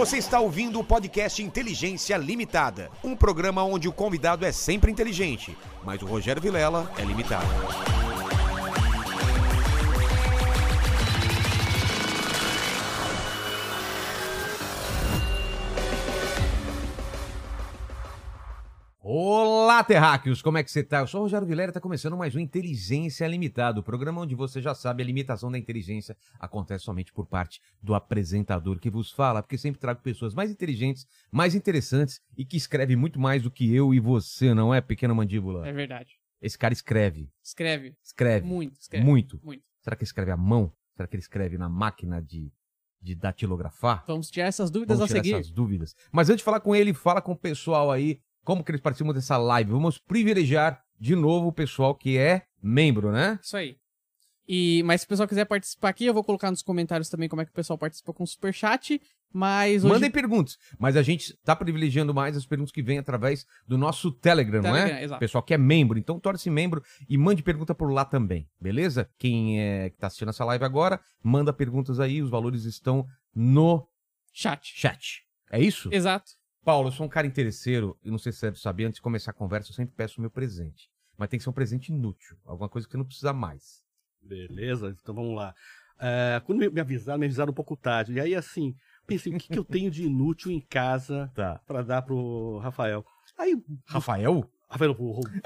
Você está ouvindo o podcast Inteligência Limitada, um programa onde o convidado é sempre inteligente, mas o Rogério Vilela é limitado. Olá, terráqueos! Como é que você tá? Eu sou o Rogério Vilela e tá começando mais um Inteligência Limitada, o programa onde você já sabe a limitação da inteligência acontece somente por parte do apresentador que vos fala, porque sempre trago pessoas mais inteligentes, mais interessantes e que escrevem muito mais do que eu e você, não é, pequena mandíbula? É verdade. Esse cara escreve. Escreve. Escreve. Muito, escreve. Muito. Muito. Será que ele escreve à mão? Será que ele escreve na máquina de datilografar? Vamos tirar essas dúvidas Vamos a tirar seguir. essas dúvidas. Mas antes de falar com ele, fala com o pessoal aí, como que eles participam dessa live. Vamos privilegiar de novo o pessoal que é membro, né? Isso aí. Mas se o pessoal quiser participar aqui, eu vou colocar nos comentários também como é que o pessoal participa com o Superchat. Mas hoje... Mandem perguntas, mas a gente tá privilegiando mais as perguntas que vêm através do nosso Telegram, não é? Exato. Pessoal que é membro, então torne-se membro e mande pergunta por lá também, beleza? Quem que tá assistindo essa live agora, manda perguntas aí, os valores estão no chat. É isso? Exato. Paulo, eu sou um cara interesseiro, e não sei se você deve saber, antes de começar a conversa, eu sempre peço o meu presente. Mas tem que ser um presente inútil, alguma coisa que eu não precisa mais. Beleza, então vamos lá. Quando me avisaram um pouco tarde. E aí, assim, pensei, o que eu tenho de inútil em casa pra dar pro Rafael? Aí, Rafael? Rafael,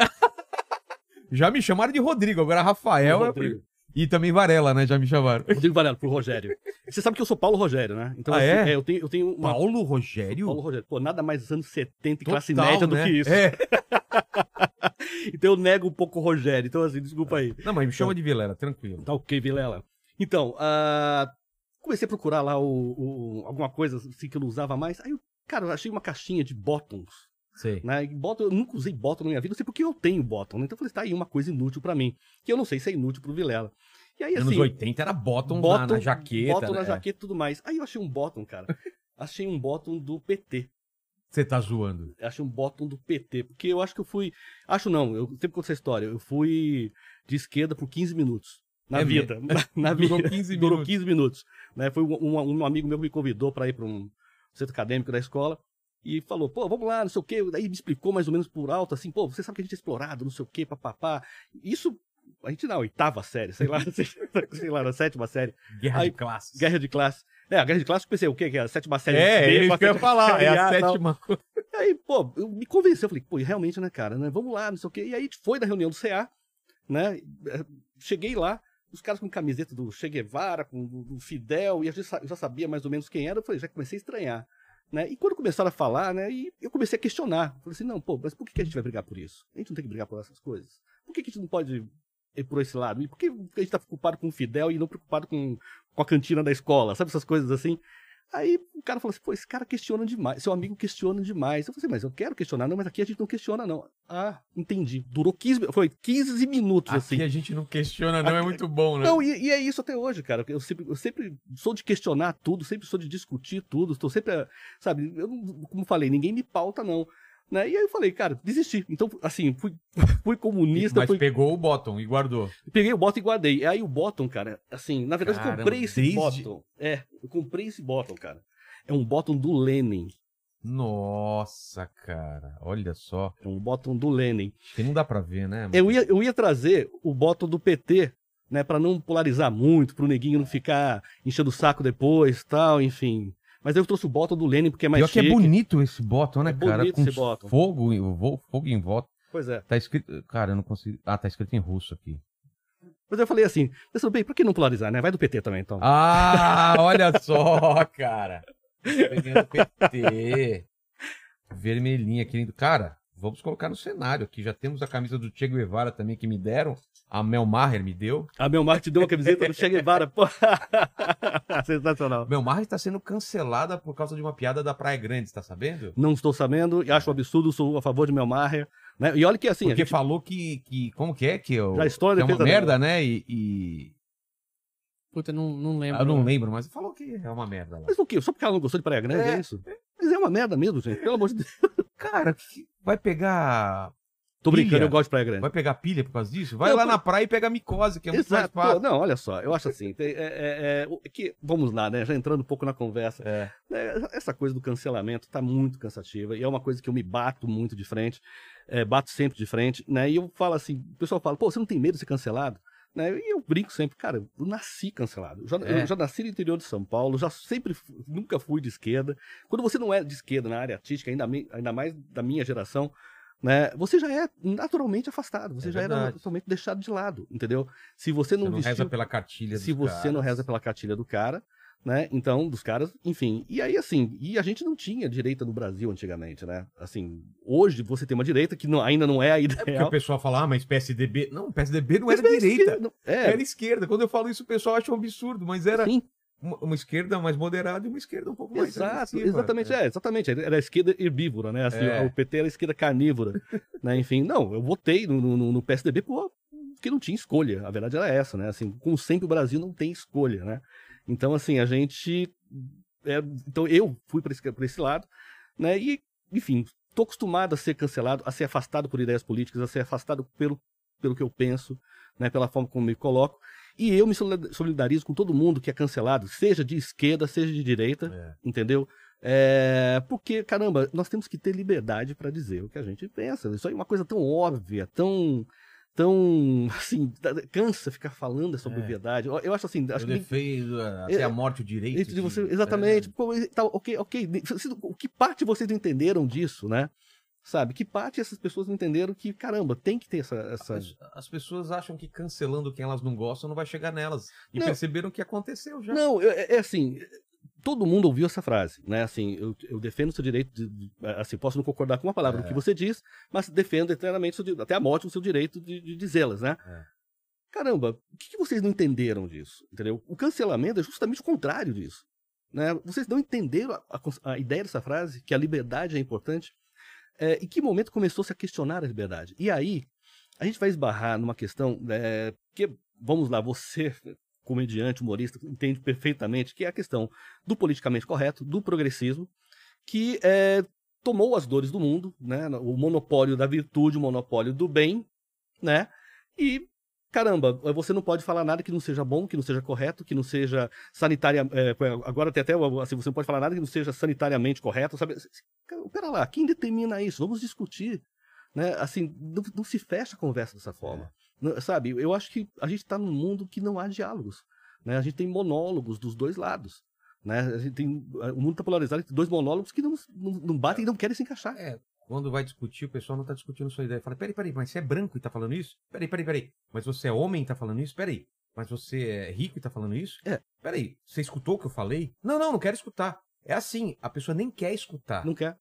Já me chamaram de Rodrigo, agora Rafael Rodrigo. E também Varela, né? Já me chamaram. Rodrigo Varela, pro Rogério. Você sabe que eu sou Paulo Rogério, né? Então, é? Eu tenho uma... Paulo Rogério? Paulo Rogério. Pô, nada mais dos anos 70 e Total, classe média do né? que isso. É. Então eu nego um pouco o Rogério. Então, assim, desculpa aí. Não, mas me chama de Vilela, tranquilo. Tá ok, Vilela. Então, comecei a procurar lá alguma coisa assim que eu não usava mais. Aí, cara, eu achei uma caixinha de bottoms. Sei. Né? E bottom, eu nunca usei bottom na minha vida, não sei porque eu tenho bottom. Né? Então eu falei, tá aí uma coisa inútil pra mim. Que eu não sei se é inútil pro Vilela. E aí, Anos assim, 80 era bottom na jaqueta. Bottom né? na jaqueta e tudo mais. Aí eu achei um bottom, cara. Achei um bottom do PT. Você tá zoando. Achei um bottom do PT. Porque eu acho que eu fui... Acho não, eu sempre conto essa história. Eu fui de esquerda por 15 minutos. Na vida. Na Durou vida. 15 Durou minutos. 15 minutos. Né? Foi um amigo meu que me convidou pra ir pra um centro acadêmico da escola. E falou, pô, vamos lá, não sei o quê. Daí me explicou mais ou menos por alto, assim, pô, você sabe que a gente é explorado, não sei o quê, papapá. Isso... A gente na 8ª série, sei lá, na 7ª série. Guerra de classes. Guerra de classe. A Guerra de classe eu pensei, o quê? Que é a 7ª série? É isso que eu ia falar, é a 7ª. Aí, pô, eu me convenceu, eu falei, pô, realmente, né, cara, né, vamos lá, não sei o quê. E aí a gente foi na reunião do CA, né, cheguei lá, os caras com camiseta do Che Guevara, com do Fidel, e eu já sabia mais ou menos quem era, eu falei, já comecei a estranhar. Né? E quando começaram a falar, né, e eu comecei a questionar. Falei assim, não, pô, mas por que a gente vai brigar por isso? A gente não tem que brigar por essas coisas. Por que a gente não pode ir por esse lado? E por que a gente tá preocupado com o Fidel e não preocupado com a cantina da escola? Sabe essas coisas assim? Aí o cara falou assim, pô, esse cara questiona demais, seu amigo questiona demais. Eu falei assim, mas eu quero questionar, não, mas aqui a gente não questiona, não. Ah, entendi. Durou 15 minutos, aqui assim. Aqui a gente não questiona, não, é muito bom, né? Não, e é isso até hoje, cara. Eu sempre sou de questionar tudo, sempre sou de discutir tudo, estou sempre, sabe, eu não, como falei, ninguém me pauta, não. Né? E aí eu falei, cara, desisti. Então, assim, fui comunista. Mas pegou o bottom e guardou. Peguei o bottom e guardei. Aí o bottom, cara, assim, na verdade eu comprei esse bottom. Eu comprei esse bottom, cara. É um bottom do Lenin. Nossa, cara, olha só. É um bottom do Lenin. Que não dá pra ver, né? Eu ia trazer o bottom do PT, né, pra não polarizar muito, pro neguinho não ficar enchendo o saco depois, tal, enfim... Mas eu trouxe o bottom do Lenin porque é mais chique. Pior que é bonito esse bottom, né, cara? Bonito com esse bottom. Fogo em volta. Pois é. Tá escrito... Cara, eu não consigo... Ah, tá escrito em russo aqui. Mas eu falei assim, pensando bem, pra que não polarizar, né? Vai do PT também, então. Ah, olha só, cara. Peguei do PT. Vermelhinha, querido. Cara, vamos colocar no cenário aqui. Já temos a camisa do Che Guevara também que me deram. A Mel Maher me deu. A Mel Maher te deu uma camiseta do Che Guevara. Pô. Sensacional. Mel Maher está sendo cancelada por causa de uma piada da Praia Grande, tá sabendo? Não estou sabendo e acho um absurdo, sou a favor de Mel Maher. Né? E olha que assim... Porque falou que... Como que é? Que já estou é uma merda, dela. né? Puta, não lembro. Eu não lembro, mas falou que é uma merda lá. Mas o quê? Só porque ela não gostou de Praia Grande, é isso? Mas é uma merda mesmo, gente. Pelo amor de Deus. Cara, vai pegar Tô brincando, Pilha. eu gosto de Praia Grande. Vai pegar pilha por causa disso? Vai Não, lá na praia e pega micose, que é muito mais Exato. fácil. Não, olha só, eu acho assim, vamos lá, né, já entrando um pouco na conversa, É. essa coisa do cancelamento tá muito cansativa, e é uma coisa que eu me bato muito de frente, bato sempre de frente, né, e eu falo assim, o pessoal fala, pô, você não tem medo de ser cancelado? Né, e eu brinco sempre, cara, eu nasci cancelado, eu já nasci no interior de São Paulo, nunca fui de esquerda, quando você não é de esquerda na área artística, ainda mais da minha geração, né, você já é naturalmente afastado, você já verdade. é naturalmente deixado de lado, entendeu? Se você não Você não reza vestiu, pela cartilha se dos você não caras. reza pela cartilha do cara, né, então, dos caras, enfim, e aí assim, e a gente não tinha direita no Brasil antigamente, né, assim, hoje você tem uma direita que ainda não é a É porque ideal. o pessoal fala, ah, mas PSDB... Não, PSDB não Mas era é direita, esquerda, era esquerda. Quando eu falo isso, o pessoal acha um absurdo, mas era sim, uma esquerda mais moderada e uma esquerda um pouco mais exato, agressiva. exatamente, era a esquerda herbívora, né, assim, É. o PT era a esquerda carnívora, né, enfim, não, eu votei no PSDB porque não tinha escolha, a verdade era essa, né, assim, como sempre o Brasil não tem escolha, né, então assim, então eu fui por esse lado, né, e, enfim, tô acostumado a ser cancelado, a ser afastado por ideias políticas, a ser afastado pelo que eu penso, né, pela forma como me coloco, e eu me solidarizo com todo mundo que é cancelado, seja de esquerda, seja de direita, entendeu? Porque, caramba, nós temos que ter liberdade para dizer o que a gente pensa. Isso aí é uma coisa tão óbvia, tão assim, cansa ficar falando sobre verdade. Eu acho assim, Eu defendo até a morte o direito de você, exatamente. Pô, tá, ok. O que parte vocês não entenderam disso, né? Sabe? Que parte essas pessoas não entenderam que, caramba, tem que ter essa... As pessoas acham que cancelando quem elas não gostam não vai chegar nelas. E Não. perceberam que aconteceu já. Não, assim, todo mundo ouviu essa frase, né? Assim, eu defendo o seu direito assim, posso não concordar com uma palavra do que você diz, mas defendo eternamente, até a morte, o seu direito de dizê-las, né? Caramba, o que vocês não entenderam disso? Entendeu? O cancelamento é justamente o contrário disso, né? Vocês não entenderam a ideia dessa frase, que a liberdade é importante. Em que momento começou-se a questionar a liberdade? E aí, a gente vai esbarrar numa questão que, vamos lá, você, comediante, humorista, entende perfeitamente, que é a questão do politicamente correto, do progressismo, que tomou as dores do mundo, né? O monopólio da virtude, o monopólio do bem, né? E, caramba, você não pode falar nada que não seja bom, que não seja correto, que não seja agora tem até assim, você não pode falar nada que não seja sanitariamente correto, sabe? Pera lá, quem determina isso? Vamos discutir, né? Assim, não se fecha a conversa dessa forma, sabe? Eu acho que a gente está num mundo que não há diálogos, né? A gente tem monólogos dos dois lados, né? O mundo está polarizado entre dois monólogos que não batem e não querem se encaixar. Quando vai discutir, o pessoal não tá discutindo sua ideia. Fala, peraí, mas você é branco e tá falando isso? Peraí. Mas você é homem e tá falando isso? Peraí. Mas você é rico e tá falando isso? Peraí, você escutou o que eu falei? Não quero escutar. É assim, a pessoa nem quer escutar. Não quer.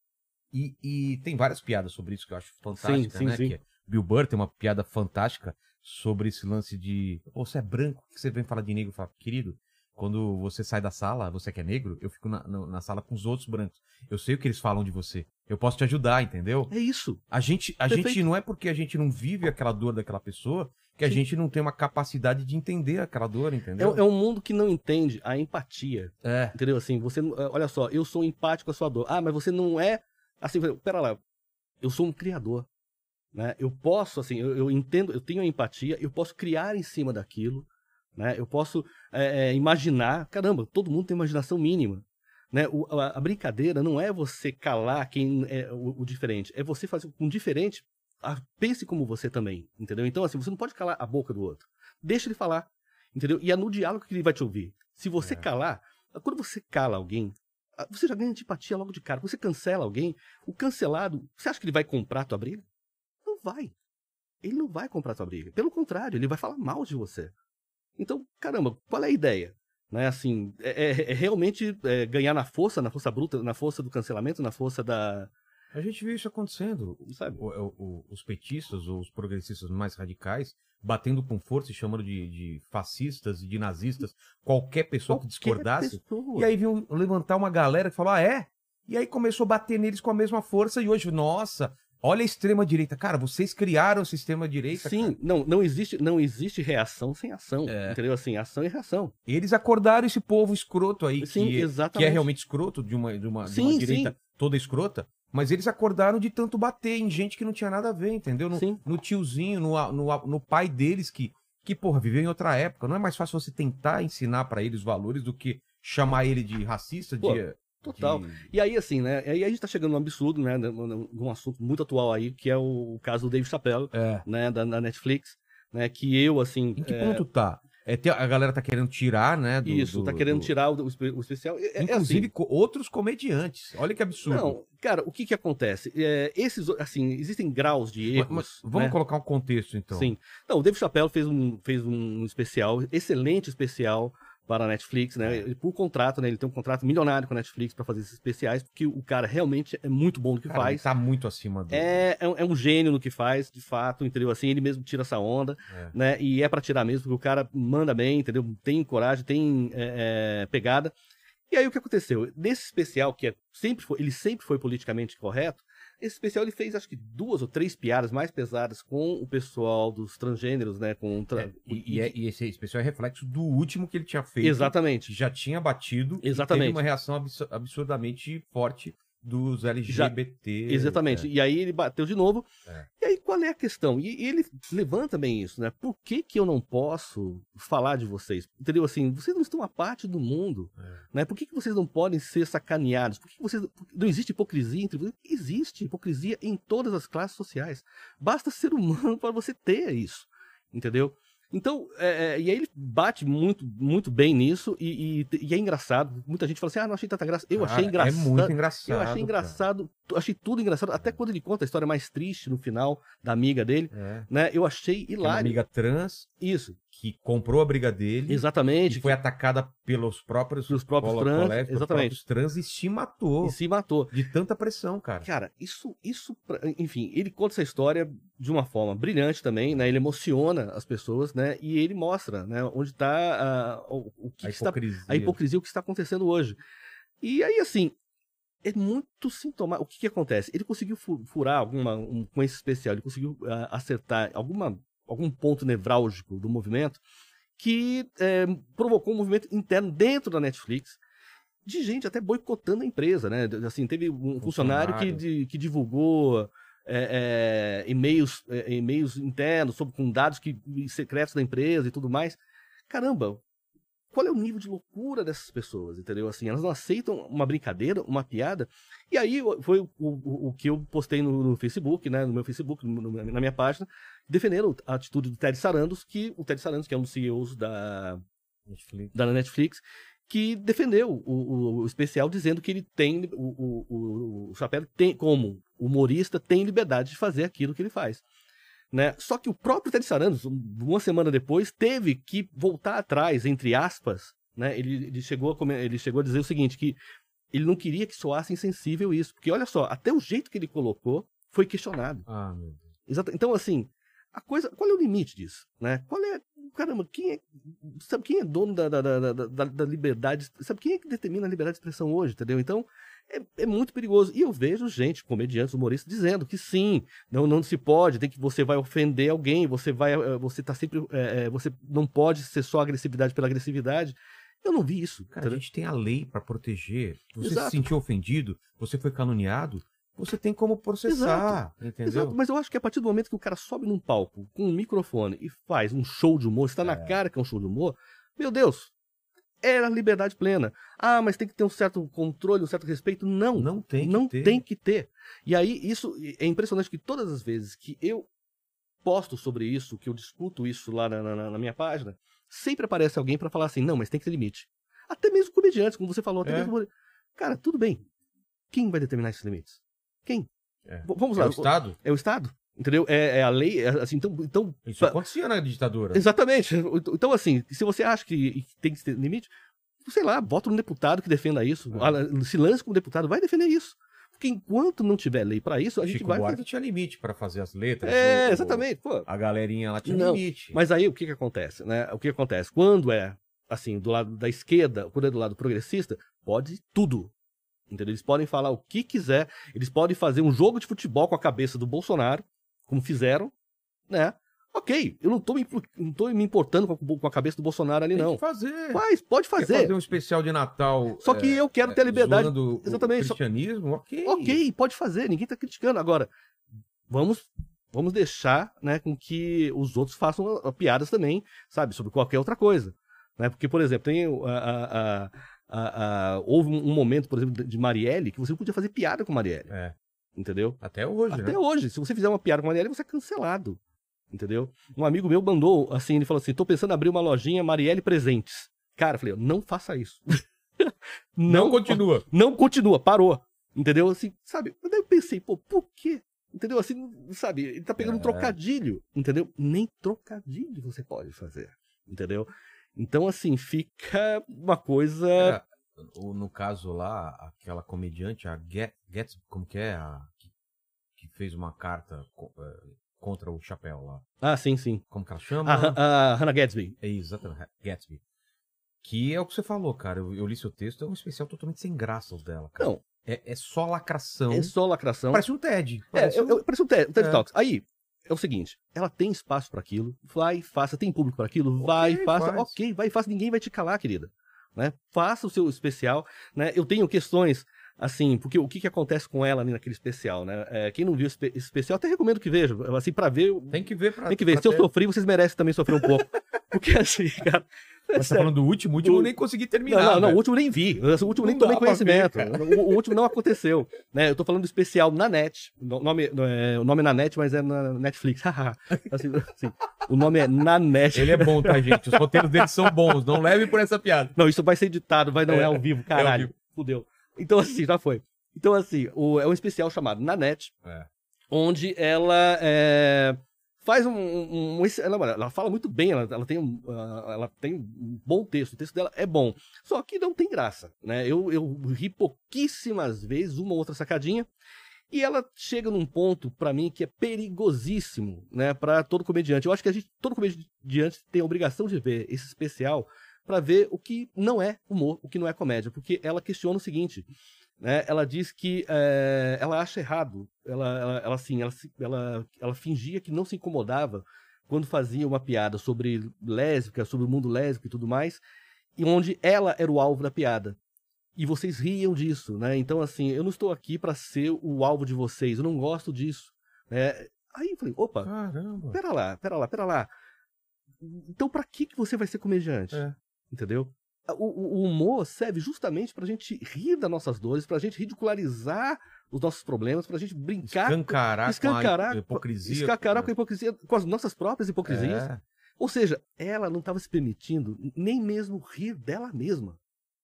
E tem várias piadas sobre isso que eu acho fantástica, né? Sim. Que Bill Burr tem uma piada fantástica sobre esse lance de... Pô, você é branco, o que você vem falar de negro? Fala, querido, quando você sai da sala, você que é negro, eu fico na sala com os outros brancos. Eu sei o que eles falam de você. Eu posso te ajudar, entendeu? É isso. A gente não é porque a gente não vive aquela dor daquela pessoa que a gente não tem uma capacidade de entender aquela dor, entendeu? É um mundo que não entende a empatia. Entendeu? Assim, você, olha só, eu sou empático à sua dor. Ah, mas você não é... Assim, pera lá, eu sou um criador, né? Eu posso, assim, eu entendo, eu tenho a empatia, eu posso criar em cima daquilo, né? Eu posso imaginar, caramba, todo mundo tem imaginação mínima, né? A brincadeira não é você calar quem é o diferente, é você fazer com o diferente pense como você também, entendeu? Então, assim, você não pode calar a boca do outro, deixa ele falar, entendeu? E é no diálogo que ele vai te ouvir. Se você calar, quando você cala alguém, você já ganha antipatia logo de cara. Você cancela alguém, o cancelado, você acha que ele vai comprar a tua briga? Não vai. Ele não vai comprar a tua briga. Pelo contrário, ele vai falar mal de você. Então, caramba, qual é a ideia? Né, assim, realmente ganhar na força bruta, na força do cancelamento, na força da... A gente viu isso acontecendo, sabe? Os petistas ou os progressistas mais radicais batendo com força e chamando de fascistas e de nazistas qualquer pessoa que discordasse. E aí viu levantar uma galera que falou, E aí começou a bater neles com a mesma força e hoje, nossa, olha a extrema-direita. Cara, vocês criaram essa extrema-direita. Sim, cara. Não existe reação sem ação, entendeu? Assim, ação e reação. Eles acordaram esse povo escroto aí, sim, que é realmente escroto, de uma direita toda escrota, Mas eles acordaram de tanto bater em gente que não tinha nada a ver, entendeu? Sim. No tiozinho, no pai deles que, porra, viveu em outra época. Não é mais fácil você tentar ensinar pra eles valores do que chamar ele de racista, Pô, total. de- E aí, assim, né? Aí a gente tá chegando num absurdo, né? Num assunto muito atual aí, que é o caso do Dave Chappelle, É. né? Da Netflix, né? Que eu, assim. Em que ponto tá? A galera tá querendo tirar, né? Isso, tá querendo tirar o especial. Inclusive, assim, outros comediantes. Olha que absurdo. não, cara, o que que acontece? Assim, existem graus de erros. Mas vamos né? colocar um contexto, então. Sim. Não, o Dave Chappelle fez um especial, excelente especial para a Netflix, né? Ele, por contrato, né? Ele tem um contrato milionário com a Netflix para fazer esses especiais, porque o cara realmente é muito bom no que Cara, ele faz. tá muito acima do... É um gênio no que faz, de fato, entendeu? Assim, ele mesmo tira essa onda, né? E é pra tirar mesmo, porque o cara manda bem, entendeu? Tem coragem, tem pegada. E aí o que aconteceu? Nesse especial, que ele sempre foi politicamente correto, esse especial ele fez acho que 2 ou 3 piadas mais pesadas com o pessoal dos transgêneros, né? E esse especial é reflexo do último que ele tinha feito. Exatamente. Que já tinha batido. Exatamente. E teve uma reação absurdamente forte dos LGBT. Exatamente. E aí ele bateu de novo. É. E aí qual é a questão? E ele levanta bem isso, né? Por que que eu não posso falar de vocês? Entendeu? Assim, vocês não estão à parte do mundo, né? Por que que vocês não podem ser sacaneados? Por que não existe hipocrisia entre vocês? Existe hipocrisia em todas as classes sociais. Basta ser humano para você ter isso, entendeu? Então, e aí ele bate muito, muito bem nisso e é engraçado. Muita gente fala assim, não achei tanta graça. Eu achei engraçado. É muito engraçado. Eu achei engraçado, achei tudo engraçado. Até quando ele conta a história mais triste no final da amiga dele, né? Eu achei É uma hilário. amiga trans Isso, que comprou a briga dele. exatamente. E foi atacada pelos próprios trans, colegas, pelos exatamente. próprios trans e se matou. E se matou. De tanta pressão, cara. Cara, enfim, ele conta essa história de uma forma brilhante também, né? Ele emociona as pessoas, né? E ele mostra, né? Onde está a hipocrisia, o que está acontecendo hoje. E aí, assim, é muito sintomático. O que que acontece? Ele conseguiu furar com esse especial, ele conseguiu acertar algum ponto nevrálgico do movimento que provocou um movimento interno dentro da Netflix de gente até boicotando a empresa, né? Assim, teve um funcionário que divulgou e-mails internos com dados secretos da empresa e tudo mais. Caramba, qual é o nível de loucura dessas pessoas, entendeu? Assim, elas não aceitam uma brincadeira, uma piada. E aí foi o que eu postei no Facebook, né? No meu Facebook, na minha página, defendendo a atitude do Ted Sarandos, que é um dos CEOs da Netflix, que defendeu o especial, dizendo que ele tem, o Chappelle tem, como humorista, tem liberdade de fazer aquilo que ele faz. Né? Só que o próprio Ted Sarandos, uma semana depois, teve que voltar atrás, entre aspas, né? Ele chegou a dizer o seguinte, que ele não queria que soasse insensível isso, porque olha só, até o jeito que ele colocou foi questionado. Meu Deus. Exato. Então, assim, qual é o limite disso? Né? Caramba, sabe quem é dono da liberdade? Sabe quem é que determina a liberdade de expressão hoje, entendeu? Então, é muito perigoso. E eu vejo gente, comediantes, humoristas, dizendo que sim, não se pode, você vai ofender alguém, você tá sempre, você não pode ser só agressividade pela agressividade. Eu não vi isso. Cara, a gente tem a lei pra proteger. Você Exato. se sentiu ofendido, você foi caluniado, você tem como processar, entendeu? Exato, mas eu acho que a partir do momento que o cara sobe num palco com um microfone e faz um show de humor, está na cara que é um show de humor, meu Deus, é a liberdade plena. Mas tem que ter um certo controle, um certo respeito. Não tem que ter. E aí, isso é impressionante que todas as vezes que eu posto sobre isso, que eu discuto isso lá na minha página, sempre aparece alguém para falar assim, não, mas tem que ter limite. Até mesmo comediantes, como você falou, até mesmo... Cara, tudo bem. Quem vai determinar esses limites? Quem? Vamos lá. É o Estado? É o Estado, entendeu? É a lei, assim, então... Isso acontecia na ditadura. Exatamente. Então, assim, se você acha que tem que ter limite, sei lá, bota um deputado que defenda isso, se lance como deputado, vai defender isso. Porque enquanto não tiver lei pra isso, a gente vai... Chico Buarque tinha limite pra fazer as letras. Exatamente. Pô. A galerinha lá tinha limite. Mas aí o que acontece, né? O que acontece? Quando é, assim, do lado da esquerda, quando é do lado progressista, pode tudo. Entendeu? Eles podem falar o que quiser, eles podem fazer um jogo de futebol com a cabeça do Bolsonaro, como fizeram, né? Ok, eu não tô me importando com a cabeça do Bolsonaro ali, Tem não. que fazer. Pode Quer fazer. fazer um especial de Natal. Só que eu quero ter a liberdade. Zoando Exatamente. o cristianismo, ok. Ok, pode fazer, ninguém tá criticando. Agora, vamos deixar, né, com que os outros façam piadas também, sabe, sobre qualquer outra coisa. Né? Porque, por exemplo, tem houve um momento, por exemplo, de Marielle, que você não podia fazer piada com Marielle. É. Entendeu? Até hoje, Até né? hoje. Se você fizer uma piada com Marielle, você é cancelado. Entendeu? Um amigo meu mandou, assim, ele falou assim, tô pensando em abrir uma lojinha Marielle Presentes. Cara, eu falei, não faça isso. Não continua. Não continua, parou. Entendeu? Assim, sabe? Mas daí eu pensei, pô, por quê? Entendeu? Assim, sabe? Ele tá pegando um trocadilho. Entendeu? Nem trocadilho você pode fazer. Entendeu? Então, assim, fica uma coisa... No caso lá, aquela comediante, a Gatsby, como que é? Que fez uma carta contra o chapéu lá. Ah, sim, sim. Como que ela chama? A Hannah Gadsby. É exatamente, Gatsby. Que é o que você falou, cara. Eu li seu texto, é um especial totalmente sem graça dela, cara. Não. É só lacração. É só lacração. Parece um TED. Parece um TED Talks. Aí, é o seguinte, ela tem espaço para aquilo, vai, faça, tem público para aquilo, vai, faça, ok, vai, faça, ninguém vai te calar, querida. Né? Faça o seu especial, né? Eu tenho questões, assim, porque o que acontece com ela ali naquele especial, né? Quem não viu esse especial, até recomendo que veja, assim, pra ver... Tem que ver. Tem que ver, se eu sofri, vocês merecem também sofrer um pouco. Porque assim, cara... Mas tá falando do último? O último eu nem consegui terminar. Não, o último nem vi. O último nem tomei conhecimento. O último não aconteceu. Né? Eu tô falando do especial na net. O nome é na net, mas é na Netflix. assim, o nome é na net. Ele é bom, tá, gente? Os roteiros dele são bons. Não leve por essa piada. Não, isso vai ser editado, não é ao vivo, caralho. É ao vivo. Fudeu. Então, assim, já foi. Então, assim, é um especial chamado Na Net, onde ela faz ela fala muito bem, ela tem um bom texto, o texto dela é bom, só que não tem graça, né? Eu ri pouquíssimas vezes, uma ou outra sacadinha, e ela chega num ponto, pra mim, que é perigosíssimo, né, pra todo comediante. Eu acho que todo comediante tem a obrigação de ver esse especial pra ver o que não é humor, o que não é comédia, porque ela questiona o seguinte, né? Ela diz que ela acha errado, ela fingia que não se incomodava quando fazia uma piada sobre lésbica, sobre o mundo lésbico e tudo mais, e onde ela era o alvo da piada. E vocês riam disso, né? Então, assim, eu não estou aqui para ser o alvo de vocês, eu não gosto disso. Né? Aí eu falei, opa, caramba, pera lá. Então, para que você vai ser comediante? Entendeu? O humor serve justamente pra gente rir das nossas dores, pra gente ridicularizar os nossos problemas, pra gente brincar... Escancarar com a hipocrisia. Escancarar com a hipocrisia, com as nossas próprias hipocrisias. Ou seja, ela não estava se permitindo nem mesmo rir dela mesma.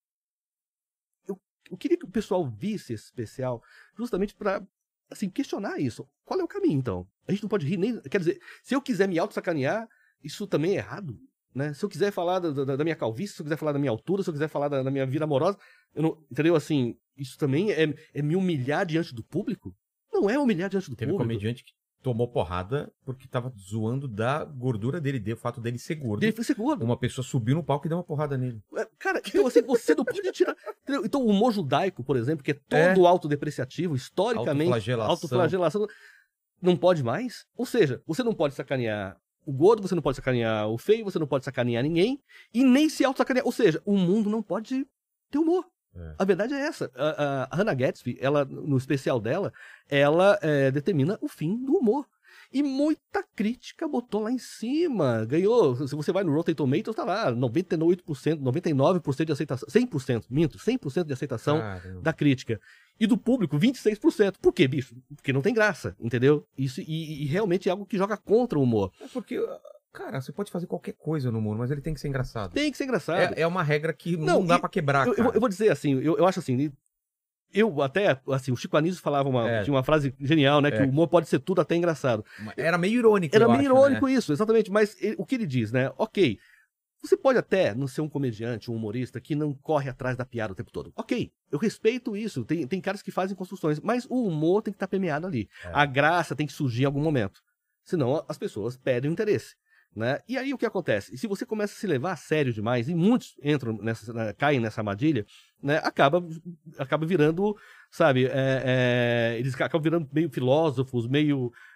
Eu queria que o pessoal visse esse especial justamente pra, assim, questionar isso. Qual é o caminho, então? A gente não pode rir nem... Quer dizer, se eu quiser me auto-sacanear, isso também é errado? Né? Se eu quiser falar da minha calvície, se eu quiser falar da minha altura, se eu quiser falar da minha vida amorosa, entendeu? Assim, isso também é me humilhar diante do público? Não é humilhar diante do público. Teve comediante que tomou porrada porque tava zoando da gordura dele, o fato dele ser gordo. Dele ser gordo. Uma pessoa subiu no palco e deu uma porrada nele. Cara, então assim, você não pode tirar... Entendeu? Então o humor judaico, por exemplo, que é todo autodepreciativo, historicamente, autoflagelação, não pode mais? Ou seja, você não pode sacanear o gordo, você não pode sacanear o feio, você não pode sacanear ninguém, e nem se auto-sacanear. Ou seja, o mundo não pode ter humor. A verdade é essa. A Hannah Gadsby, ela, no especial dela, ela determina o fim do humor. E muita crítica botou lá em cima. Ganhou, se você vai no Rotten Tomatoes, tá lá, 98%, 99% de aceitação, 100% de aceitação da crítica. E do público, 26%. Por quê, bicho? Porque não tem graça, entendeu? Isso, e realmente é algo que joga contra o humor. Porque, cara, você pode fazer qualquer coisa no humor, mas ele tem que ser engraçado. Tem que ser engraçado. É uma regra que não dá pra quebrar, eu vou dizer assim, eu acho assim... Eu até, assim, o Chico Anísio falava tinha uma frase genial, né? Que o humor pode ser tudo até engraçado. Era meio irônico, Era meio irônico, né? Isso, exatamente. Mas o que ele diz, né? Ok, você pode até não ser um comediante, um humorista que não corre atrás da piada o tempo todo. Ok, eu respeito isso. Tem caras que fazem construções, mas o humor tem que estar permeado ali. A graça tem que surgir em algum momento. Senão as pessoas perdem o interesse. Né? E aí o que acontece? Se você começa a se levar a sério demais, e muitos caem nessa armadilha, né? acaba virando, sabe, eles acabam virando meio filósofos, meio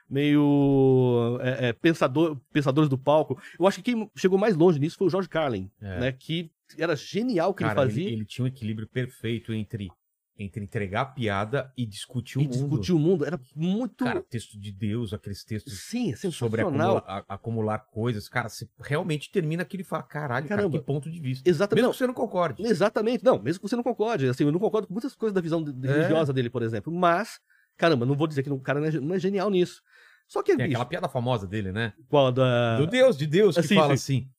pensadores do palco. Eu acho que quem chegou mais longe nisso foi o George Carlin, É. né? Que era genial o que Cara, ele fazia. ele tinha um equilíbrio perfeito entre entregar a piada e discutir o mundo. discutir o mundo. Era muito... Cara, texto de Deus, aqueles textos Sim, é sobre sensacional. acumular coisas. Cara, você realmente termina aquilo e fala, caralho, cara, Caramba. que ponto de vista. Exatamente. Mesmo Não, que você não concorde. exatamente. Não, mesmo que você não concorde. Assim, eu não concordo com muitas coisas da visão religiosa dele, por exemplo. Mas, caramba, não vou dizer que o cara não é genial nisso. Só que, Tem bicho, aquela piada famosa dele, né? qual da... Do Deus, de Deus, que sim, fala sim. assim.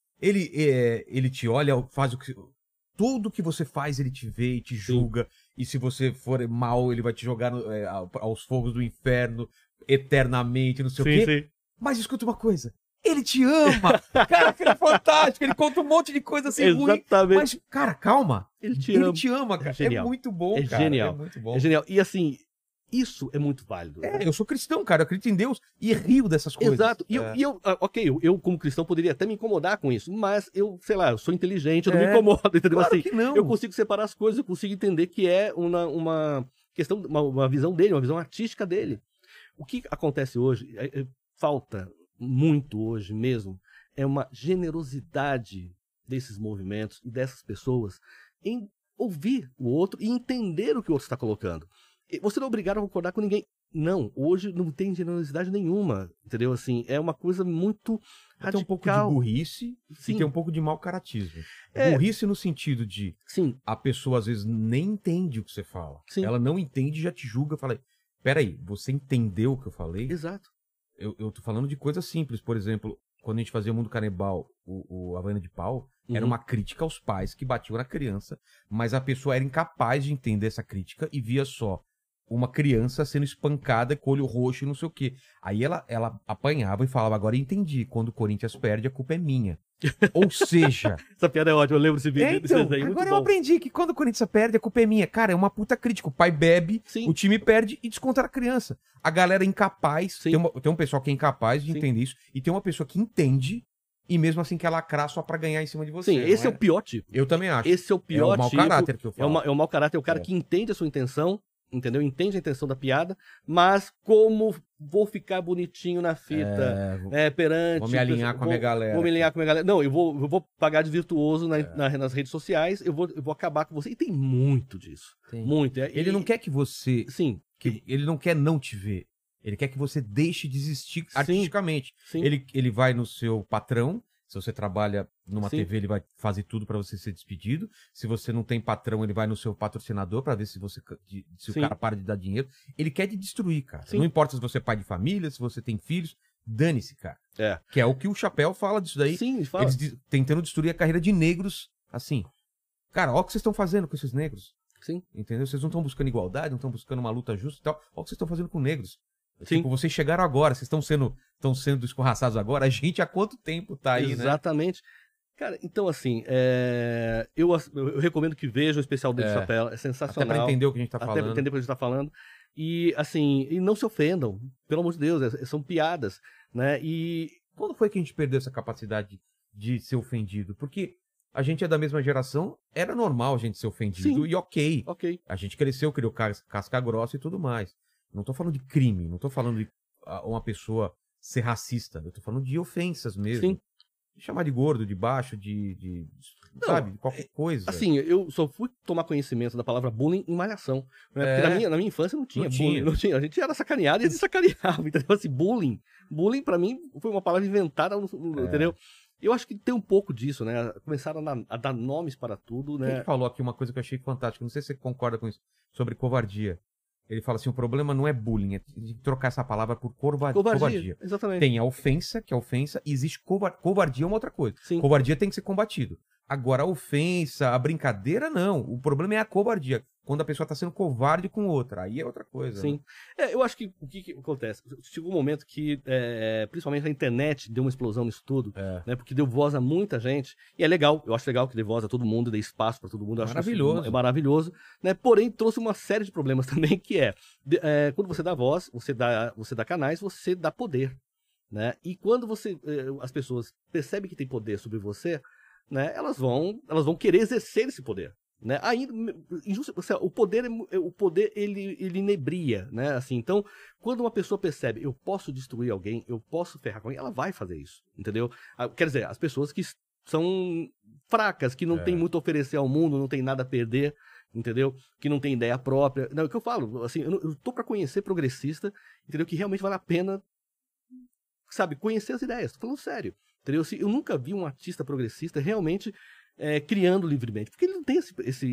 Ele te olha, faz o que... Tudo que você faz, ele te vê e te julga. E se você for mal, ele vai te jogar aos fogos do inferno eternamente, não sei o quê. Sim. Mas escuta uma coisa. Ele te ama! Cara, aquilo é fantástico. Ele conta um monte de coisa assim ruim. Exatamente. Mas, cara, calma. Ele te Ele ama. te ama, cara. É genial. muito bom, É cara. genial. É muito bom. É genial. E assim, isso é muito válido. Eu sou cristão, cara. Eu acredito em Deus e rio dessas coisas. Exato. E eu, como cristão, poderia até me incomodar com isso, mas eu, sei lá, eu sou inteligente, eu não me incomodo, entendeu? Claro Assim, que não. eu consigo separar as coisas, eu consigo entender que é uma questão, uma visão dele, uma visão artística dele. O que acontece hoje, falta muito hoje mesmo, é uma generosidade desses movimentos e dessas pessoas em ouvir o outro e entender o que o outro está colocando. Você não é obrigado a concordar com ninguém. Não, hoje não tem generosidade nenhuma, entendeu? Assim, é uma coisa muito radical. Tem um pouco de burrice Sim. e tem um pouco de mau caratismo. É. Burrice no sentido de Sim, a pessoa às vezes nem entende o que você fala. Sim. Ela não entende e já te julga. Fala, peraí, você entendeu o que eu falei? exato. Eu tô falando de coisas simples. Por exemplo, quando a gente fazia o Mundo Canibal, o Havaiana de Pau, era uma crítica aos pais que batiam na criança, mas a pessoa era incapaz de entender essa crítica e via só uma criança sendo espancada com olho roxo e não sei o quê. Aí ela apanhava e falava, agora entendi, quando o Corinthians perde, a culpa é minha. Ou seja... Essa piada é ótima, eu lembro desse vídeo. desse então, desenho, muito agora eu bom. aprendi que quando o Corinthians perde, a culpa é minha. Cara, é uma puta crítica. O pai bebe, Sim. o time perde e desconta na criança. A galera é incapaz, Sim. tem um pessoal que é incapaz de Sim. entender isso, e tem uma pessoa que entende, e mesmo assim quer lacrar só pra ganhar em cima de você. Sim, não esse é o pior tipo. Eu também acho. Esse é o pior o mau tipo. caráter que eu falo. É o mau caráter, é o cara É. que entende a sua intenção, entendeu? Entende a intenção da piada, mas como vou ficar bonitinho na fita, perante... Vou me alinhar com a minha galera. Vou me alinhar com a minha galera. Não, eu vou pagar de virtuoso nas redes sociais, eu vou acabar com você. E tem muito disso. Tem. Muito. Ele não quer que você... Sim, Ele não quer não te ver. Ele quer que você deixe de existir artisticamente. sim. Ele vai no seu patrão. Se você trabalha numa Sim. TV, ele vai fazer tudo pra você ser despedido. Se você não tem patrão, ele vai no seu patrocinador pra ver se o Sim. cara para de dar dinheiro. Ele quer te destruir, cara. Sim. Não importa se você é pai de família, se você tem filhos, dane-se, cara. É. Que é o que o Chapéu fala disso daí. Sim, fala. Eles tentando destruir a carreira de negros, assim. Cara, olha o que vocês estão fazendo com esses negros. Sim. Entendeu? Vocês não estão buscando igualdade, não estão buscando uma luta justa e tal. Olha o que vocês estão fazendo com negros. Sim. Tipo, vocês chegaram agora, vocês estão sendo escorraçados agora. A gente há quanto tempo tá aí, né? Exatamente. Cara, então assim, eu recomendo que vejam o especial do Chapéu, é sensacional. Até pra entender o que a gente tá Até falando. pra entender o que a gente tá falando. E assim, e não se ofendam, pelo amor de Deus, são piadas, né? E Quando foi que a gente perdeu essa capacidade de ser ofendido? Porque a gente é da mesma geração, era normal a gente ser ofendido Sim. e ok. ok. A gente cresceu, criou casca grossa e tudo mais. Não tô falando de crime, não tô falando de uma pessoa ser racista. Eu tô falando de ofensas mesmo. Sim. De chamar de gordo, de baixo, sabe? De qualquer coisa. Assim, eu só fui tomar conhecimento da palavra bullying em Malhação. Né? Porque na minha infância não tinha Não bullying. tinha. Não tinha. A gente era sacaneado e eles sacaneavam. Entendeu? Assim, bullying. Bullying, pra mim, foi uma palavra inventada, entendeu? Eu acho que tem um pouco disso, né? Começaram a dar nomes para tudo, né? Quem falou aqui uma coisa que eu achei fantástica, não sei se você concorda com isso, sobre covardia. Ele fala assim, o problema não é bullying, é de trocar essa palavra por covardia. Exatamente. Tem a ofensa, que é a ofensa, e existe covardia é uma outra coisa. Sim. Covardia tem que ser combatido. Agora, a ofensa, a brincadeira, não. O problema é a covardia. Quando a pessoa tá sendo covarde com outra. Aí é outra coisa. Sim. Né? Eu acho que o que acontece? Chegou um momento que, principalmente a internet deu uma explosão nisso tudo, né? Porque deu voz a muita gente. E é legal, eu acho legal que dê voz a todo mundo, dê espaço para todo mundo. Eu acho Maravilhoso. isso é maravilhoso. Né? Porém, trouxe uma série de problemas também, que quando você dá voz, você dá canais, você dá poder. Né? E quando as pessoas percebem que tem poder sobre você, né? Elas vão querer exercer esse poder. Né? Ainda, o poder ele inebria, né? Assim, então, quando uma pessoa percebe, eu posso destruir alguém, eu posso ferrar com alguém, ela vai fazer isso, entendeu? Quer dizer, as pessoas que são fracas, que não tem muito a oferecer ao mundo, não tem nada a perder, entendeu? Que não tem ideia própria. Não, é o que eu falo, assim, eu tô pra conhecer progressista, entendeu? Que realmente vale a pena, sabe, conhecer as ideias, tô falando sério, entendeu? Eu nunca vi um artista progressista realmente criando livremente, porque ele não tem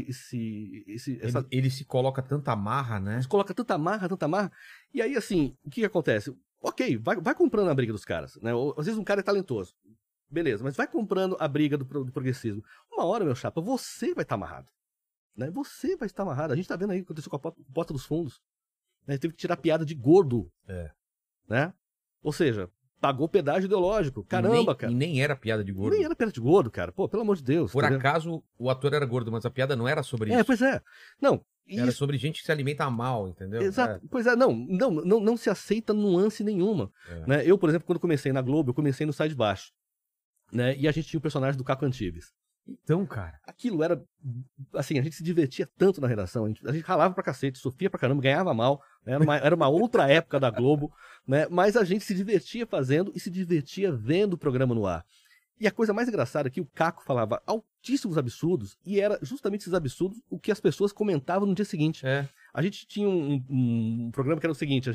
essa... Ele se coloca tanta amarra, né? Se coloca tanta amarra, e aí, assim, o que acontece? Ok, vai comprando a briga dos caras, né? Ou, às vezes um cara é talentoso, beleza, mas vai comprando a briga do progressismo. Uma hora, meu chapa, você vai estar amarrado, né? Você vai estar amarrado. A gente tá vendo aí o que aconteceu com a Porta dos Fundos, né? Teve que tirar piada de gordo, né? Ou seja, pagou pedágio ideológico. Caramba, cara. E nem era piada de gordo. Nem era piada de gordo, cara. Pô, pelo amor de Deus. Por acaso, o ator era gordo, mas a piada não era sobre isso. Pois é. Não. Era sobre gente que se alimenta mal, entendeu? Exato. Pois é, não se aceita nuance nenhuma. Né? Eu, por exemplo, quando comecei na Globo, eu comecei no Sai de Baixo. Né? E a gente tinha o personagem do Caco Antibes. Então, cara... Aquilo era... Assim, a gente se divertia tanto na redação. A gente ralava pra cacete, sofria pra caramba, ganhava mal. Né? Era uma outra época da Globo. Né? Mas a gente se divertia fazendo e se divertia vendo o programa no ar. E a coisa mais engraçada é que o Caco falava altíssimos absurdos. E era justamente esses absurdos o que as pessoas comentavam no dia seguinte. A gente tinha um programa que era o seguinte.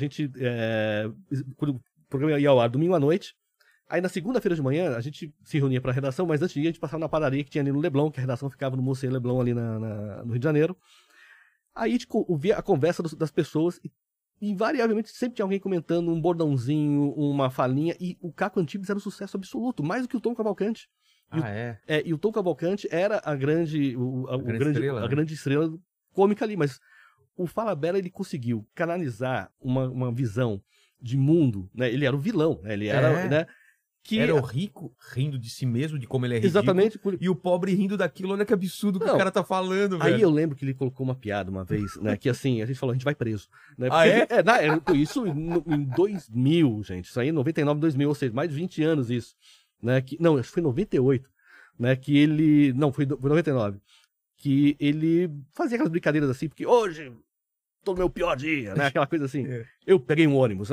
Quando o programa ia ao ar domingo à noite. Aí na segunda-feira de manhã, a gente se reunia para a redação, mas antes de ir, a gente passava na padaria que tinha ali no Leblon, que a redação ficava no Museu Leblon ali no Rio de Janeiro. Aí a gente ouvia a conversa das pessoas e invariavelmente sempre tinha alguém comentando um bordãozinho, uma falinha, e o Caco Antibes era um sucesso absoluto, mais do que o Tom Cavalcante. E o Tom Cavalcante era a grande estrela cômica ali, mas o Falabella, ele conseguiu canalizar uma visão de mundo, né? Ele era o vilão, né? Ele era, né? Era o rico rindo de si mesmo, de como ele é ridículo. Exatamente. E o pobre rindo daquilo. Olha que absurdo que o cara tá falando, velho. Aí eu lembro que ele colocou uma piada uma vez, né? Que assim, a gente falou, a gente vai preso. Né? Isso em 2000, gente. Isso aí em 99, 2000, ou seja, mais de 20 anos isso. Né? Não, acho que foi em 98. Né? Que ele... Não, foi 99. Que ele fazia aquelas brincadeiras assim, porque hoje tô no meu pior dia, né? Aquela coisa assim. Eu peguei um ônibus.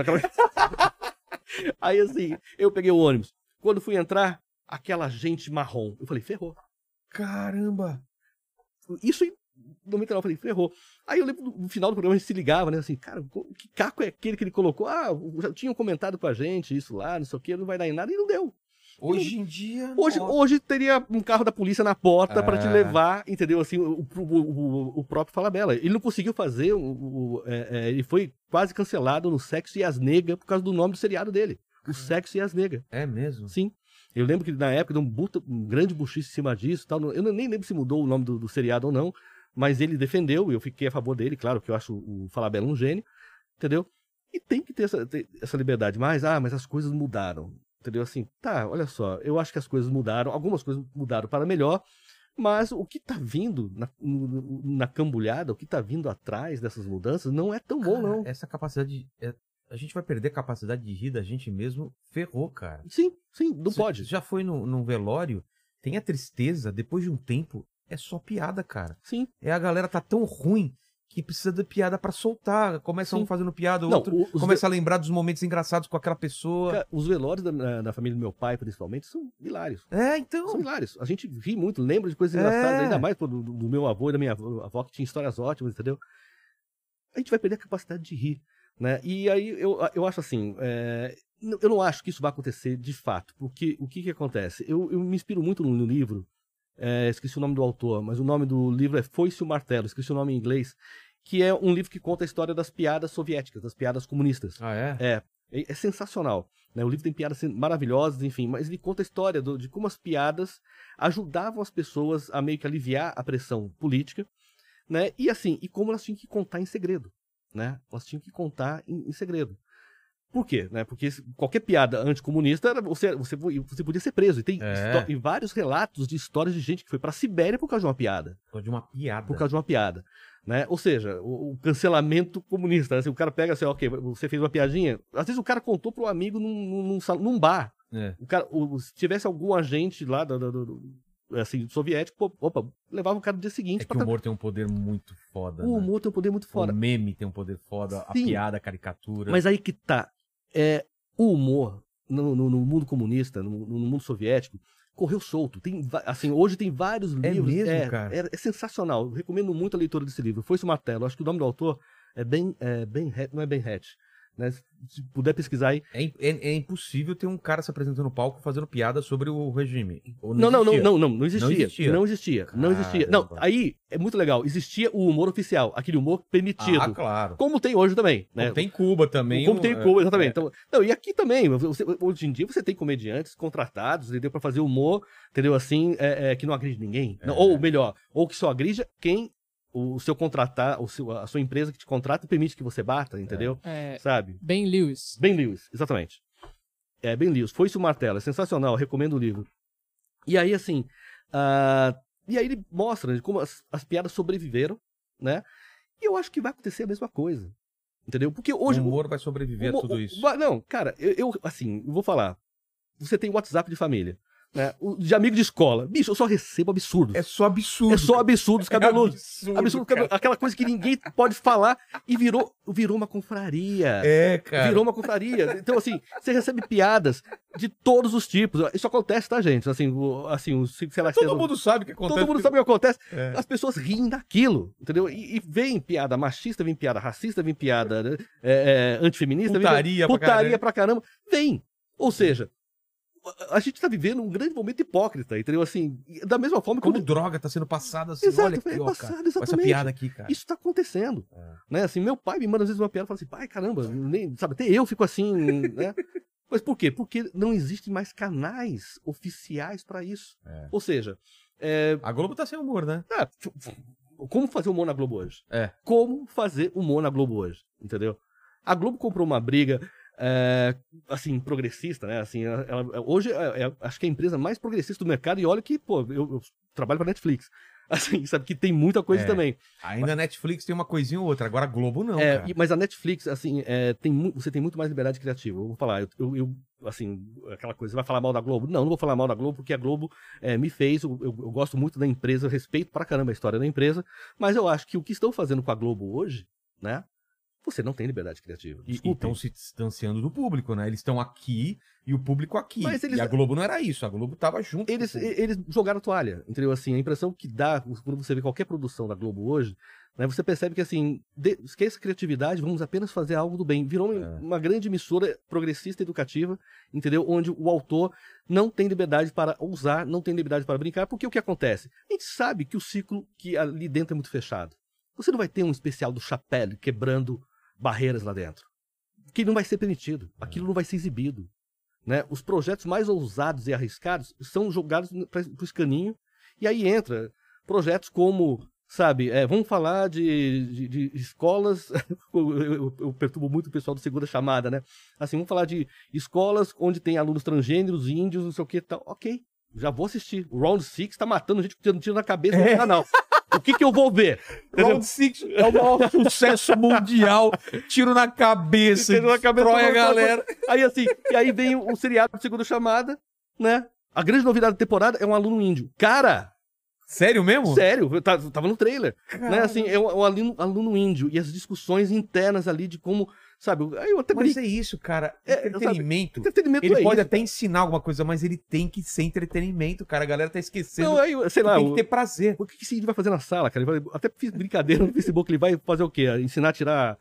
Aí assim, eu peguei o ônibus. Quando fui entrar, aquela gente marrom. Eu falei, ferrou. Caramba! Isso em 99, eu falei, ferrou. Aí eu lembro no final do programa a gente se ligava, né? Assim, cara, que Caco é aquele que ele colocou? Já tinham comentado com a gente isso lá, não sei o que, não vai dar em nada. E não deu. Hoje em dia... Hoje teria um carro da polícia na porta para te levar, entendeu? Assim, o próprio Falabella. Ele não conseguiu fazer, ele foi quase cancelado no Sexo e as Negas por causa do nome do seriado dele. O Sexo e as Negas. É mesmo? Sim. Eu lembro que na época deu um grande buchice em cima disso e tal. Eu nem lembro se mudou o nome do seriado ou não, mas ele defendeu, e eu fiquei a favor dele, claro, que eu acho o Falabella um gênio, entendeu? E tem que ter essa liberdade. Mas as coisas mudaram. Entendeu? Assim, olha só, eu acho que as coisas mudaram, algumas coisas mudaram para melhor, mas o que tá vindo na cambulhada, o que tá vindo atrás dessas mudanças não é tão bom, não. Essa capacidade, a gente vai perder a capacidade de rir da gente mesmo, ferrou, cara. Sim, não pode. Já foi num velório, tem a tristeza, depois de um tempo, é só piada, cara. Sim. A galera tá tão ruim que precisa de piada pra soltar. Começa um fazendo piada, o não, outro começa a lembrar dos momentos engraçados com aquela pessoa. Cara, os velórios da família do meu pai, principalmente, são hilários. Então. São hilários. A gente ri muito, lembra de coisas engraçadas, ainda mais do meu avô e da minha avó, que tinha histórias ótimas, entendeu? A gente vai perder a capacidade de rir, né? E aí eu acho assim, eu não acho que isso vai acontecer de fato, porque o que acontece? Eu me inspiro muito no livro, esqueci o nome do autor, mas o nome do livro é Foice e o Martelo, esqueci o nome em inglês, que é um livro que conta a história das piadas soviéticas, das piadas comunistas. É sensacional. Né? O livro tem piadas maravilhosas, enfim, mas ele conta a história de como as piadas ajudavam as pessoas a meio que aliviar a pressão política, né? E assim, e como elas tinham que contar em segredo, né? Elas tinham que contar em segredo. Por quê? Né? Porque qualquer piada anticomunista, você podia ser preso. E tem vários relatos de histórias de gente que foi pra Sibéria por causa de uma piada. Por causa de uma piada. Né? Ou seja, o cancelamento comunista. Né? Assim, o cara pega assim, ok, você fez uma piadinha. Às vezes o cara contou pro amigo num bar. O cara, se tivesse algum agente lá assim, soviético, opa, levava o cara no dia seguinte. É que o humor tem um poder muito foda. O humor tem um poder muito foda. O meme tem um poder foda, a piada, a caricatura. Mas aí que tá. O humor no mundo comunista, no mundo soviético, correu solto. Assim, hoje tem vários livros. Mesmo, cara? É sensacional. Eu recomendo muito a leitura desse livro. Foi-se o Martelo. Acho que o nome do autor não é Ben Hatch. Né? Se puder pesquisar aí. É impossível ter um cara se apresentando no palco fazendo piada sobre o regime. Não existia. Não existia. Não, Caramba. aí é muito legal. Existia o humor oficial, aquele humor permitido. Ah, claro. Como tem hoje também. Né? Como tem Cuba também. Como tem Cuba, exatamente. Então, não, e aqui também. Hoje em dia você tem comediantes contratados, entendeu? Pra fazer humor, entendeu? Assim, que não agride ninguém. Não, ou melhor, ou que só agride quem o seu contratar, a sua empresa que te contrata permite que você bata, entendeu? Sabe? Ben Lewis. Ben Lewis, exatamente. Ben Lewis. Foi-se o Martelo. É sensacional. Recomendo o livro. E aí, assim... E aí ele mostra, né, como as piadas sobreviveram, né? E eu acho que vai acontecer a mesma coisa. Entendeu? Porque hoje... O humor vai sobreviver a tudo isso. Não, cara, eu vou falar. Você tem WhatsApp de família. Né? De amigo de escola. Bicho, eu só recebo absurdos. É só absurdo. É só absurdos cabeludos. Absurdo, aquela coisa que ninguém pode falar e virou uma confraria. Cara. Virou uma confraria. Então, assim, você recebe piadas de todos os tipos. Isso acontece, tá, gente? Assim, sei lá... Todo mundo sabe o que acontece. Todo mundo sabe o que acontece. As pessoas riem daquilo, entendeu? E vem piada machista, vem piada racista, vem piada antifeminista. Putaria pra caramba. Vem. Ou seja... A gente tá vivendo um grande momento hipócrita, entendeu? Assim, da mesma forma como droga tá sendo passada assim, exato, olha aqui, ó, passado, cara, essa piada aqui, cara. Isso tá acontecendo, né? Assim, meu pai me manda às vezes uma piada e fala assim, pai, caramba, sabe, até eu fico assim, né? Mas por quê? Porque não existem mais canais oficiais pra isso. Ou seja... A Globo tá sem humor, né? Como fazer humor na Globo hoje? Como fazer humor na Globo hoje, entendeu? A Globo comprou uma briga... assim, progressista, né? Assim, hoje acho que é a empresa mais progressista do mercado e olha que, pô, eu trabalho pra Netflix. Assim, sabe que tem muita coisa também. Ainda a Netflix tem uma coisinha ou outra, agora a Globo não, cara. Mas a Netflix, assim, você tem muito mais liberdade criativa. Eu vou falar, assim, aquela coisa, você vai falar mal da Globo? Não vou falar mal da Globo, porque a Globo me fez, eu gosto muito da empresa, eu respeito pra caramba a história da empresa, mas eu acho que o que estão fazendo com a Globo hoje, né? Você não tem liberdade criativa. E estão se distanciando do público, né? Eles estão aqui e o público aqui. Mas E a Globo não era isso, a Globo tava junto. Eles jogaram a toalha, entendeu? Assim, a impressão que dá quando você vê qualquer produção da Globo hoje, né? Você percebe que, assim, esquece a criatividade, vamos apenas fazer algo do bem. Virou uma grande emissora progressista educativa, entendeu? Onde o autor não tem liberdade para ousar, não tem liberdade para brincar, porque o que acontece? A gente sabe que o ciclo que ali dentro é muito fechado. Você não vai ter um especial do Chapelle quebrando barreiras lá dentro. Que não vai ser permitido. Aquilo não vai ser exibido. Né? Os projetos mais ousados e arriscados são jogados para o escaninho. E aí entra projetos como, sabe, vamos falar de escolas... eu perturbo muito o pessoal do Segunda Chamada, né? Assim, vamos falar de escolas onde tem alunos transgêneros, índios, não sei o que e tal. Ok, já vou assistir. O Round 6 tá matando gente dando tiro na cabeça no canal. O que eu vou ver? Round 6 é o maior sucesso mundial. Tiro na cabeça. Destrói a galera. Aí assim, e aí vem o seriado de Segunda Chamada, né? A grande novidade da temporada é um aluno índio. Cara! Sério mesmo? Sério, tava no trailer. Né? Assim, é um aluno índio. E as discussões internas ali de como... Sabe, aí eu até mas é isso, cara. Entretenimento. Entretenimento ele pode até ensinar alguma coisa, mas ele tem que ser entretenimento, cara. A galera tá esquecendo. Não, aí, sei lá, tem que ter prazer. O que esse índio vai fazer na sala, cara? Até fiz brincadeira no Facebook. Ele vai fazer o quê? Ensinar a tirar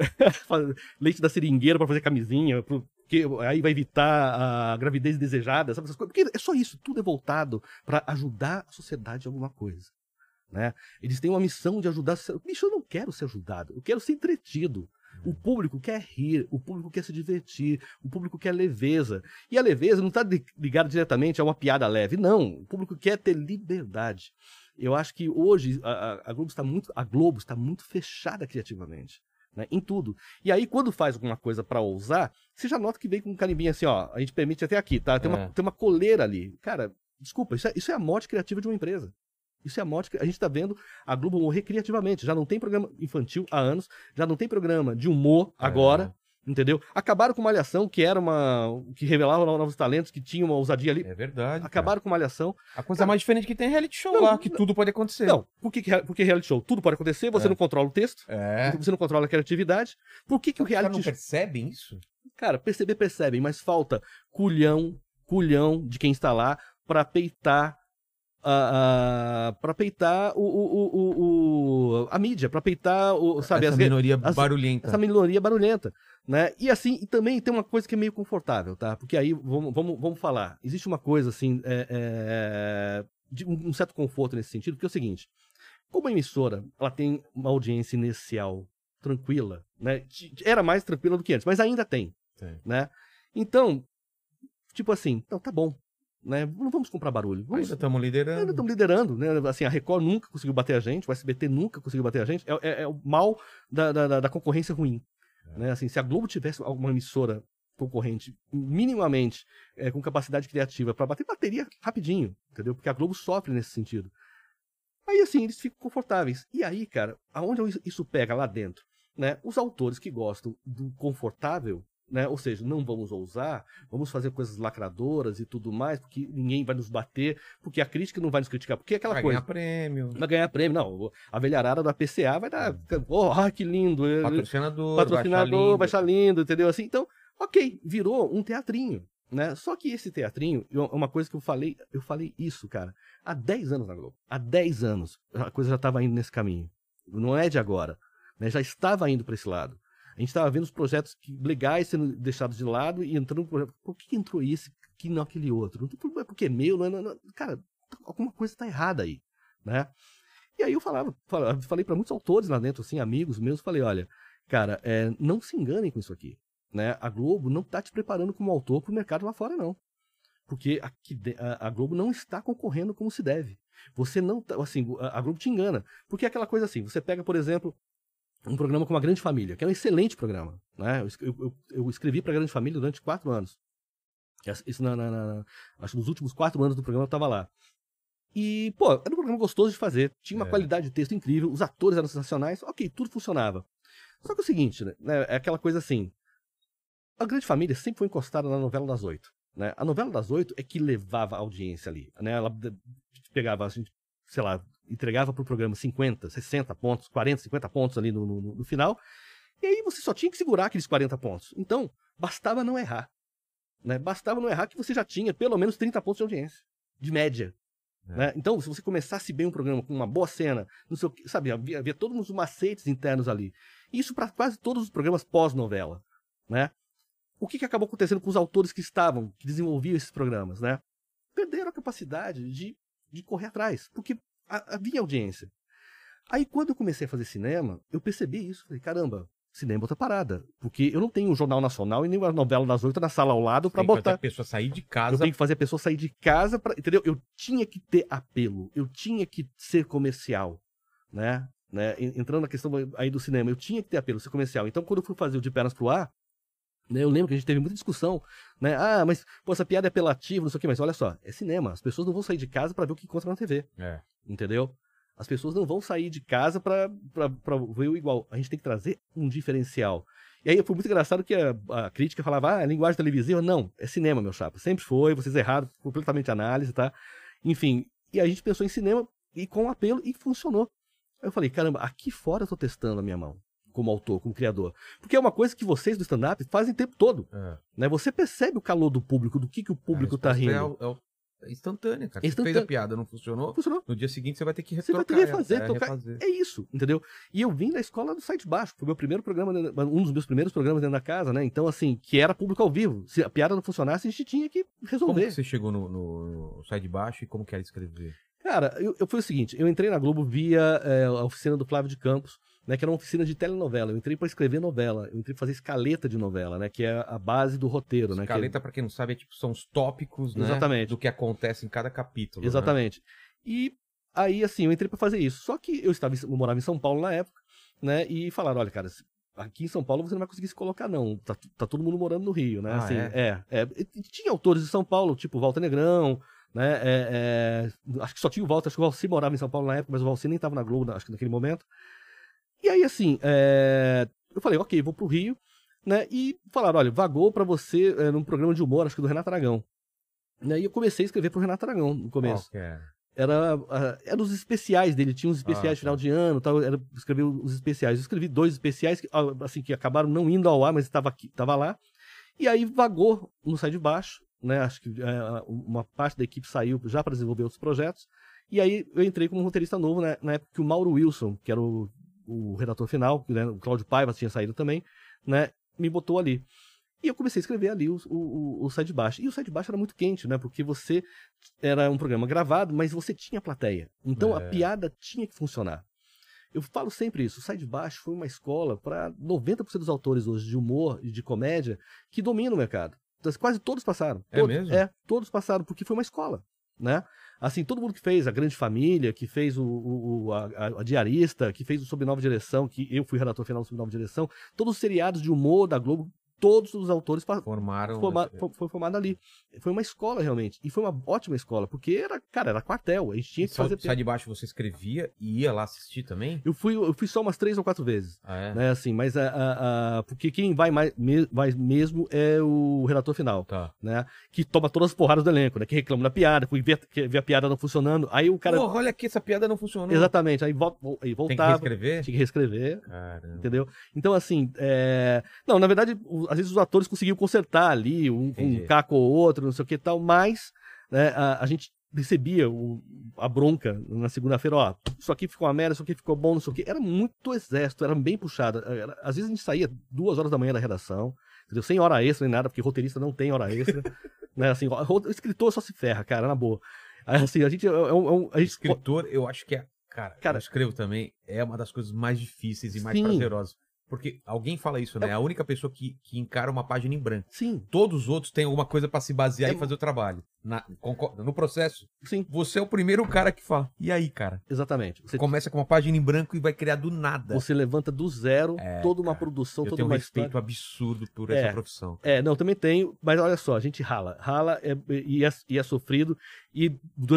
leite da seringueira pra fazer camisinha, porque aí vai evitar a gravidez desejada, sabe essas coisas? Porque é só isso. Tudo é voltado pra ajudar a sociedade em alguma coisa. Né? Eles têm uma missão de ajudar. Bicho, eu não quero ser ajudado. Eu quero ser entretido. O público quer rir, o público quer se divertir, o público quer leveza. E a leveza não está ligada diretamente a uma piada leve, não. O público quer ter liberdade. Eu acho que hoje a Globo está muito fechada criativamente, né, em tudo. E aí, quando faz alguma coisa para ousar, você já nota que vem com um carimbinho assim, ó, a gente permite até aqui, tá? Tem uma coleira ali. Cara, desculpa, isso é a morte criativa de uma empresa. Isso é a morte. A gente está vendo a Globo morrer criativamente. Já não tem programa infantil há anos, já não tem programa de humor agora, Entendeu? Acabaram com Malhação, que era que revelava novos talentos, que tinha uma ousadia ali. É verdade. Acabaram com Malhação. A coisa mais diferente que tem é reality show lá, que tudo pode acontecer. Não, porque reality show? Tudo pode acontecer, você não controla o texto, você não controla a criatividade. Por que o Os caras reality não show... percebem isso? Cara, percebem, mas falta culhão de quem está lá pra peitar a mídia, pra peitar sabe, essa minoria barulhenta. Essa minoria barulhenta, né? E assim, e também tem uma coisa que é meio confortável, tá? Porque aí, vamos falar, existe uma coisa assim, de um certo conforto nesse sentido, porque é o seguinte, como a emissora, ela tem uma audiência inicial tranquila, né? Era mais tranquila do que antes, mas ainda tem, né? Então, tipo assim, então tá bom, né? Não vamos comprar barulho. Ainda estamos liderando. Ainda estamos liderando, né? Assim, a Record nunca conseguiu bater a gente, o SBT nunca conseguiu bater a gente. É o mal da concorrência ruim. Né? Assim, se a Globo tivesse alguma emissora concorrente minimamente com capacidade criativa para bateria rapidinho, entendeu? Porque a Globo sofre nesse sentido. Aí, assim, eles ficam confortáveis. E aí, cara, aonde isso pega lá dentro? Né? Os autores que gostam do confortável, né? Ou seja, não vamos ousar, vamos fazer coisas lacradoras e tudo mais, porque ninguém vai nos bater, porque a crítica não vai nos criticar, porque é aquela coisa. Vai ganhar prêmio. Vai ganhar prêmio, não. A velharada da PCA vai dar. Que lindo. Patrocinador vai achar lindo, entendeu? Assim, então, ok, virou um teatrinho, né? Só que esse teatrinho, é uma coisa que eu falei isso, cara, há 10 anos na Globo. Há 10 anos a coisa já estava indo nesse caminho. Não é de agora, né? Já estava indo para esse lado. A gente estava vendo os projetos legais sendo deixados de lado e entrando no projeto. Por que entrou esse que não aquele outro? Não é porque é meu, não. Cara, alguma coisa está errada aí, né? E aí eu falei para muitos autores lá dentro, assim, amigos meus, falei, olha, cara, não se enganem com isso aqui, né? A Globo não está te preparando como autor para o mercado lá fora, não. Porque a Globo não está concorrendo como se deve. Você não tá, assim, a Globo te engana. Porque é aquela coisa assim, você pega, por exemplo, um programa como A Grande Família, que é um excelente programa, né? Eu escrevi para A Grande Família durante 4 anos. Isso acho que nos últimos 4 anos do programa eu estava lá. E, pô, era um programa gostoso de fazer, tinha uma qualidade de texto incrível, os atores eram sensacionais, ok, tudo funcionava. Só que é o seguinte, né? É aquela coisa assim, A Grande Família sempre foi encostada na novela das 8. Né? A novela das 8 é que levava a audiência ali. Né? Ela pegava, assim, sei lá, entregava pro programa 50, 60 pontos, 40, 50 pontos ali no final. E aí você só tinha que segurar aqueles 40 pontos. Então, bastava não errar. Né? Bastava não errar que você já tinha pelo menos 30 pontos de audiência. De média. Né? Então, se você começasse bem um programa com uma boa cena, não sei o que, sabe, havia todos os macetes internos ali. Isso para quase todos os programas pós-novela. Né? O que acabou acontecendo com os autores que desenvolviam esses programas, né? Perderam a capacidade de correr atrás, porque havia audiência. Aí, quando eu comecei a fazer cinema, eu percebi isso. Falei, caramba, cinema é outra parada. Porque eu não tenho o Jornal Nacional e nem a novela das 8 na sala ao lado para botar. Tem que fazer a pessoa sair de casa. Eu tenho que fazer a pessoa sair de casa, entendeu? Eu tinha que ter apelo, eu tinha que ser comercial, né? Entrando na questão aí do cinema, eu tinha que ter apelo, ser comercial. Então, quando eu fui fazer o De Pernas pro Ar, né, eu lembro que a gente teve muita discussão, né? Ah, mas pô, essa piada é apelativa, não sei o que, mas olha só, é cinema. As pessoas não vão sair de casa para ver o que encontra na TV. Entendeu? As pessoas não vão sair de casa para ver o igual. A gente tem que trazer um diferencial. E aí foi muito engraçado que a crítica falava, linguagem televisiva. Não, é cinema, meu chapa. Sempre foi, vocês erraram completamente a análise, tá? Enfim, e a gente pensou em cinema e com apelo e funcionou. Aí eu falei, caramba, aqui fora eu tô testando a minha mão. Como autor, como criador. Porque é uma coisa que vocês do stand-up fazem o tempo todo. Né? Você percebe o calor do público, do que o público tá rindo. É instantâneo, cara. Instantâneo. Você fez a piada, não funcionou? Funcionou. No dia seguinte você vai ter que refazer. Você vai ter que refazer, tocar. Refazer. É isso, entendeu? E eu vim da escola do Sai de Baixo. Foi meu primeiro programa, um dos meus primeiros programas dentro da casa, né? Então, assim, que era público ao vivo. Se a piada não funcionasse, a gente tinha que resolver. Como que você chegou no Sai de Baixo e como que era escrever? Cara, eu foi o seguinte, eu entrei na Globo via a oficina do Flávio de Campos, né, que era uma oficina de telenovela. Eu entrei para escrever novela, eu entrei para fazer escaleta de novela, né, que é a base do roteiro. Escaleta, né, para quem não sabe, são os tópicos, né, exatamente, do que acontece em cada capítulo. Exatamente. Né? E aí, assim, eu entrei para fazer isso. Só que eu morava em São Paulo na época, né, e falaram, olha, cara, aqui em São Paulo você não vai conseguir se colocar, não. Tá todo mundo morando no Rio, né? Assim, tinha autores de São Paulo, tipo Walter Negrão, né? Acho que só tinha o Walter, acho que o Valci morava em São Paulo na época, mas o Valci nem tava na Globo, acho que naquele momento. E aí, assim, eu falei, ok, vou pro Rio, né? E falaram, olha, vagou pra você num programa de humor, acho que do Renato Aragão. E eu comecei a escrever pro Renato Aragão no começo. Era os especiais dele, tinha uns especiais de final de ano, tal, escrevi os especiais. Eu escrevi 2 especiais que acabaram não indo ao ar, mas tava lá. E aí vagou no Sai de Baixo, né? Acho que uma parte da equipe saiu já para desenvolver outros projetos. E aí eu entrei como roteirista novo, né? Na época que o Mauro Wilson, que era o redator final, né? O Cláudio Paiva tinha saído também, né? Me botou ali. E eu comecei a escrever ali o Sai de Baixo. E o Sai de Baixo era muito quente, né? Porque você era um programa gravado, mas você tinha plateia. Então a piada tinha que funcionar. Eu falo sempre isso. O Sai de Baixo foi uma escola para 90% dos autores hoje de humor e de comédia que dominam o mercado. Então, quase todos passaram. Mesmo? Todos passaram, porque foi uma escola, né? Assim, todo mundo que fez A Grande Família, que fez a Diarista, que fez o Sob Nova Direção, que eu fui redator final do Sob Nova Direção, todos os seriados de humor da Globo, todos os autores foi formado ali. Foi uma escola, realmente. E foi uma ótima escola, porque era quartel. A gente tinha que fazer... Sai de Baixo você escrevia e ia lá assistir também? Eu fui só umas 3 ou 4 vezes. Né, assim, mas porque quem vai mais mesmo é o redator final. Tá. Né? Que toma todas as porradas do elenco, né? Que reclama da piada, que vê a piada não funcionando. Aí o cara... Olha aqui, essa piada não funcionou. Exatamente. Aí voltava. Tem que reescrever? Tinha que reescrever. Caramba. Entendeu? Então, assim... Não, na verdade, às vezes os atores conseguiam consertar ali, um caco ou outro, não sei o que e tal, mas né, a gente recebia a bronca na segunda-feira, ó, isso aqui ficou uma merda, isso aqui ficou bom, não sei o que. Era muito exército, era bem puxado. Às vezes a gente saía 2 horas da manhã da redação, entendeu? Sem hora extra nem nada, porque roteirista não tem hora extra. Né? Assim, o escritor só se ferra, cara, na boa. Aí, assim, a gente... Escritor, eu acho que é... Cara, eu escrevo também, é uma das coisas mais difíceis e mais prazerosas. Porque alguém fala isso, né? É a única pessoa que encara uma página em branco. Sim. Todos os outros têm alguma coisa pra se basear e fazer o trabalho. No processo. Sim. Você é o primeiro cara que fala. E aí, cara? Exatamente. Você começa com uma página em branco e vai criar do nada. Você levanta do zero toda uma produção, toda uma história. Eu tenho um respeito absurdo por essa profissão. Não, também tenho. Mas olha só, a gente rala. E é sofrido. E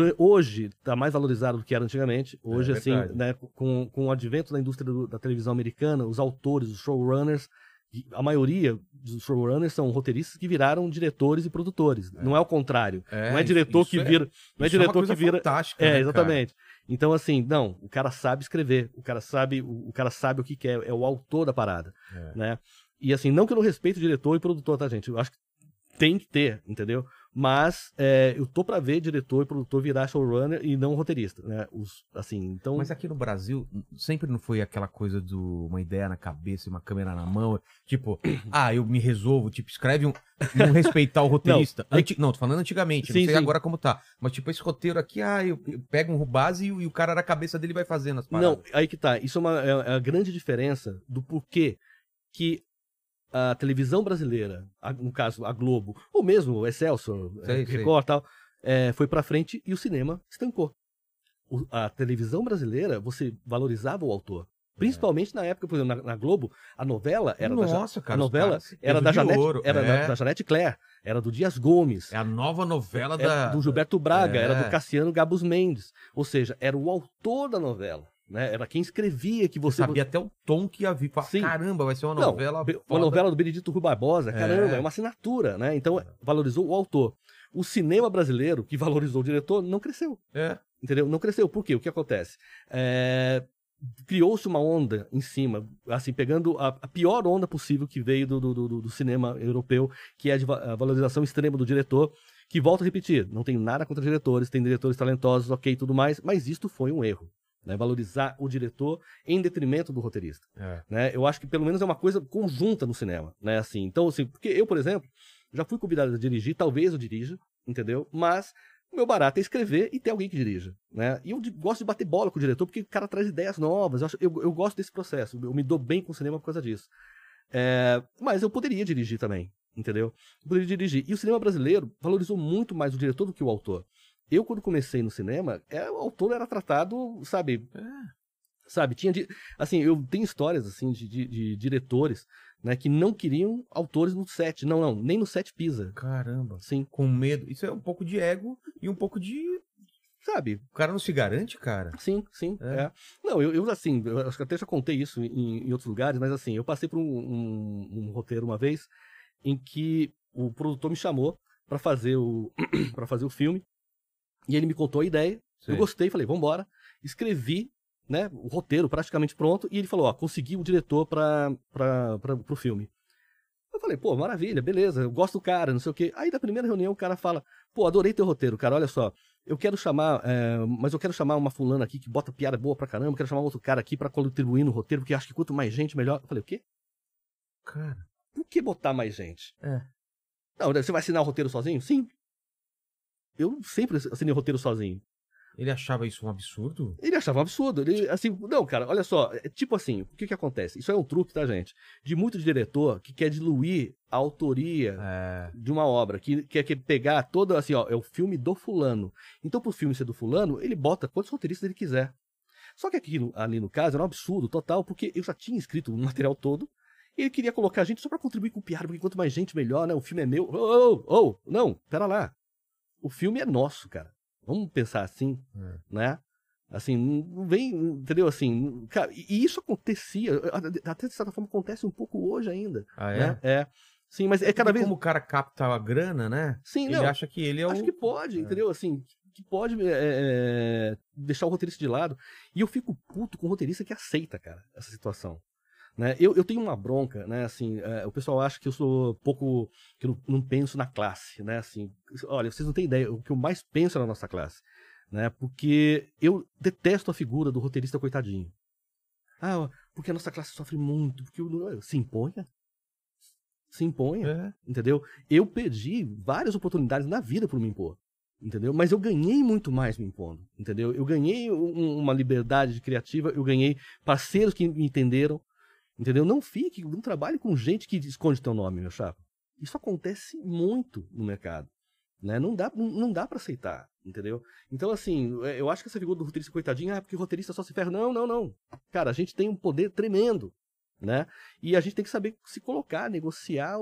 hoje tá mais valorizado do que era antigamente. Hoje, assim, né, com o advento da indústria da televisão americana, os autores, os showrunners, a maioria dos showrunners são roteiristas que viraram diretores e produtores. Não é o contrário. Não é diretor que vira. Não é diretor que vira. Fantástica, né, exatamente. Cara? Então, assim, não, o cara sabe escrever, o cara sabe o que quer, é o autor da parada. Né? E assim, não que eu não respeite diretor e produtor, tá, gente? Eu acho que tem que ter, entendeu? Mas eu tô pra ver diretor e produtor virar showrunner e não roteirista, né? Então... Mas aqui no Brasil, sempre não foi aquela coisa uma ideia na cabeça e uma câmera na mão, tipo, eu me resolvo, tipo, escreve não respeitar o roteirista. Não, tô falando antigamente, não sei agora como tá. Mas tipo, esse roteiro aqui, eu pego um base e o cara na cabeça dele vai fazendo as paradas. Não, aí que tá. Isso é a grande diferença do porquê que a televisão brasileira, no caso a Globo, ou mesmo o Excelsior, Record e tal, foi pra frente e o cinema estancou. A televisão brasileira, você valorizava o autor. Principalmente na época, por exemplo, na Globo, a novela era da Janete Claire, era do Dias Gomes. É a nova novela do Gilberto Braga, era do Cassiano Gabus Mendes. Ou seja, era o autor da novela. Né? Era quem escrevia que você... sabia até o tom que ia vir. Caramba, vai ser uma novela... Uma novela do Benedito Rui Barbosa, caramba, é uma assinatura, né? Então, valorizou o autor. O cinema brasileiro, que valorizou o diretor, não cresceu. Entendeu? Não cresceu. Por quê? O que acontece? Criou-se uma onda em cima, assim, pegando a pior onda possível que veio do cinema europeu, que é a valorização extrema do diretor, que, volto a repetir, não tenho nada contra diretores, tem diretores talentosos, ok, tudo mais, mas isto foi um erro. Né, valorizar o diretor em detrimento do roteirista. Né? Eu acho que pelo menos é uma coisa conjunta no cinema. Né? Assim, então, assim, porque eu, por exemplo, já fui convidado a dirigir, talvez eu dirija, entendeu? Mas o meu barato é escrever e ter alguém que dirija. Né? E eu gosto de bater bola com o diretor, porque o cara traz ideias novas. Eu gosto desse processo, eu me dou bem com o cinema por causa disso. Mas eu poderia dirigir também, entendeu? Eu poderia dirigir. E o cinema brasileiro valorizou muito mais o diretor do que o autor. Eu, quando comecei no cinema, o autor era tratado, sabe, tinha, assim, eu tenho histórias, assim, de diretores, né, que não queriam autores no set, não, nem no set pisa. Caramba. Sim. Com medo, isso é um pouco de ego e um pouco de sabe? O cara não se garante, cara? Sim, é. Não, eu assim, eu acho que até já contei isso em outros lugares, mas assim, eu passei por um roteiro uma vez em que o produtor me chamou pra fazer para fazer o filme, e ele me contou a ideia, Sei. eu gostei, falei, vambora, escrevi, né, o roteiro praticamente pronto, e ele falou, ó, consegui o diretor pro filme. Eu falei, pô, maravilha, beleza, eu gosto do cara, não sei o quê. Aí na primeira reunião o cara fala, pô, adorei teu roteiro, cara, olha só, mas eu quero chamar uma fulana aqui que bota piada boa pra caramba, quero chamar outro cara aqui pra contribuir no roteiro, porque acho que quanto mais gente, melhor. Eu falei, o quê? Cara. Por que botar mais gente? É. Não, você vai assinar o roteiro sozinho? Sim. Eu sempre assinei o roteiro sozinho. Ele achava isso um absurdo? Ele achava um absurdo. Ele, assim, não, cara, olha só. É tipo assim, o que acontece? Isso é um truque, tá, gente? De muito diretor que quer diluir a autoria de uma obra, que quer pegar toda, assim, ó, é o filme do fulano. Então, pro filme ser do fulano, ele bota quantos roteiristas ele quiser. Só que ali no caso era um absurdo total, porque eu já tinha escrito o material todo, e ele queria colocar a gente só pra contribuir com piada, porque quanto mais gente, melhor, né? O filme é meu. Não, pera lá. O filme é nosso, cara. Vamos pensar assim, né? Assim, não vem, entendeu? Assim, cara, e isso acontecia, até de certa forma acontece um pouco hoje ainda. Ah, é? Né? É. Sim, mas é cada vez... Como o cara capta a grana, né? Sim, ele não, acha que ele é o... Acho que pode, entendeu? Assim, que pode deixar o roteirista de lado. E eu fico puto com o roteirista que aceita, cara, essa situação. Né? Eu tenho uma bronca, né? Assim, o pessoal acha que eu sou pouco... que eu não penso na classe, né? Assim, olha, vocês não têm ideia, o que eu mais penso é na nossa classe. Né? Porque eu detesto a figura do roteirista coitadinho. Ah, porque a nossa classe sofre muito, porque se imponha. Se imponha, entendeu? Eu perdi várias oportunidades na vida por me impor, entendeu? Mas eu ganhei muito mais me impondo, entendeu? Eu ganhei uma liberdade criativa, eu ganhei parceiros que me entenderam, entendeu? Não trabalhe com gente que esconde teu nome, meu chapa. Isso acontece muito no mercado, né? Não dá pra aceitar, entendeu? Então, assim, eu acho que essa figura do roteirista coitadinho, porque o roteirista só se ferra. Não. Cara, a gente tem um poder tremendo, né? E a gente tem que saber se colocar, negociar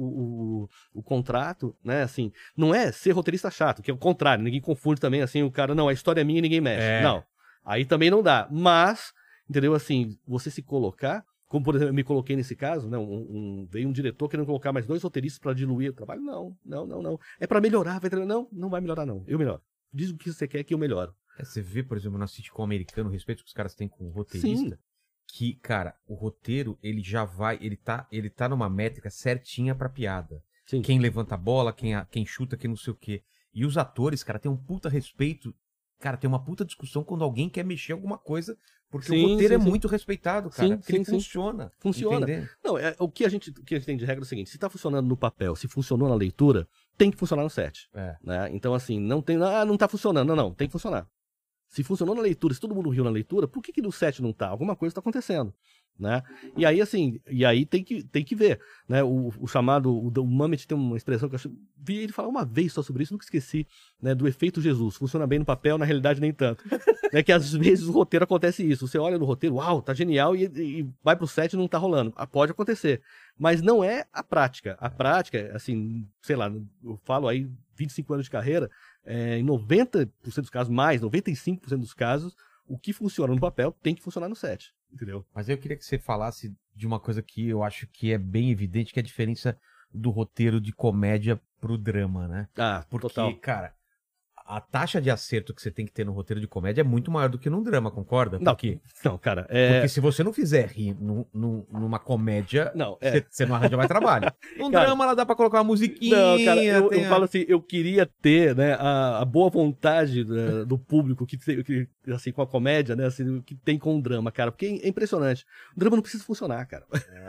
o contrato, né? Assim, não é ser roteirista chato, que é o contrário, ninguém confunde também, assim, o cara, não, a história é minha e ninguém mexe. Não, aí também não dá. Mas, entendeu? Assim, você se colocar, como por exemplo, eu me coloquei nesse caso, né? Veio um diretor querendo colocar mais 2 roteiristas para diluir o trabalho. Não. É para melhorar, não vai melhorar, não. Eu melhoro. Diz o que você quer que eu melhoro. Você vê, por exemplo, na sitcom americano, o respeito que os caras têm com o roteirista. Sim. Que, cara, o roteiro, ele já vai, ele tá numa métrica certinha pra piada. Sim. Quem levanta a bola, quem chuta, quem não sei o quê. E os atores, cara, tem um puta respeito, cara, tem uma puta discussão quando alguém quer mexer alguma coisa, porque o roteiro é muito respeitado, cara, porque ele funciona. Funciona. Não, o que a gente tem de regra é o seguinte, se tá funcionando no papel, se funcionou na leitura, tem que funcionar no set. Né? Então, assim, não tá funcionando, não, tem que funcionar. Se funcionou na leitura, se todo mundo riu na leitura, por que no set não tá? Alguma coisa tá acontecendo, né? E aí, assim, tem que ver, né? O chamado, o Mamet tem uma expressão que eu vi ele falar uma vez só sobre isso, nunca esqueci, né? Do efeito Jesus. Funciona bem no papel, na realidade nem tanto. É que às vezes o roteiro acontece isso. Você olha no roteiro, uau, tá genial, e vai pro set e não tá rolando. Pode acontecer. Mas não é a prática. A prática, assim, sei lá, eu falo aí 25 anos de carreira, em 90% dos casos, mais 95% dos casos, o que funciona no papel tem que funcionar no set, entendeu? Mas eu queria que você falasse de uma coisa que eu acho que é bem evidente, que é a diferença do roteiro de comédia pro drama, né? Porque, total. Cara, a taxa de acerto que você tem que ter no roteiro de comédia é muito maior do que num drama, concorda? Não, cara. Porque se você não fizer rir numa comédia, você não arranja mais trabalho. Num drama, ela dá pra colocar uma musiquinha. Não, cara, eu falo assim, eu queria ter, né, a boa vontade do público que assim, com a comédia, né, assim, que tem com o drama, cara, porque é impressionante. O drama não precisa funcionar, cara.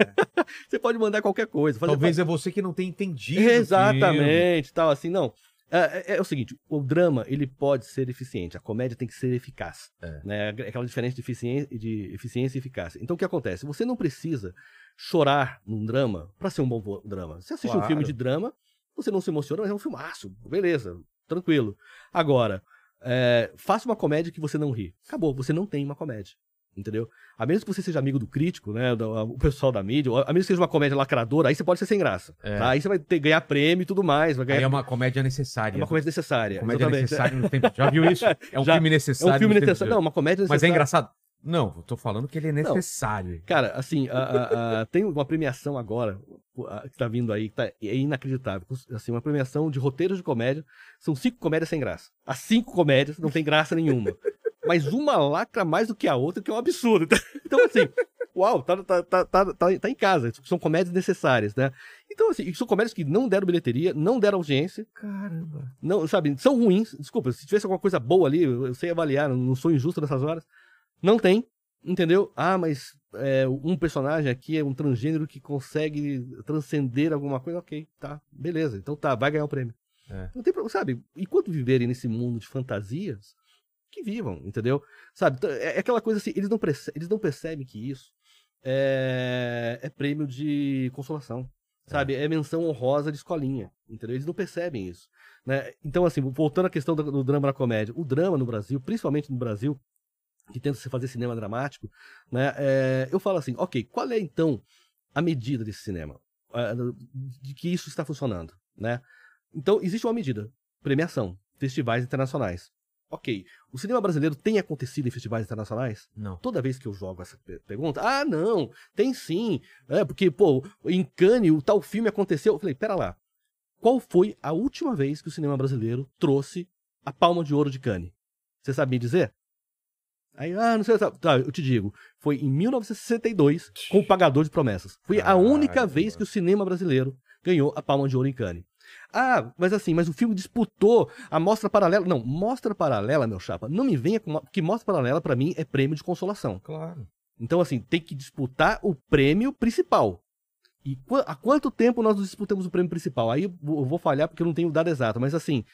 Você pode mandar qualquer coisa. Talvez é você que não tem entendido. Exatamente, tal, assim, não. É o seguinte, o drama, ele pode ser eficiente, a comédia tem que ser eficaz, né? Aquela diferença de eficiência e eficácia. Então o que acontece? Você não precisa chorar num drama pra ser um bom drama. Você assiste um filme de drama, você não se emociona, mas é um filmaço, beleza, tranquilo. Agora, faça uma comédia que você não ri. Acabou, você não tem uma comédia. entendeu? A menos que você seja amigo do crítico, né, o pessoal da mídia, a menos que seja uma comédia lacradora, aí você pode ser sem graça, tá? Aí você vai ganhar prêmio e tudo mais. Vai ganhar... Aí é uma comédia necessária. É uma comédia necessária. Comédia exatamente. necessária no tempo. Já viu isso? É um filme necessário. É um filme no tempo necessário. de- Não, uma comédia necessária. Mas é engraçado? Não, eu tô falando que ele é necessário. Cara, assim, tem uma premiação agora, que tá vindo aí, que é inacreditável. Assim, uma premiação de roteiros de comédia. São 5 comédias sem graça. As 5 comédias não tem graça nenhuma. Mas uma lacra mais do que a outra, que é um absurdo. Então, assim, uau, tá em casa. São comédias necessárias, né? Então, assim, são comédias que não deram bilheteria, não deram audiência. Caramba. Não, sabe, são ruins. Desculpa, se tivesse alguma coisa boa ali, eu sei avaliar, não sou injusto nessas horas. Não tem, entendeu? Ah, mas um personagem aqui é um transgênero que consegue transcender alguma coisa. Ok, tá, beleza. Então tá, vai ganhar o prêmio. Não tem problema, sabe? Enquanto viverem nesse mundo de fantasias, que vivam, entendeu? Sabe, é aquela coisa assim, eles não percebem que isso é prêmio de consolação. Sabe, é menção honrosa de escolinha, entendeu? Eles não percebem isso, né? Então, assim, voltando à questão do drama na comédia, o drama no Brasil, principalmente no Brasil, que tenta se fazer cinema dramático, né? Eu falo assim, ok, qual é então a medida desse cinema? De que isso está funcionando, né? Então, existe uma medida, premiação, festivais internacionais. Ok, o cinema brasileiro tem acontecido em festivais internacionais? Não. Toda vez que eu jogo essa pergunta, não, tem sim, porque, pô, em Cannes o tal filme aconteceu. Eu falei, pera lá, qual foi a última vez que o cinema brasileiro trouxe a Palma de Ouro de Cannes? Você sabe me dizer? Aí, não sei, tá, eu te digo, foi em 1962, com o Pagador de Promessas. Foi a única vez que o cinema brasileiro ganhou a Palma de Ouro em Cannes. Mas o filme disputou a Mostra Paralela. Não, Mostra Paralela, meu chapa, não me venha com... Porque Mostra Paralela, pra mim, é prêmio de consolação. Claro. Então, assim, tem que disputar o prêmio principal. E há quanto tempo nós disputamos o prêmio principal? Aí eu vou falhar porque eu não tenho o dado exato, mas assim,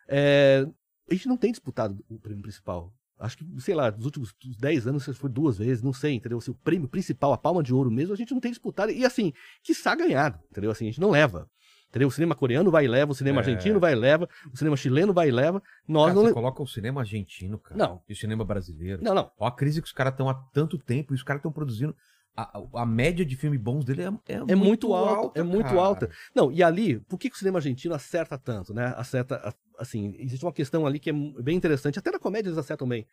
a gente não tem disputado o prêmio principal. Acho que, sei lá, nos últimos 10 anos foi 2 vezes, não sei, entendeu? Assim, o prêmio principal, a Palma de Ouro mesmo, a gente não tem disputado. E assim, quiçá ganhado, entendeu? Assim, a gente não leva. Entendeu? O cinema coreano vai e leva, o cinema argentino vai e leva, o cinema chileno vai e leva. Nós não Você coloca o cinema argentino, cara. Não. E o cinema brasileiro. Não. Ó, a crise que os caras estão há tanto tempo e os caras estão produzindo. A média de filmes bons dele é muito alta. É muito alta. Não, e ali, por que o cinema argentino acerta tanto, né? Acerta, assim, existe uma questão ali que é bem interessante, até na comédia eles acertam bem.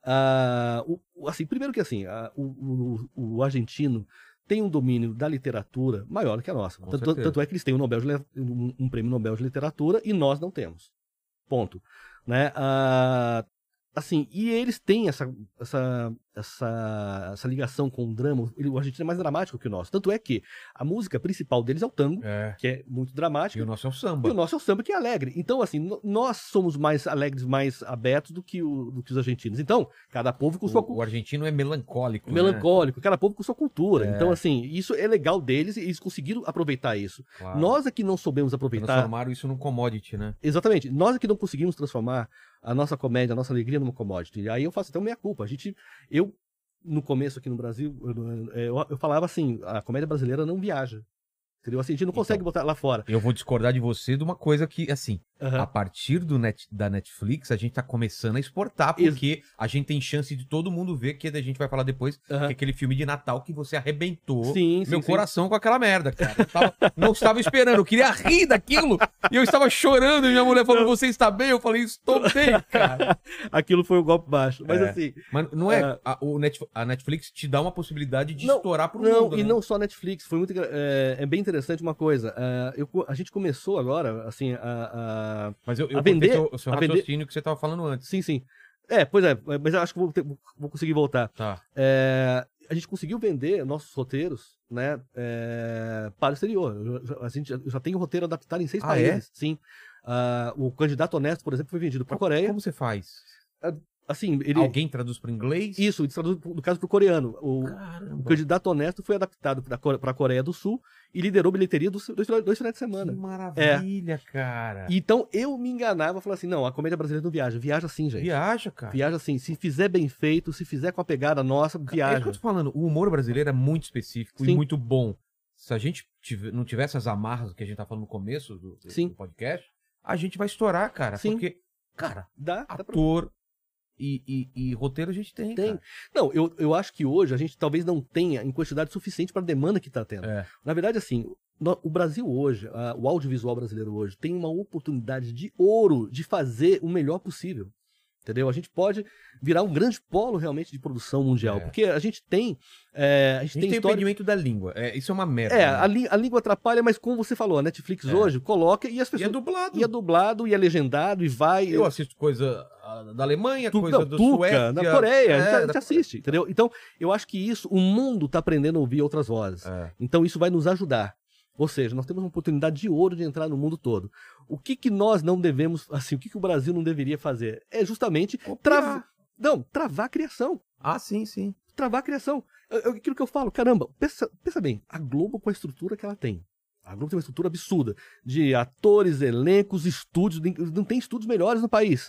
Assim, primeiro que assim, o argentino tem um domínio da literatura maior que a nossa. Tanto é que eles têm um prêmio Nobel de Literatura e nós não temos. Ponto. Né? Assim, e eles têm essa ligação com o drama. O argentino é mais dramático que o nosso. Tanto é que a música principal deles é o tango, que é muito dramático. E o nosso é o samba. E o nosso é o samba, que é alegre. Então, assim, nós somos mais alegres, mais abertos do que os argentinos. Então, cada povo com sua cultura. O argentino é melancólico. Melancólico, cada povo com sua cultura. Então, assim, isso é legal deles e eles conseguiram aproveitar isso. Claro. Nós é que não soubemos aproveitar. Transformaram isso num commodity, né? Exatamente. Nós é que não conseguimos transformar a nossa comédia, a nossa alegria numa commodity. E aí eu faço até minha culpa. No começo aqui no Brasil, eu falava assim, a comédia brasileira não viaja. Entendeu? Assim, a gente não consegue botar lá fora. Eu vou discordar de você de uma coisa que, assim, a partir da Netflix, a gente tá começando a exportar, porque a gente tem chance de todo mundo ver, que a gente vai falar depois, que é aquele filme de Natal que você arrebentou meu coração com aquela merda, cara. Não estava esperando, eu queria rir daquilo, e eu estava chorando, e minha mulher falou, você está bem? Eu falei, estou bem, cara. Aquilo foi um golpe baixo, mas assim... Mas não é... A Netflix te dá uma possibilidade de estourar pro mundo, e né? não só a Netflix, foi muito... É bem interessante uma coisa, a gente começou agora, assim, Mas eu vender o seu raciocínio que você estava falando antes. Sim. Pois é, mas eu acho que vou conseguir voltar. Tá. A gente conseguiu vender nossos roteiros, né, para o exterior. Eu já tenho roteiro adaptado em 6 países. Sim. O Candidato Honesto, por exemplo, foi vendido para a Coreia. Como você faz? Assim, Alguém traduz para inglês? Isso, ele traduz, no caso, para o coreano. O Candidato Honesto foi adaptado para a Coreia do Sul e liderou bilheteria dos 2 finais de semana. Que maravilha, cara. Então, eu me enganava, falava assim, não, a comédia brasileira não viaja. Viaja sim, gente. Viaja, cara. Viaja sim. Se fizer bem feito, se fizer com a pegada nossa, viaja. É isso que eu tô falando. O humor brasileiro é muito específico e muito bom. Se a gente não tivesse as amarras que a gente tá falando no começo do podcast, a gente vai estourar, cara. Sim. Porque, cara, dá ator... e roteiro a gente tem, Tem. cara. Não, eu acho que hoje a gente talvez não tenha em quantidade suficiente para a demanda que está tendo. É. Na verdade, assim, o Brasil hoje, o audiovisual brasileiro hoje, tem uma oportunidade de ouro de fazer o melhor possível. Entendeu? A gente pode virar um grande polo realmente de produção mundial. Porque a gente tem. A gente tem o história... impedimento da língua. Isso é uma merda. A língua atrapalha, mas como você falou, a Netflix hoje coloca e as pessoas. E é dublado. E é dublado, e é legendado, e vai. Eu assisto coisa da Alemanha, coisa do Tuca, Suécia. da Coreia, a gente assiste, entendeu? Então, eu acho que isso, o mundo tá aprendendo a ouvir outras vozes. Então, isso vai nos ajudar. Ou seja, nós temos uma oportunidade de ouro de entrar no mundo todo. O que nós não devemos, assim, o que o Brasil não deveria fazer? É justamente travar a criação. Ah, sim, sim. Travar a criação. Aquilo que eu falo, caramba, pensa bem, a Globo com a estrutura que ela tem. A Globo tem uma estrutura absurda de atores, elencos, estúdios, não tem estúdios melhores no país.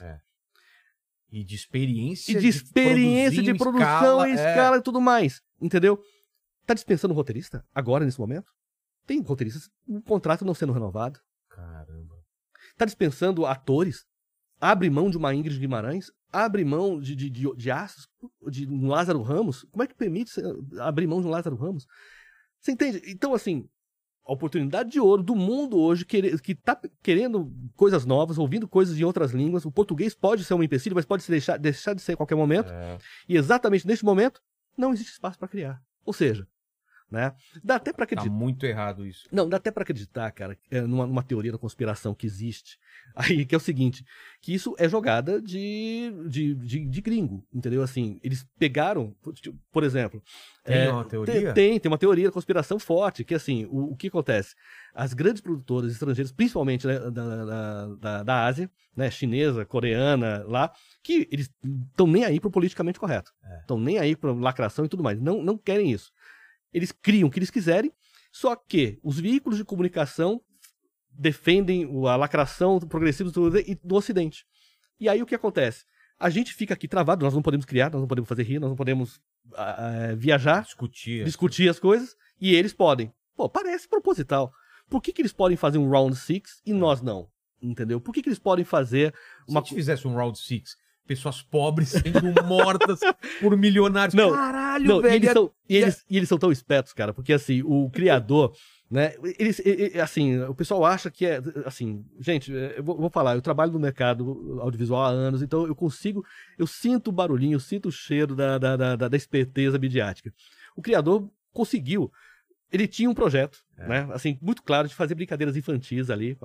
E de experiência. E de experiência, de produção, escala e tudo mais. Entendeu? Tá dispensando um roteirista agora, nesse momento? Tem roteiristas, um contrato não sendo renovado. Caramba. Tá dispensando atores? Abre mão de uma Ingrid Guimarães? Abre mão de Astros? De um Lázaro Ramos? Como é que permite abrir mão de um Lázaro Ramos? Você entende? Então, assim, a oportunidade de ouro do mundo hoje, que tá querendo coisas novas, ouvindo coisas em outras línguas. O português pode ser um empecilho, mas pode deixar de ser a qualquer momento. E exatamente neste momento, não existe espaço para criar. Ou seja, né? Dá até para acreditar. Tá muito errado isso. Não, dá até para acreditar, cara, numa teoria da conspiração que existe. Aí, que é o seguinte, que isso é jogada de gringo, entendeu? Assim, eles pegaram, por exemplo... Tem uma teoria? Tem uma teoria da conspiração forte, que assim, o que acontece? As grandes produtoras estrangeiras, principalmente, né, da Ásia, né, chinesa, coreana, lá, que eles estão nem aí pro politicamente correto. Estão nem aí pra lacração e tudo mais. Não querem isso. Eles criam o que eles quiserem, só que os veículos de comunicação defendem a lacração progressiva do Ocidente. E aí o que acontece? A gente fica aqui travado, nós não podemos criar, nós não podemos fazer rir, nós não podemos viajar, discutir as coisas, e eles podem. Pô, parece proposital. Por que eles podem fazer um Round 6 e nós não? Entendeu? Por que eles podem fazer uma... Se a gente fizesse um Round 6... Pessoas pobres sendo mortas por milionários. Não, caralho, velho. E eles são tão espertos, cara, porque assim, o criador, né, assim, o pessoal acha que é, assim, gente, eu vou falar, eu trabalho no mercado audiovisual há anos, então eu sinto o barulhinho, eu sinto o cheiro da esperteza midiática. O criador conseguiu, ele tinha um projeto, né, assim, muito claro, de fazer brincadeiras infantis ali,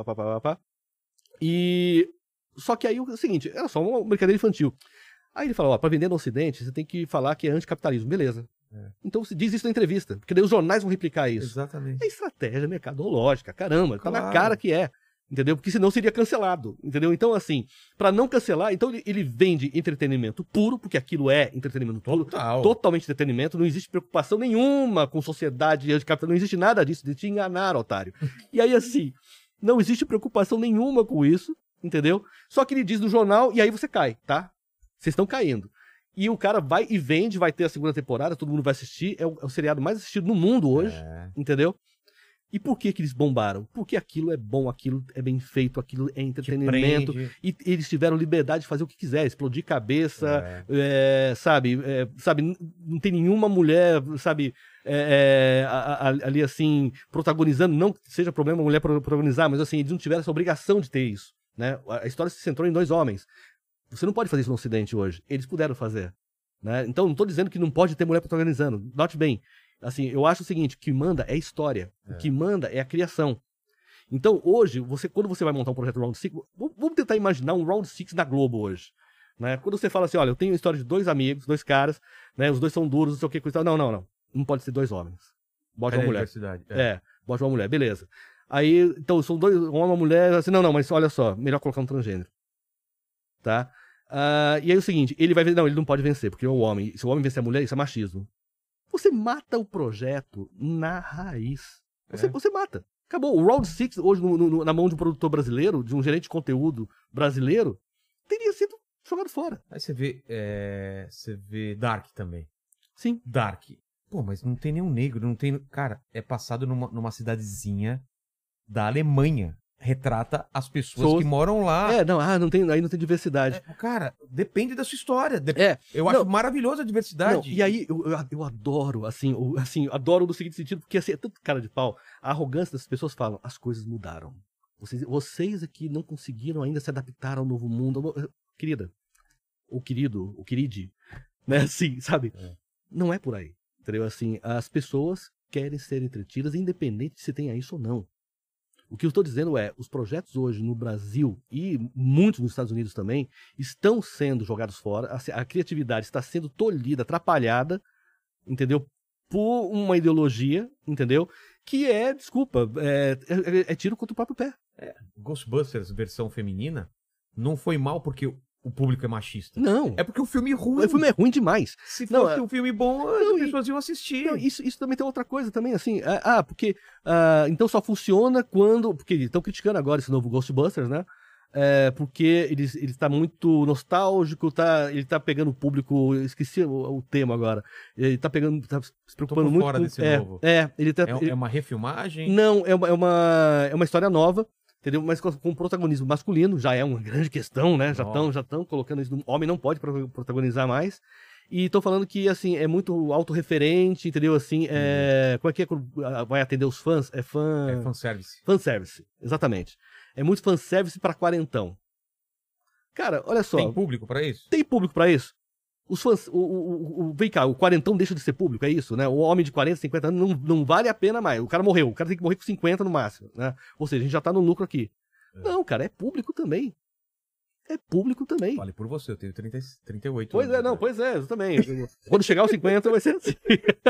e... Só que aí é o seguinte, era só uma brincadeira infantil. Aí ele falou, pra vender no Ocidente, você tem que falar que é anticapitalismo. Beleza. Então você diz isso na entrevista, porque daí os jornais vão replicar isso. Exatamente. É estratégia mercadológica, caramba, claro. Tá na cara que é. Entendeu? Porque senão seria cancelado. Entendeu? Então, assim, pra não cancelar, então ele vende entretenimento puro, porque aquilo é entretenimento puro. Totalmente entretenimento, não existe preocupação nenhuma com sociedade anticapitalista, não existe nada disso, de te enganar, otário. E aí, assim, não existe preocupação nenhuma com isso. Entendeu? Só que ele diz no jornal e aí você cai, tá? Vocês estão caindo. E o cara vai e vende, vai ter a segunda temporada, todo mundo vai assistir. É o seriado mais assistido no mundo hoje, entendeu? E por que eles bombaram? Porque aquilo é bom, aquilo é bem feito, aquilo é entretenimento. E eles tiveram liberdade de fazer o que quiser, explodir cabeça, sabe, não tem nenhuma mulher, sabe, ali assim, protagonizando, não que seja problema a mulher protagonizar, mas assim, eles não tiveram essa obrigação de ter isso. Né? A história se centrou em 2 homens. Você não pode fazer isso no Ocidente hoje. Eles puderam fazer. Né? Então, não estou dizendo que não pode ter mulher protagonizando. Note bem. Assim, eu acho o seguinte, o que manda é a história. O que manda é a criação. Então, hoje, quando você vai montar um projeto Round 6, vamos tentar imaginar um Round 6 na Globo hoje. Né? Quando você fala assim, olha, eu tenho uma história de 2 amigos, 2 caras, né? Os 2 são duros, não sei o que, coisa. Não. Não pode ser 2 homens. Bote uma mulher. Bote uma mulher, beleza. Aí, então, são 2, um homem e uma mulher, assim, não, mas olha só, melhor colocar um transgênero. Tá? E aí é o seguinte, ele vai ver, não, ele não pode vencer, porque é o homem, se o homem vencer a mulher, isso é machismo. Você mata o projeto na raiz. Você mata. Acabou. O Round 6, hoje, na mão de um produtor brasileiro, de um gerente de conteúdo brasileiro, teria sido jogado fora. Aí você vê Dark também. Sim. Dark. Pô, mas não tem nenhum negro, não tem... Cara, é passado numa cidadezinha da Alemanha. retrata as pessoas que moram lá. Aí não tem diversidade. Cara, depende da sua história. Eu Não. acho maravilhosa a diversidade. Não, e aí, eu adoro, adoro no seguinte sentido, porque assim, é tanto cara de pau. A arrogância das pessoas falam, as coisas mudaram. Vocês aqui não conseguiram ainda se adaptar ao novo mundo. Querida, o queride, né, assim, sabe? Não é por aí, entendeu? Assim, as pessoas querem ser entretidas, independente se tem isso ou não. O que eu estou dizendo é, os projetos hoje no Brasil e muitos nos Estados Unidos também estão sendo jogados fora, a criatividade está sendo tolhida, atrapalhada, entendeu? Por uma ideologia, entendeu? Que desculpa, é tiro contra o próprio pé. Ghostbusters, versão feminina, não foi mal porque o público é machista. Não. É porque o filme é ruim. O filme é ruim demais. Se fosse um filme bom, as pessoas iam assistir. Não, isso também tem outra coisa também, assim. Porque então só funciona quando... Porque estão criticando agora esse novo Ghostbusters, né? Porque ele tá muito nostálgico, ele tá pegando o público... Esqueci o tema agora. Ele tá pegando... Tá se preocupando muito fora com... desse novo. Ele tá... É uma refilmagem? Não, é uma história nova. Entendeu? Mas com protagonismo masculino, já é uma grande questão, né? Já estão colocando isso. O homem não pode protagonizar mais. E tô falando que, assim, é muito autorreferente, entendeu? Assim, como é que vai atender os fãs? É fanservice. Fanservice, exatamente. É muito fanservice pra quarentão. Cara, olha só. Tem público pra isso? Tem público pra isso. Os fãs, vem cá, o quarentão deixa de ser público, é isso, né? O homem de 40, 50 anos não vale a pena mais. O cara morreu, o cara tem que morrer com 50 no máximo, né? Ou seja, a gente já tá no lucro aqui. Não, cara, é público também. É público também. Fale por você, eu tenho 38 pois anos. Pois é, eu também. Quando chegar aos 50 vai ser assim.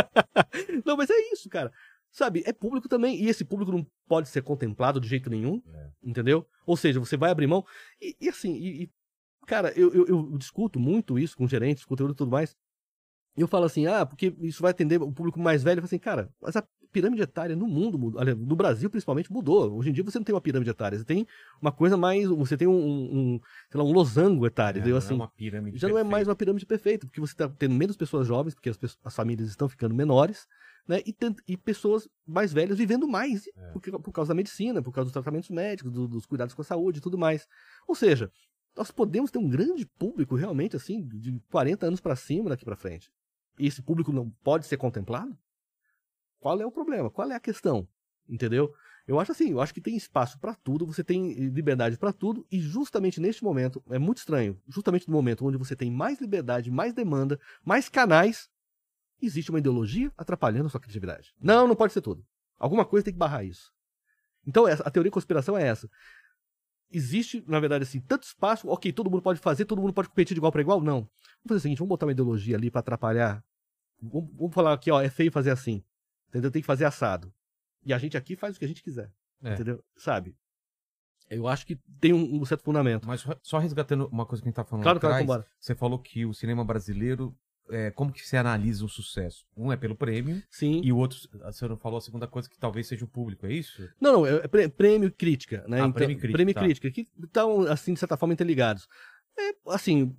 Não, mas é isso, cara. Sabe, é público também. E esse público não pode ser contemplado de jeito nenhum, entendeu? Ou seja, você vai abrir mão. E assim, cara, eu discuto muito isso com gerentes, conteúdo e tudo mais. E eu falo assim, porque isso vai atender o público mais velho. Eu falo assim, cara, mas a pirâmide etária no mundo, no Brasil principalmente, mudou. Hoje em dia você não tem uma pirâmide etária, você tem uma coisa mais, você tem um losango etário. Entendeu? Assim, não é uma pirâmide já perfeita. não é mais uma pirâmide perfeita, porque você está tendo menos pessoas jovens, porque as famílias estão ficando menores, né? E pessoas mais velhas vivendo mais, por causa da medicina, por causa dos tratamentos médicos, dos cuidados com a saúde e tudo mais. Ou seja, nós podemos ter um grande público realmente, assim, de 40 anos para cima daqui para frente. E esse público não pode ser contemplado? Qual é o problema? Qual é a questão? Entendeu? Eu acho assim, eu acho que tem espaço para tudo, você tem liberdade para tudo, e justamente neste momento, é muito estranho, justamente no momento onde você tem mais liberdade, mais demanda, mais canais, existe uma ideologia atrapalhando a sua criatividade. Não pode ser tudo. Alguma coisa tem que barrar isso. Então, a teoria de conspiração é essa. Existe, na verdade, assim, tanto espaço, ok, todo mundo pode fazer, todo mundo pode competir de igual para igual? Não. Vamos fazer o seguinte, vamos botar uma ideologia ali para atrapalhar. Vamos falar aqui, é feio fazer assim. Entendeu? Tem que fazer assado. E a gente aqui faz o que a gente quiser. Entendeu? Sabe? Eu acho que tem um certo fundamento. Mas só resgatando uma coisa que a gente tá falando claro, atrás, claro, você falou que o cinema brasileiro, como que se analisa o sucesso? Um é pelo prêmio, sim, e o outro, você não falou a segunda coisa, que talvez seja o público, é isso? Não, é prêmio e crítica, né? Então, prêmio e crítica. Prêmio e crítica, que estão, assim, de certa forma, interligados. Assim,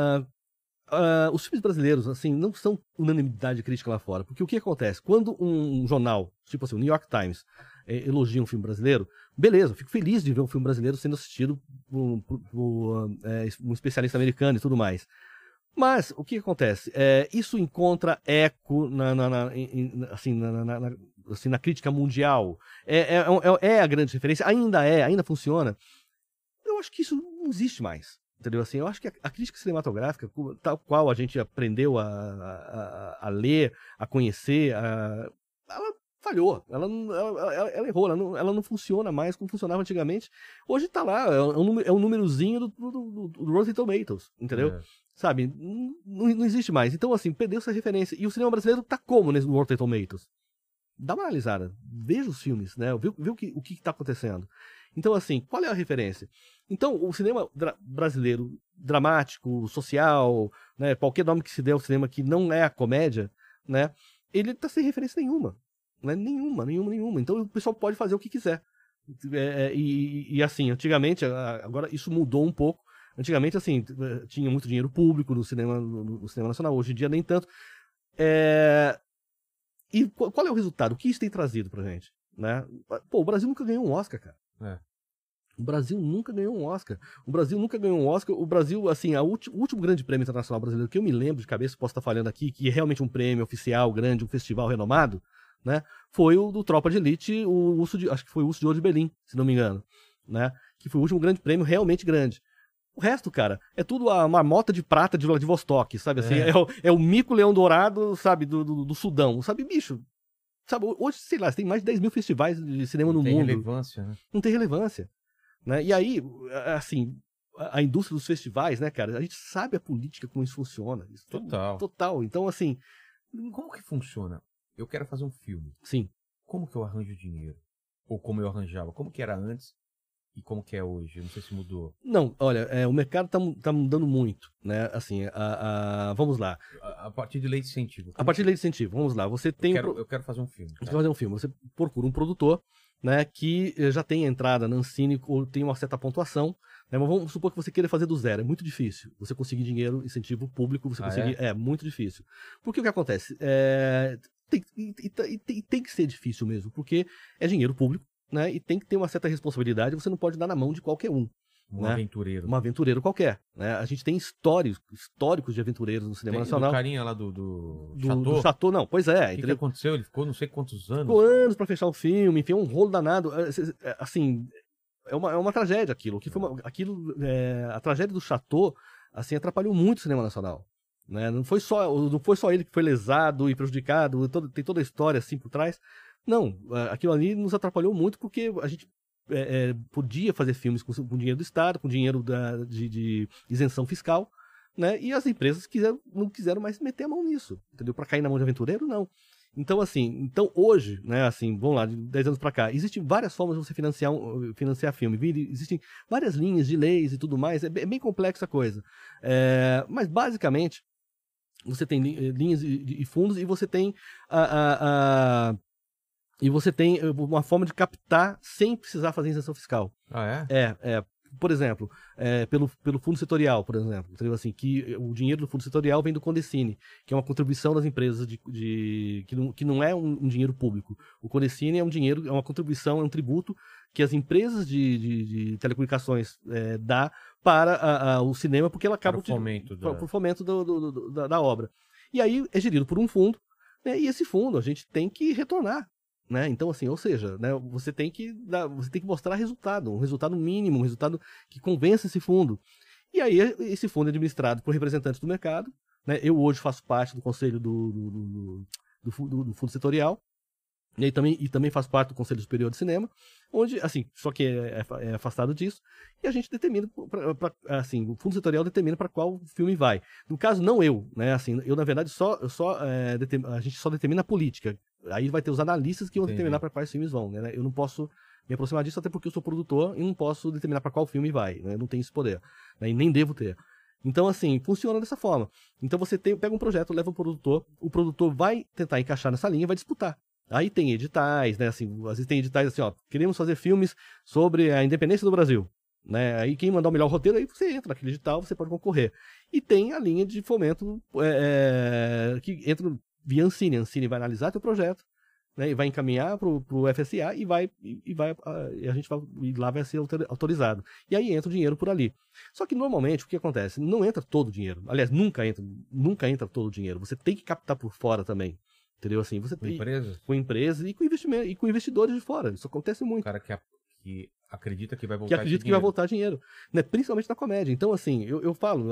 os filmes brasileiros, assim, não são unanimidade crítica lá fora, porque o que acontece? Quando um jornal, tipo assim, o New York Times, elogia um filme brasileiro, beleza, eu fico feliz de ver um filme brasileiro sendo assistido por um especialista americano e tudo mais. Mas o que acontece? Isso encontra eco na crítica mundial. É a grande referência, ainda funciona. Eu acho que isso não existe mais. Entendeu? Assim, eu acho que a crítica cinematográfica, tal qual a gente aprendeu a ler, a conhecer, ela falhou, ela errou, ela não funciona mais como funcionava antigamente. Hoje tá lá, é um númerozinho do Rotten Tomatoes, entendeu? Sabe? Não existe mais. Então, assim, perdeu essa referência. E o cinema brasileiro tá como no Rotten Tomatoes? Dá uma analisada, veja os filmes, né? Vê o que tá acontecendo. Então, assim, qual é a referência? Então, o cinema brasileiro, dramático, social, né, qualquer nome que se dê ao cinema que não é a comédia, né, ele tá sem referência nenhuma. Né, nenhuma. Então, o pessoal pode fazer o que quiser. E assim, antigamente, agora isso mudou um pouco. Antigamente, assim, tinha muito dinheiro público no cinema nacional. Hoje em dia, nem tanto. E qual é o resultado? O que isso tem trazido pra gente? Né? Pô, o Brasil nunca ganhou um Oscar, cara. O Brasil nunca ganhou um Oscar. O Brasil nunca ganhou um Oscar. O Brasil, assim, o último grande prêmio internacional brasileiro que eu me lembro de cabeça, posso estar falhando aqui, que é realmente um prêmio oficial grande, um festival renomado, né? Foi o do Tropa de Elite, acho que foi o Urso de Ouro de Berlim, se não me engano, né? Que foi o último grande prêmio realmente grande. O resto, cara, é tudo a marmota de prata de Vladivostok, sabe assim? É o mico-leão dourado, sabe, do Sudão, sabe, bicho? Sabe, hoje, sei lá, tem mais de 10 mil festivais de cinema no mundo. Não tem relevância, né? Não tem relevância. Né? E aí, assim, a indústria dos festivais, né, cara? A gente sabe a política, como isso funciona. Isso Total. Total. Então, assim... Como que funciona? Eu quero fazer um filme. Sim. Como que eu arranjo dinheiro? Ou como eu arranjava? Como que era antes e como que é hoje? Eu não sei se mudou. Não, olha, o mercado tá mudando muito, né? Assim, vamos lá. A partir de lei de incentivo. A partir de lei de incentivo, vamos lá. Você tem... Eu quero fazer um filme. Você quer fazer um filme. Você procura um produtor, né, que já tem entrada na Ancine ou tem uma certa pontuação, né, mas vamos supor que você queira fazer do zero. É muito difícil você conseguir dinheiro, incentivo público, você conseguir... É muito difícil. Porque o que acontece? Tem que ser difícil mesmo, porque é dinheiro público, né, e tem que ter uma certa responsabilidade, você não pode dar na mão de qualquer um. Um né? aventureiro. Um aventureiro qualquer. Né? A gente tem históricos de aventureiros no cinema nacional. O carinha lá do Chateau, não. Pois é. O que aconteceu? Ele ficou não sei quantos anos. Ficou anos pra fechar o filme, enfim, é um rolo danado. Assim, é uma tragédia aquilo. A tragédia do Chateau, assim, atrapalhou muito o cinema nacional. Né? Não foi só ele que foi lesado e prejudicado, tem toda a história assim por trás. Não, aquilo ali nos atrapalhou muito porque a gente podia fazer filmes com dinheiro do Estado, com dinheiro de isenção fiscal, né? E as empresas não quiseram mais meter a mão nisso, entendeu? Para cair na mão de aventureiro, não. Então, assim, hoje, né, assim, vamos lá, de 10 anos para cá, existem várias formas de você financiar filme, existem várias linhas de leis e tudo mais, é bem complexa a coisa. Mas, basicamente, você tem linhas e fundos e você tem uma forma de captar sem precisar fazer isenção fiscal. Ah, é? Por exemplo, pelo fundo setorial, por exemplo. Entendeu? Assim, que o dinheiro do fundo setorial vem do Condecine, que é uma contribuição das empresas que não é um dinheiro público. O Condecine é uma contribuição, é um tributo que as empresas de telecomunicações dá para o cinema, porque ela acaba... Por fomento da obra. E aí é gerido por um fundo, né, e esse fundo a gente tem que retornar. Né? Então, assim, ou seja, né, você tem que mostrar resultado, um resultado mínimo, um resultado que convença esse fundo. E aí, esse fundo é administrado por representantes do mercado. Né? Eu hoje faço parte do conselho do fundo setorial, e também faço parte do Conselho Superior de Cinema, onde, assim, só que é afastado disso, e a gente determina, assim, o fundo setorial determina para qual filme vai. No caso, não eu, né? Assim, eu, na verdade, a gente só determina a política. Aí vai ter os analistas que vão determinar para quais filmes vão, né? Eu não posso me aproximar disso, até porque eu sou produtor e não posso determinar para qual filme vai, né? Eu não tenho esse poder, né? E nem devo ter. Então, assim, funciona dessa forma. Então, você pega um projeto, leva o produtor vai tentar encaixar nessa linha e vai disputar. Aí tem editais, né? Assim, às vezes tem editais assim, ó, queremos fazer filmes sobre a independência do Brasil. Né? Aí quem mandar o melhor roteiro, aí você entra naquele edital, você pode concorrer. E tem a linha de fomento que entra via Ancine. A Ancine vai analisar teu projeto, né? E vai encaminhar pro FSA e a gente vai, e lá vai ser autorizado. E aí entra o dinheiro por ali. Só que normalmente o que acontece? Não entra todo o dinheiro. Aliás, nunca entra todo o dinheiro. Você tem que captar por fora também. Entendeu? Assim, você tem com empresas e com investimento e com investidores de fora. Isso acontece muito. O cara que acredita que vai voltar dinheiro. Que acredita que vai voltar dinheiro. Né? Principalmente na comédia. Então, assim, eu falo,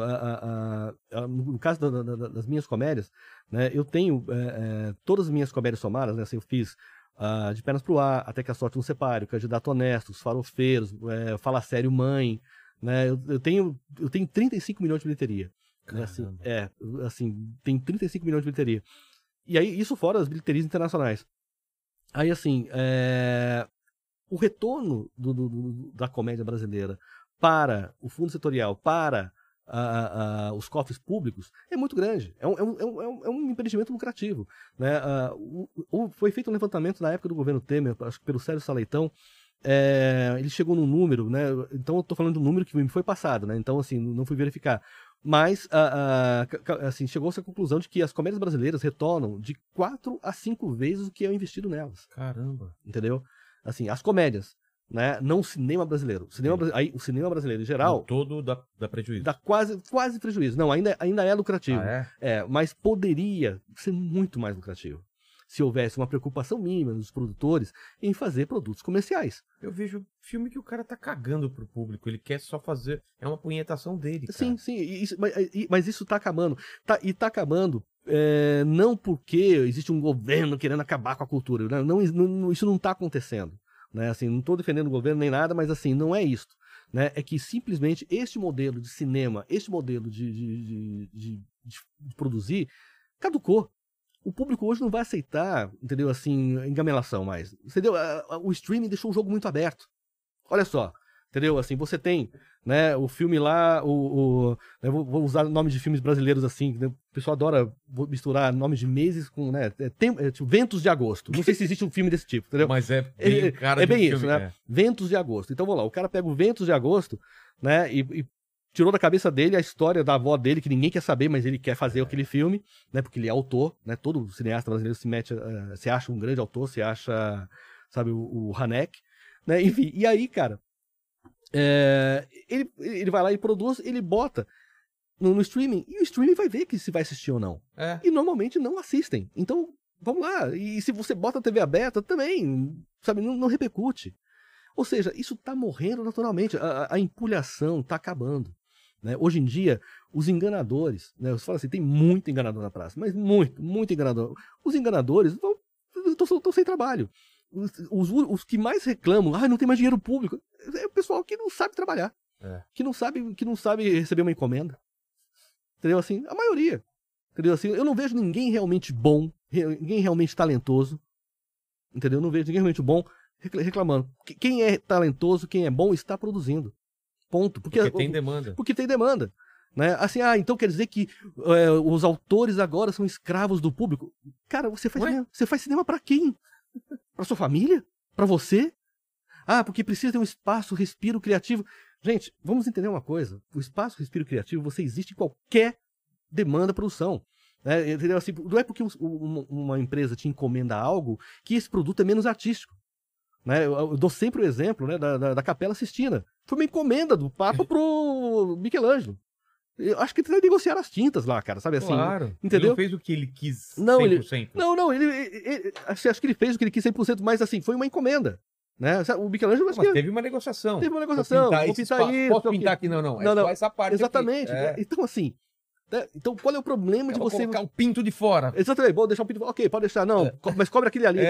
no caso das minhas comédias, né, eu tenho todas as minhas comédias somadas, né, assim, eu fiz De Pernas pro Ar, Até que a Sorte Nos Separe, Candidato Honesto, Os Farofeiros, Fala Sério Mãe, né, eu tenho 35 milhões de bilheteria. Né, assim, tem 35 milhões de bilheteria. E aí, isso fora as bilheterias internacionais. Aí, assim, o retorno da comédia brasileira para o fundo setorial, para os cofres públicos, é muito grande. É um empreendimento lucrativo. Né? Foi feito um levantamento na época do governo Temer, acho que pelo Sérgio Saleitão. Ele chegou num número, né? Então eu estou falando do número que me foi passado, né? Então, assim, não fui verificar. Mas, assim, chegou-se à conclusão de que as comédias brasileiras retornam de 4 a 5 vezes o que é investido nelas. Caramba! Entendeu? Assim, as comédias. né? Não o cinema brasileiro. Aí, o cinema brasileiro em geral... O todo dá prejuízo. Dá quase prejuízo. Não, ainda é lucrativo. Mas poderia ser muito mais lucrativo se houvesse uma preocupação mínima dos produtores em fazer produtos comerciais. Eu vejo filme que o cara tá cagando pro público, ele quer só fazer, é uma punhetação dele, cara. Sim, mas isso tá acabando. Tá acabando não porque existe um governo querendo acabar com a cultura. Isso não tá acontecendo. Né? Assim, não tô defendendo o governo nem nada, mas assim, não é isso. Né? É que simplesmente este modelo de cinema, este modelo de produzir, caducou. O público hoje não vai aceitar, entendeu, assim, engamelação mais, entendeu? O streaming deixou o jogo muito aberto. Olha só, entendeu, assim, você tem, né, o filme lá, eu vou usar nomes de filmes brasileiros assim, né? O pessoal adora misturar nomes de meses com, né, tipo, Ventos de Agosto. Não sei se existe um filme desse tipo, entendeu? Mas é bem cara de bem filme, isso, né? Ventos de Agosto. Então, vamos lá, o cara pega o Ventos de Agosto, né, e tirou da cabeça dele a história da avó dele, que ninguém quer saber, mas ele quer fazer aquele filme, né? Porque ele é autor, né? Todo cineasta brasileiro se acha um grande autor, se acha, sabe, o Haneke, né? Enfim, e aí, cara, ele vai lá e produz, ele bota no streaming, e o streaming vai ver que se vai assistir ou não. E normalmente não assistem. Então, vamos lá. E se você bota a TV aberta, também, sabe, não repercute. Ou seja, isso tá morrendo naturalmente. A empulhação tá acabando. Né? Hoje em dia, os enganadores, né? Você fala assim, tem muito enganador na praça, mas muito enganador. Os enganadores estão sem trabalho. Os que mais reclamam, não tem mais dinheiro público, é o pessoal que não sabe trabalhar, que não sabe receber uma encomenda. Entendeu? Assim, a maioria. Entendeu? Assim, eu não vejo ninguém realmente bom, ninguém realmente talentoso. Entendeu? Eu não vejo ninguém realmente bom reclamando. Quem é talentoso, quem é bom, está produzindo. Ponto. Porque tem demanda. Porque tem demanda. Né? Assim, então quer dizer que os autores agora são escravos do público? Cara, você faz cinema pra quem? Pra sua família? Pra você? Porque precisa ter um espaço, respiro criativo. Gente, vamos entender uma coisa. O espaço, respiro criativo, você existe em qualquer demanda produção. Entendeu? Assim, não é porque uma empresa te encomenda algo que esse produto é menos artístico. Né? Eu dou sempre o exemplo, né, da Capela Sistina. Foi uma encomenda do Papa pro Michelangelo. Eu acho que ele vai negociar as tintas lá, cara, sabe assim? Claro. Entendeu? Ele não fez o que ele quis 100%. Não, acho que ele fez o que ele quis 100%, mas assim, foi uma encomenda. Né? O Michelangelo... Mas teve uma negociação. Teve uma negociação. Vou pintar isso. Posso pintar aqui? Não. É só essa parte exatamente. Aqui. Então, assim... Né? Então, qual é o problema de você... colocar o pinto de fora. Exatamente. Vou deixar o pinto de fora. Ok, pode deixar. Não, mas cobre aquele ali.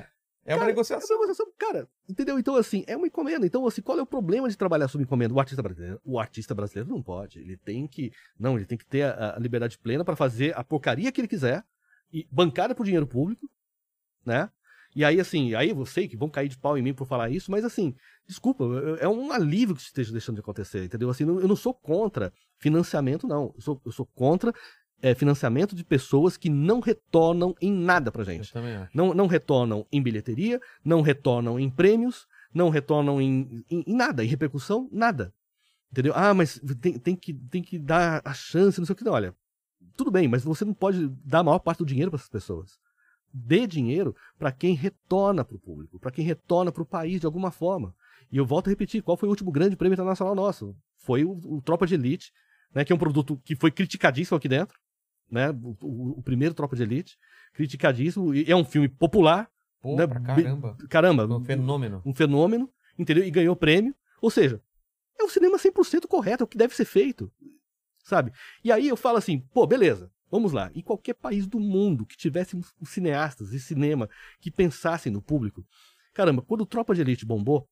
É uma negociação. É uma negociação, cara. Entendeu? Então, assim, é uma encomenda. Então, assim, qual é o problema de trabalhar sob encomenda? O artista brasileiro não pode. Ele tem que ter a liberdade plena para fazer a porcaria que ele quiser, e bancada por dinheiro público, né? E aí, assim, eu sei que vão cair de pau em mim por falar isso, mas, assim, desculpa, é um alívio que isso esteja deixando de acontecer, entendeu? Assim, eu não sou contra financiamento, não. Eu sou contra financiamento de pessoas que não retornam em nada pra gente. Eu também acho. Não retornam em bilheteria, não retornam em prêmios, não retornam em nada, em repercussão, nada. Entendeu? Mas tem que dar a chance, não sei o que. Não, olha, tudo bem, mas você não pode dar a maior parte do dinheiro para essas pessoas. Dê dinheiro para quem retorna para o público, para quem retorna para o país de alguma forma. E eu volto a repetir, qual foi o último grande prêmio internacional nosso? Foi o Tropa de Elite, né, que é um produto que foi criticadíssimo aqui dentro, né, o primeiro Tropa de Elite, criticadíssimo, e é um filme popular. Pô, né, pra caramba. Caramba. Um fenômeno. Entendeu? E ganhou prêmio. Ou seja, é um cinema 100% correto, é o que deve ser feito, sabe? E aí eu falo assim, pô, beleza. Vamos lá, em qualquer país do mundo que tivesse cineastas e cinema que pensassem no público, caramba, quando o Tropa de Elite bombou,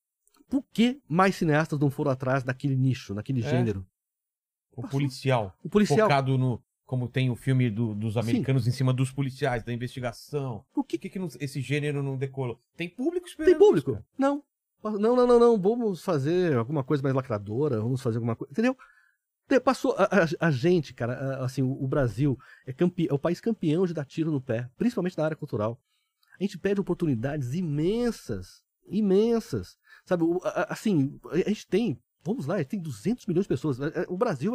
por que mais cineastas não foram atrás daquele nicho, daquele gênero? O policial. Focado no... Como tem o filme dos americanos em cima dos policiais, da investigação. Por que esse gênero não decolou? Tem público esperando. Tem público? Isso, não. Vamos fazer alguma coisa mais lacradora, vamos fazer alguma coisa, entendeu? Passou a gente, cara, assim, o Brasil é o país campeão de dar tiro no pé, principalmente na área cultural. A gente perde oportunidades imensas, sabe? Assim, a gente tem, vamos lá, a gente tem 200 milhões de pessoas. O Brasil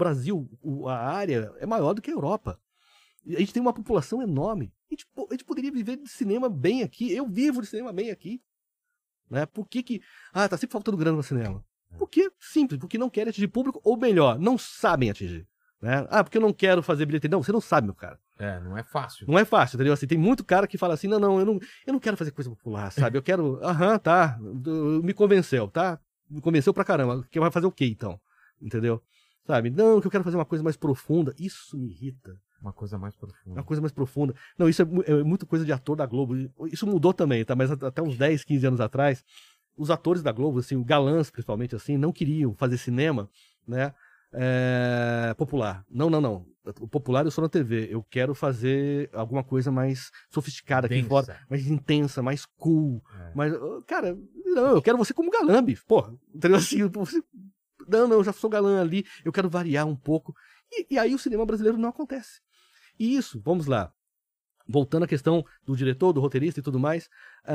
a área é maior do que a Europa. A gente tem uma população enorme. A gente poderia viver de cinema bem aqui. Eu vivo de cinema bem aqui. Né? Por que tá sempre faltando grana no cinema? Porque, simples, porque não querem atingir público, ou melhor, não sabem atingir. Né? Porque eu não quero fazer bilheteria. Não, você não sabe, meu cara. Não é fácil. Não é fácil, entendeu? Assim, tem muito cara que fala assim, não, eu não quero fazer coisa popular, sabe? Eu quero, tá, me convenceu, tá? Me convenceu pra caramba. Que vai fazer o quê, então? Entendeu? Sabe? Não, que eu quero fazer uma coisa mais profunda. Isso me irrita. Uma coisa mais profunda. Uma coisa mais profunda. Não, isso é muito coisa de ator da Globo. Isso mudou também, tá? Mas até uns 10, 15 anos atrás, os atores da Globo, assim, galãs principalmente, assim, não queriam fazer cinema, né? Popular. Não. O popular eu sou na TV. Eu quero fazer alguma coisa mais sofisticada aqui fora, mais intensa, mais cool. Mas, cara, não, eu quero você como galã, bicho. Porra, entendeu? Assim, você... Não, eu já sou galã ali, eu quero variar um pouco. E aí o cinema brasileiro não acontece. E isso, vamos lá. Voltando à questão do diretor, do roteirista e tudo mais.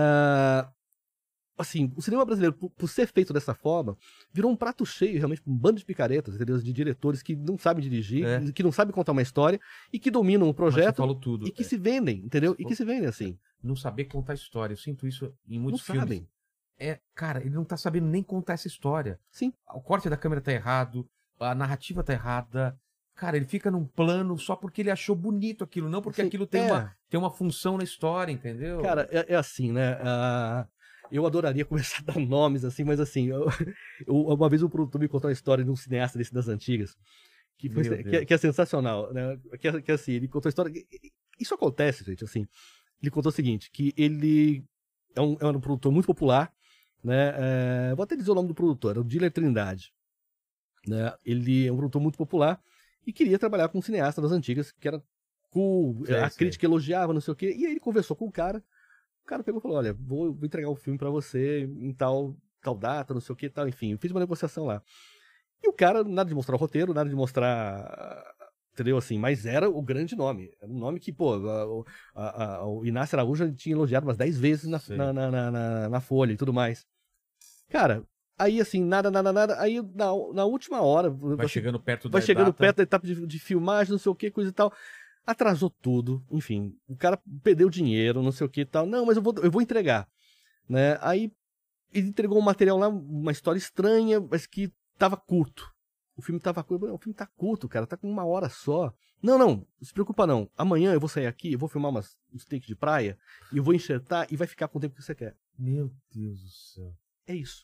Assim, o cinema brasileiro, por ser feito dessa forma, virou um prato cheio, realmente, um bando de picaretas, entendeu? De diretores que não sabem dirigir, que não sabem contar uma história e que dominam o projeto. Falou tudo. E que se vendem, entendeu? E que se vendem assim. Não saber contar história. Eu sinto isso em muitos não filmes. Sabem. Cara, ele não tá sabendo nem contar essa história. Sim. O corte da câmera tá errado, a narrativa tá errada. Cara, ele fica num plano só porque ele achou bonito aquilo, não porque aquilo tem uma função na história, entendeu? Cara, é assim, né? Eu adoraria começar a dar nomes, assim, mas assim, uma vez um produtor me contou uma história de um cineasta desse das antigas, que é sensacional, né? Que assim, ele contou a história... Isso acontece, gente, assim. Ele contou o seguinte, que ele é um produtor muito popular, né? Vou até dizer o nome do produtor, é o Diller Trindade. Né? Ele é um produtor muito popular e queria trabalhar com um cineasta das antigas, que era cool, a crítica elogiava, não sei o quê. E aí ele conversou com o cara pegou e falou, olha, vou entregar o filme pra você em tal data, não sei o que, tal, enfim. Fiz uma negociação lá. E o cara, nada de mostrar o roteiro, nada de mostrar... Entendeu? Assim, mas era o grande nome. Era um nome que, pô, o Inácio Araújo tinha elogiado umas 10 vezes na Folha e tudo mais. Cara, aí assim, nada. Aí na última hora... Vai chegando perto da etapa de filmagem, não sei o que, coisa e tal. Atrasou tudo, enfim, o cara perdeu dinheiro, não sei o que e tal. Não, mas eu vou entregar, né? Aí ele entregou um material lá, uma história estranha, mas que tava curto. O filme tava curto. O filme tá curto, cara, tá com 1 hora só. Não se preocupa não. Amanhã eu vou sair aqui, eu vou filmar uns takes de praia e eu vou enxertar e vai ficar com o tempo que você quer. Meu Deus do céu. É isso.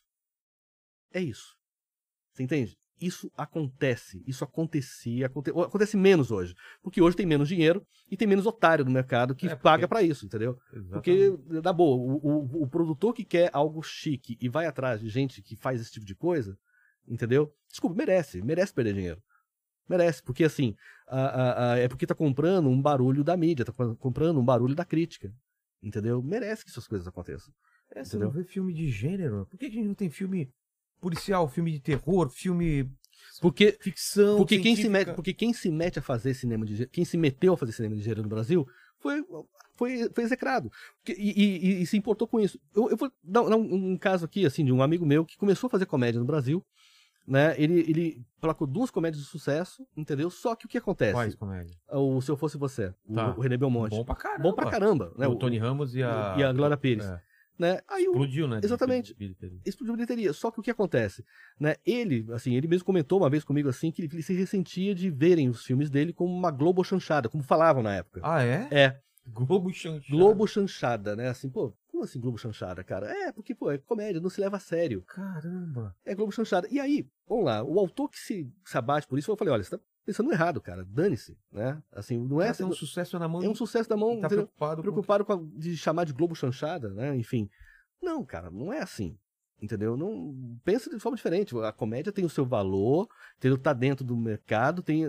Você entende? Isso acontece, acontece menos hoje, porque hoje tem menos dinheiro e tem menos otário no mercado que paga pra isso, entendeu? Exatamente. Porque, na boa, o produtor que quer algo chique e vai atrás de gente que faz esse tipo de coisa, entendeu? Desculpa, merece perder dinheiro. Merece, porque assim, é porque tá comprando um barulho da mídia, tá comprando um barulho da crítica, entendeu? Merece que essas coisas aconteçam. Você não vê filme de gênero? Por que a gente não tem filme policial, filme de terror, filme ficção, porque quem se mete a fazer cinema de gênero, quem se meteu a fazer cinema de gênero no Brasil foi execrado e se importou com isso. Eu vou dar um caso aqui assim de um amigo meu que começou a fazer comédia no Brasil, né? Ele placou 2 comédias de sucesso, entendeu? Só que o que acontece? Quais comédias? O Se Eu Fosse Você, o René Belmonte. Bom pra caramba. Né? O Tony Ramos e a Glória Pires. Né? Aí explodiu, né? Exatamente. Explodiu bilheteria. Só que o que acontece? Né? Ele mesmo comentou uma vez comigo assim que ele se ressentia de verem os filmes dele como uma Globo chanchada, como falavam na época. Ah, é? É. Globo chanchada. Globo chanchada, né? Assim, pô, como assim Globo chanchada, cara? Porque, pô, é comédia, não se leva a sério. Caramba. É Globo chanchada. E aí, vamos lá, o autor que se abate por isso, eu falei, olha, você tá pensando errado, cara, dane-se, né? Assim, não é... Tem um sucesso na mão. É um sucesso da mão, tá preocupado de chamar de Globo chanchada, né? Enfim. Não, cara, não é assim. Entendeu? Não pensa de forma diferente. A comédia tem o seu valor, entendeu? Tá dentro do mercado, tem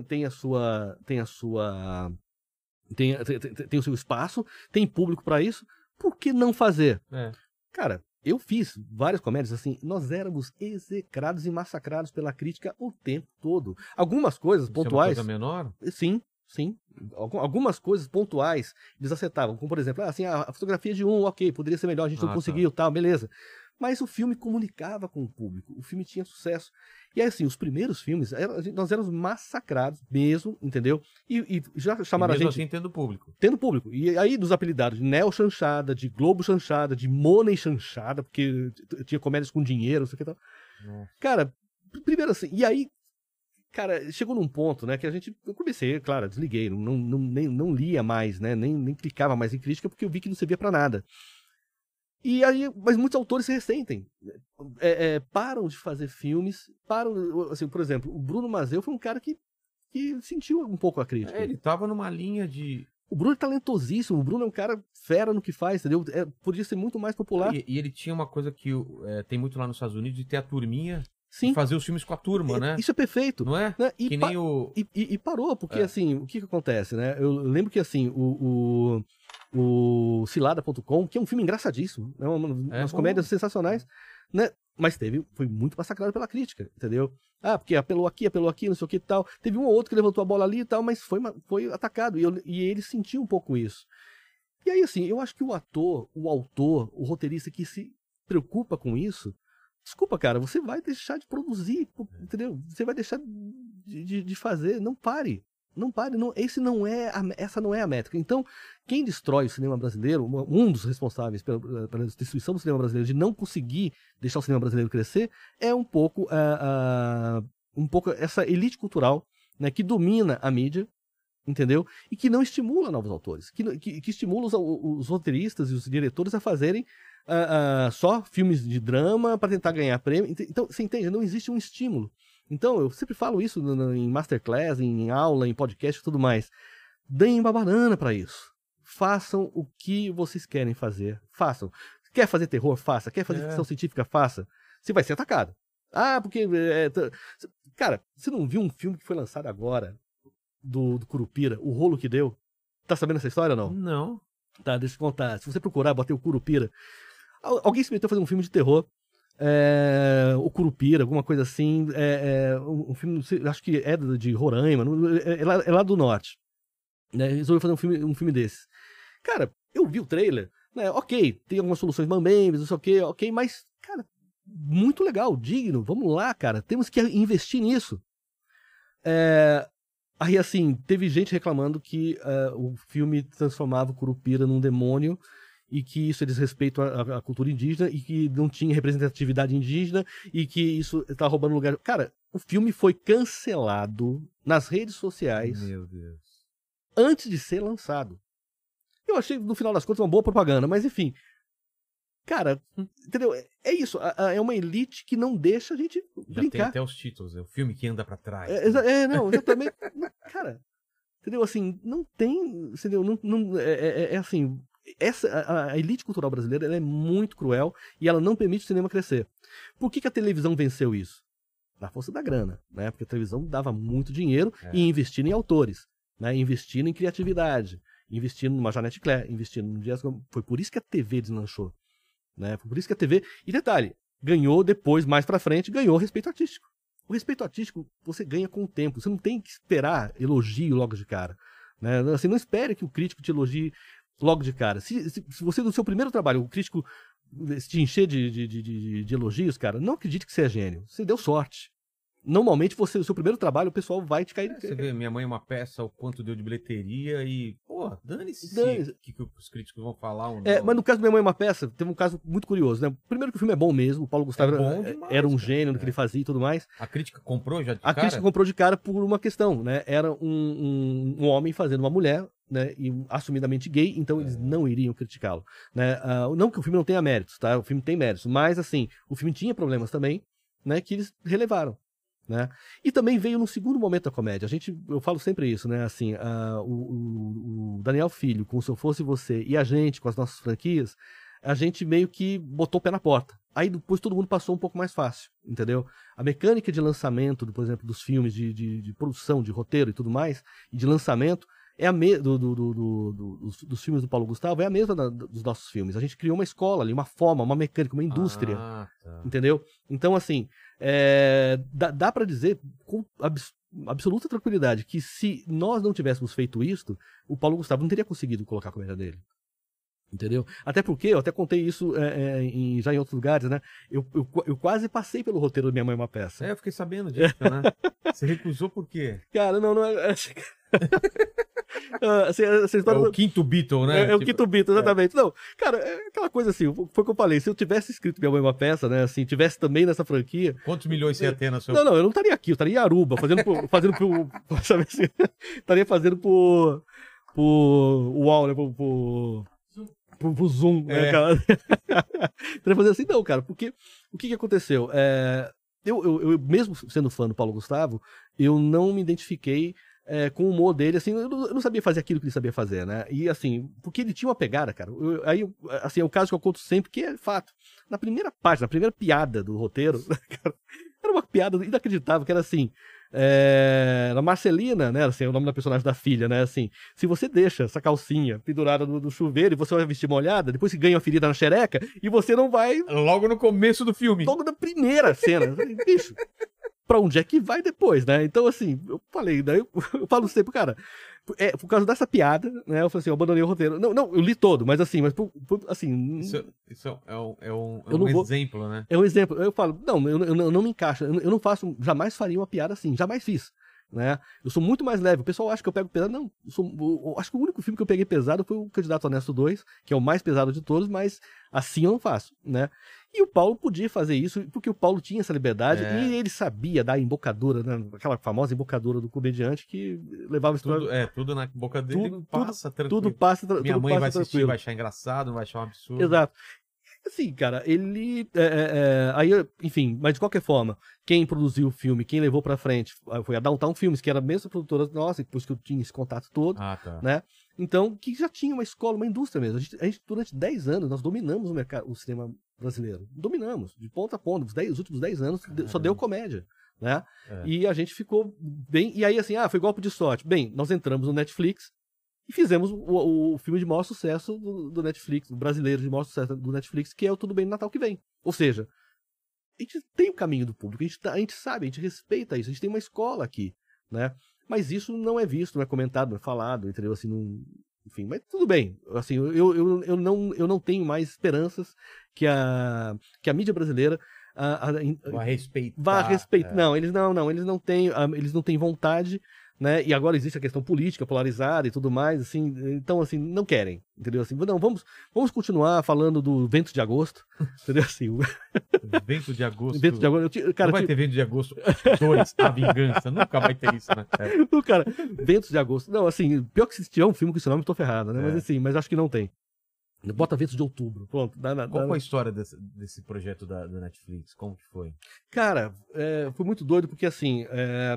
o seu espaço, tem público pra isso. Por que não fazer? Cara, eu fiz várias comédias assim, nós éramos execrados e massacrados pela crítica o tempo todo. Algumas coisas pontuais. É uma coisa menor? Sim. Algumas coisas pontuais eles acertavam, como por exemplo, assim, a fotografia de ok, poderia ser melhor, a gente não conseguiu, tal, beleza. Mas o filme comunicava com o público, o filme tinha sucesso. E aí, assim, os primeiros filmes, nós éramos massacrados mesmo, entendeu? E já chamaram e mesmo a gente... assim tendo público. Tendo público. E aí nos apelidados de Neo Chanchada, de Globo Chanchada, de Money Chanchada, porque tinha comédias com dinheiro, não sei o que tal. Cara, primeiro assim, e aí, cara, chegou num ponto, né, que eu comecei, claro, desliguei, não lia mais, né, nem clicava mais em crítica, porque eu vi que não servia pra nada. E aí, mas muitos autores se ressentem, param de fazer filmes, assim, por exemplo, o Bruno Mazzeo foi um cara que sentiu um pouco a crítica. Ele tava numa linha de... O Bruno é talentosíssimo, o Bruno é um cara fera no que faz, entendeu? Podia ser muito mais popular. E ele tinha uma coisa que tem muito lá nos Estados Unidos, de ter a turminha, Sim. e fazer os filmes com a turma, né? Isso é perfeito. Não é? Né? Que nem o... E parou, porque assim, o que acontece, né? Eu lembro que assim, o Cilada.com, que é um filme engraçadíssimo, né? Umas comédias sensacionais, né? Mas foi muito massacrado pela crítica, entendeu? Ah, porque apelou aqui, não sei o que e tal. Teve um ou outro que levantou a bola ali e tal, mas foi atacado. E ele sentiu um pouco isso. E aí, assim, eu acho que o ator, o autor, o roteirista que se preocupa com isso, desculpa, cara, você vai deixar de produzir, entendeu? Você vai deixar de fazer. Não pare. Não pare. Essa não é a métrica. Então, quem destrói o cinema brasileiro, um dos responsáveis pela destruição do cinema brasileiro, de não conseguir deixar o cinema brasileiro crescer, é um pouco essa elite cultural, né, que domina a mídia, entendeu? E que não estimula novos autores, que estimula os roteiristas e os diretores a fazerem só filmes de drama para tentar ganhar prêmio. Então, você entende? Não existe um estímulo. Então, eu sempre falo isso em masterclass, em aula, em podcast e tudo mais. Deem uma banana para isso. Façam o que vocês querem fazer. Façam. Quer fazer terror? Faça. Quer fazer ficção científica? Faça. Você vai ser atacado. Ah, porque... Cara, você não viu um filme que foi lançado agora, do Curupira, O Rolo que Deu? Tá sabendo essa história ou não? Não. Tá, deixa eu contar. Se você procurar, bater o Curupira... Alguém se meteu a fazer um filme de terror, o Curupira, alguma coisa assim, um filme, acho que é de Roraima, é lá do norte, né? Resolveu fazer um filme desses. Cara, eu vi o trailer, né? Ok, tem algumas soluções mambembes, não sei o que, ok, mas, cara, muito legal, digno, vamos lá, cara, temos que investir nisso. Aí, assim, teve gente reclamando que o filme transformava o Curupira num demônio, e que isso é desrespeito à cultura indígena, e que não tinha representatividade indígena, e que isso tá roubando lugar... Cara, o filme foi cancelado nas redes sociais. Meu Deus. Antes de ser lançado. Eu achei, no final das contas, uma boa propaganda, mas enfim. Cara, entendeu? É isso, é uma elite que não deixa a gente Já brincar. tem até os títulos, é o filme que anda pra trás. Não, exatamente. Cara, entendeu? Assim, não tem... Entendeu? Assim... A elite cultural brasileira, ela é muito cruel e ela não permite o cinema crescer. Por que a televisão venceu isso? Na força da grana, né? Porque a televisão dava muito dinheiro e investindo em autores, né? Investindo em criatividade, investindo numa Janete Claire, investindo no Jazz. Foi por isso que a TV deslanchou, né? Foi por isso que a TV... E detalhe, ganhou depois, mais pra frente, ganhou respeito artístico. O respeito artístico você ganha com o tempo. Você não tem que esperar elogio logo de cara, né? Assim, não espere que o crítico te elogie logo de cara. Se você, no seu primeiro trabalho, o crítico te encher de elogios, cara, não acredite que você é gênio. Você deu sorte. Normalmente, no seu primeiro trabalho, o pessoal vai te cair... Você vê, Minha Mãe é uma Peça, o quanto deu de bilheteria e... Pô, dane-se que os críticos vão falar ou não. Mas no caso do Minha Mãe é uma Peça, teve um caso muito curioso, né? Primeiro que o filme é bom mesmo, o Paulo Gustavo era um gênio no que ele fazia e tudo mais. A crítica comprou já de cara? A crítica comprou de cara por uma questão, né? Era um homem fazendo uma mulher, né, e assumidamente gay, então eles não iriam criticá-lo, né? Não que o filme não tenha méritos, tá? O filme tem méritos, mas assim, o filme tinha problemas também, né, que eles relevaram, né? E também veio no segundo momento da comédia. Eu falo sempre isso, né? Assim, o Daniel Filho com Se Eu Fosse Você e a gente com as nossas franquias, a gente meio que botou o pé na porta. Aí depois todo mundo passou um pouco mais fácil, entendeu? A mecânica de lançamento, por exemplo, dos filmes, de produção, de roteiro e tudo mais, e de lançamento, é a dos filmes do Paulo Gustavo, é a mesma dos nossos filmes. A gente criou uma escola ali, uma forma, uma mecânica, uma indústria, entendeu? Então, assim, dá pra dizer com absoluta tranquilidade que se nós não tivéssemos feito isso, o Paulo Gustavo não teria conseguido colocar a comédia dele. Entendeu? Até porque, eu até contei isso já em outros lugares, né? Eu quase passei pelo roteiro do Minha Mãe é uma Peça. Eu fiquei sabendo disso, né? Você recusou por quê? Cara, não é... essa É história o quinto Beatle, né? o quinto Beatle, exatamente. Não, cara, é aquela coisa assim, foi o que eu falei, se eu tivesse escrito Minha Mãe é uma Peça, né, assim, tivesse também nessa franquia... Quantos milhões você ia ter na sua... Não, eu não estaria aqui, eu estaria em Aruba, fazendo pro sabe assim, estaria fazendo pro UOL, né, pro Zoom, né, cara? Estaria fazendo assim, não, cara, porque o que aconteceu? Eu mesmo sendo fã do Paulo Gustavo, eu não me identifiquei com o humor dele, assim, eu não sabia fazer aquilo que ele sabia fazer, né? E assim, porque ele tinha uma pegada, cara. Assim, é o caso que eu conto sempre, que é fato. Na primeira página, na primeira piada do roteiro, cara, era uma piada inacreditável, que era assim, na Marcelina, né, assim, é o nome da personagem da filha, né, assim, se você deixa essa calcinha pendurada no chuveiro e você vai vestir molhada, depois você ganha uma ferida na xereca e você não vai... Logo no começo do filme. Logo na primeira cena. Bicho, pra onde é que vai depois, né? Então, assim, eu falei, daí eu falo sempre, cara, por causa dessa piada, né? Eu falei assim, eu abandonei o roteiro. Não, eu li todo, mas assim, assim... Isso é um exemplo, né? É um exemplo. Eu falo, não, eu não me encaixo, eu não faço, jamais faria uma piada assim, jamais fiz. Né? Eu sou muito mais leve. O pessoal acha que eu pego pesado. Não, eu acho que o único filme que eu peguei pesado foi o Candidato Honesto 2, que é o mais pesado de todos, mas assim eu não faço, né? E o Paulo podia fazer isso, porque o Paulo tinha essa liberdade e ele sabia dar a embocadura, né? Aquela famosa embocadura do comediante que levava a história... Tudo na boca dele passa tranquilo. Tudo passa Minha mãe vai assistir, tranquilo. vai achar engraçado, vai achar um absurdo. Exato. Assim, cara, ele... aí, enfim, mas de qualquer forma, quem produziu o filme, quem levou pra frente, foi a Downtown Films, que era a mesma produtora nossa, depois que eu tinha esse contato todo, né? Então, que já tinha uma escola, uma indústria mesmo. A gente durante 10 anos, nós dominamos o cinema brasileiro. Dominamos, de ponta a ponta. Os últimos 10 anos só deu comédia, né? E a gente ficou bem... E aí, assim, foi golpe de sorte. Bem, nós entramos no Netflix, e fizemos o filme de maior sucesso do Netflix, o brasileiro de maior sucesso do Netflix, que é o Tudo Bem no Natal que Vem. Ou seja, a gente tem o caminho do público, a gente sabe, a gente respeita isso, a gente tem uma escola aqui, né? Mas isso não é visto, não é comentado, não é falado, entendeu? Assim, enfim, mas tudo bem. Assim, eu não tenho mais esperanças que a mídia brasileira vá respeitar. Não, eles não têm vontade, né? E agora existe a questão política polarizada e tudo mais, assim, então assim, não querem, entendeu? Assim, não, vamos continuar falando do Vento de Agosto, entendeu? Assim, Vento de Agosto. Vento de Agosto, cara, não vai ter Vento de Agosto 2, A Vingança, nunca vai ter isso, né? Cara, Vento de Agosto, não, assim, pior que se tiver um filme com esse nome, eu tô ferrado, né? Mas assim, mas acho que não tem. Bota Ventos de Outubro, pronto. Qual foi a história desse projeto da Netflix? Como que foi? Cara, foi muito doido, porque assim,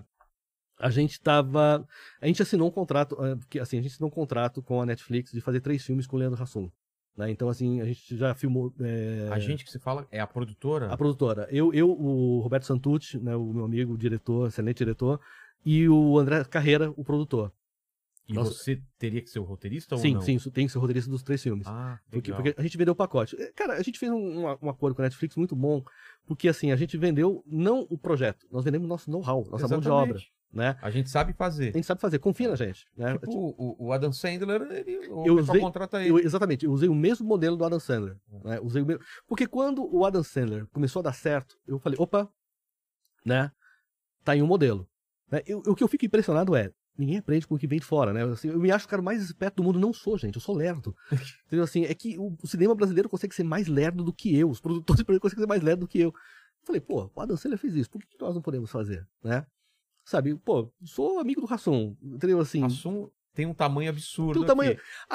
a gente assinou um contrato, porque assim, a gente assinou um contrato com a Netflix de fazer 3 filmes com o Leandro Hassum, né? Então assim, a gente já filmou... A gente que você fala é a produtora? A produtora. O Roberto Santucci, né, o meu amigo, diretor, excelente diretor, e o André Carreira, o produtor. E você teria que ser o roteirista ou não? Sim, tem que ser o roteirista dos 3 filmes. Porque a gente vendeu o pacote. Cara, a gente fez um acordo com a Netflix muito bom, porque assim, a gente vendeu não o projeto, nós vendemos nosso know-how, nossa mão de obra. Né? A gente sabe fazer. A gente sabe fazer, confia na gente. Né? Tipo, o Adam Sandler, o pessoal contrata ele. Exatamente, eu usei o mesmo modelo do Adam Sandler. Né? Porque quando o Adam Sandler começou a dar certo, eu falei, opa, né? Tá em um modelo. Né? O que eu fico impressionado ninguém aprende com o que vem de fora, né? Assim, eu me acho o cara mais esperto do mundo, não sou, gente, eu sou lerdo. Entendeu? Assim, é que o cinema brasileiro consegue ser mais lerdo do que eu, os produtores brasileiros conseguem ser mais lerdo do que eu. Falei, pô, o Adam Sandler fez isso, por que nós não podemos fazer, né? Sabe, pô, sou amigo do Hassum, entendeu? Assim, Hassum tem um tamanho absurdo. Tem um tamanho...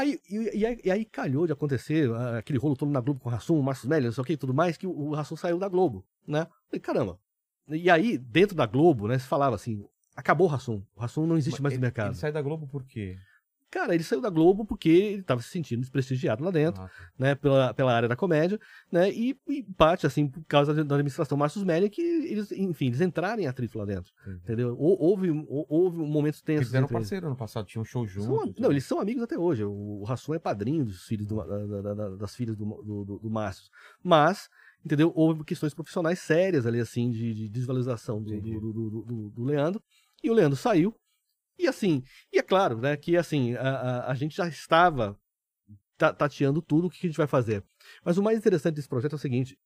Aí calhou de acontecer aquele rolo todo na Globo com o Hassum, o Márcio Smelly, não sei o que e tudo mais, que o Hassum saiu da Globo, né? Falei, caramba. E aí, dentro da Globo, né, se falava assim, acabou o Hassum não existe mais no mercado. Ele sai da Globo por quê? Cara, ele saiu da Globo porque ele estava se sentindo desprestigiado lá dentro, né, pela área da comédia, né, e parte, assim, por causa da administração Márcio Smelly, que eles entraram em atrito lá dentro, entendeu? Houve um momento tenso. Eles eram parceiros no passado, tinham um show junto. Não, eles são amigos até hoje. O Hassum é padrinho dos filhos das filhas do Márcio. Mas, entendeu? Houve questões profissionais sérias ali, assim, de desvalorização do Leandro, e o Leandro saiu. E assim, e é claro, né, que assim, a gente já estava tateando tudo, o que a gente vai fazer. Mas o mais interessante desse projeto é o seguinte,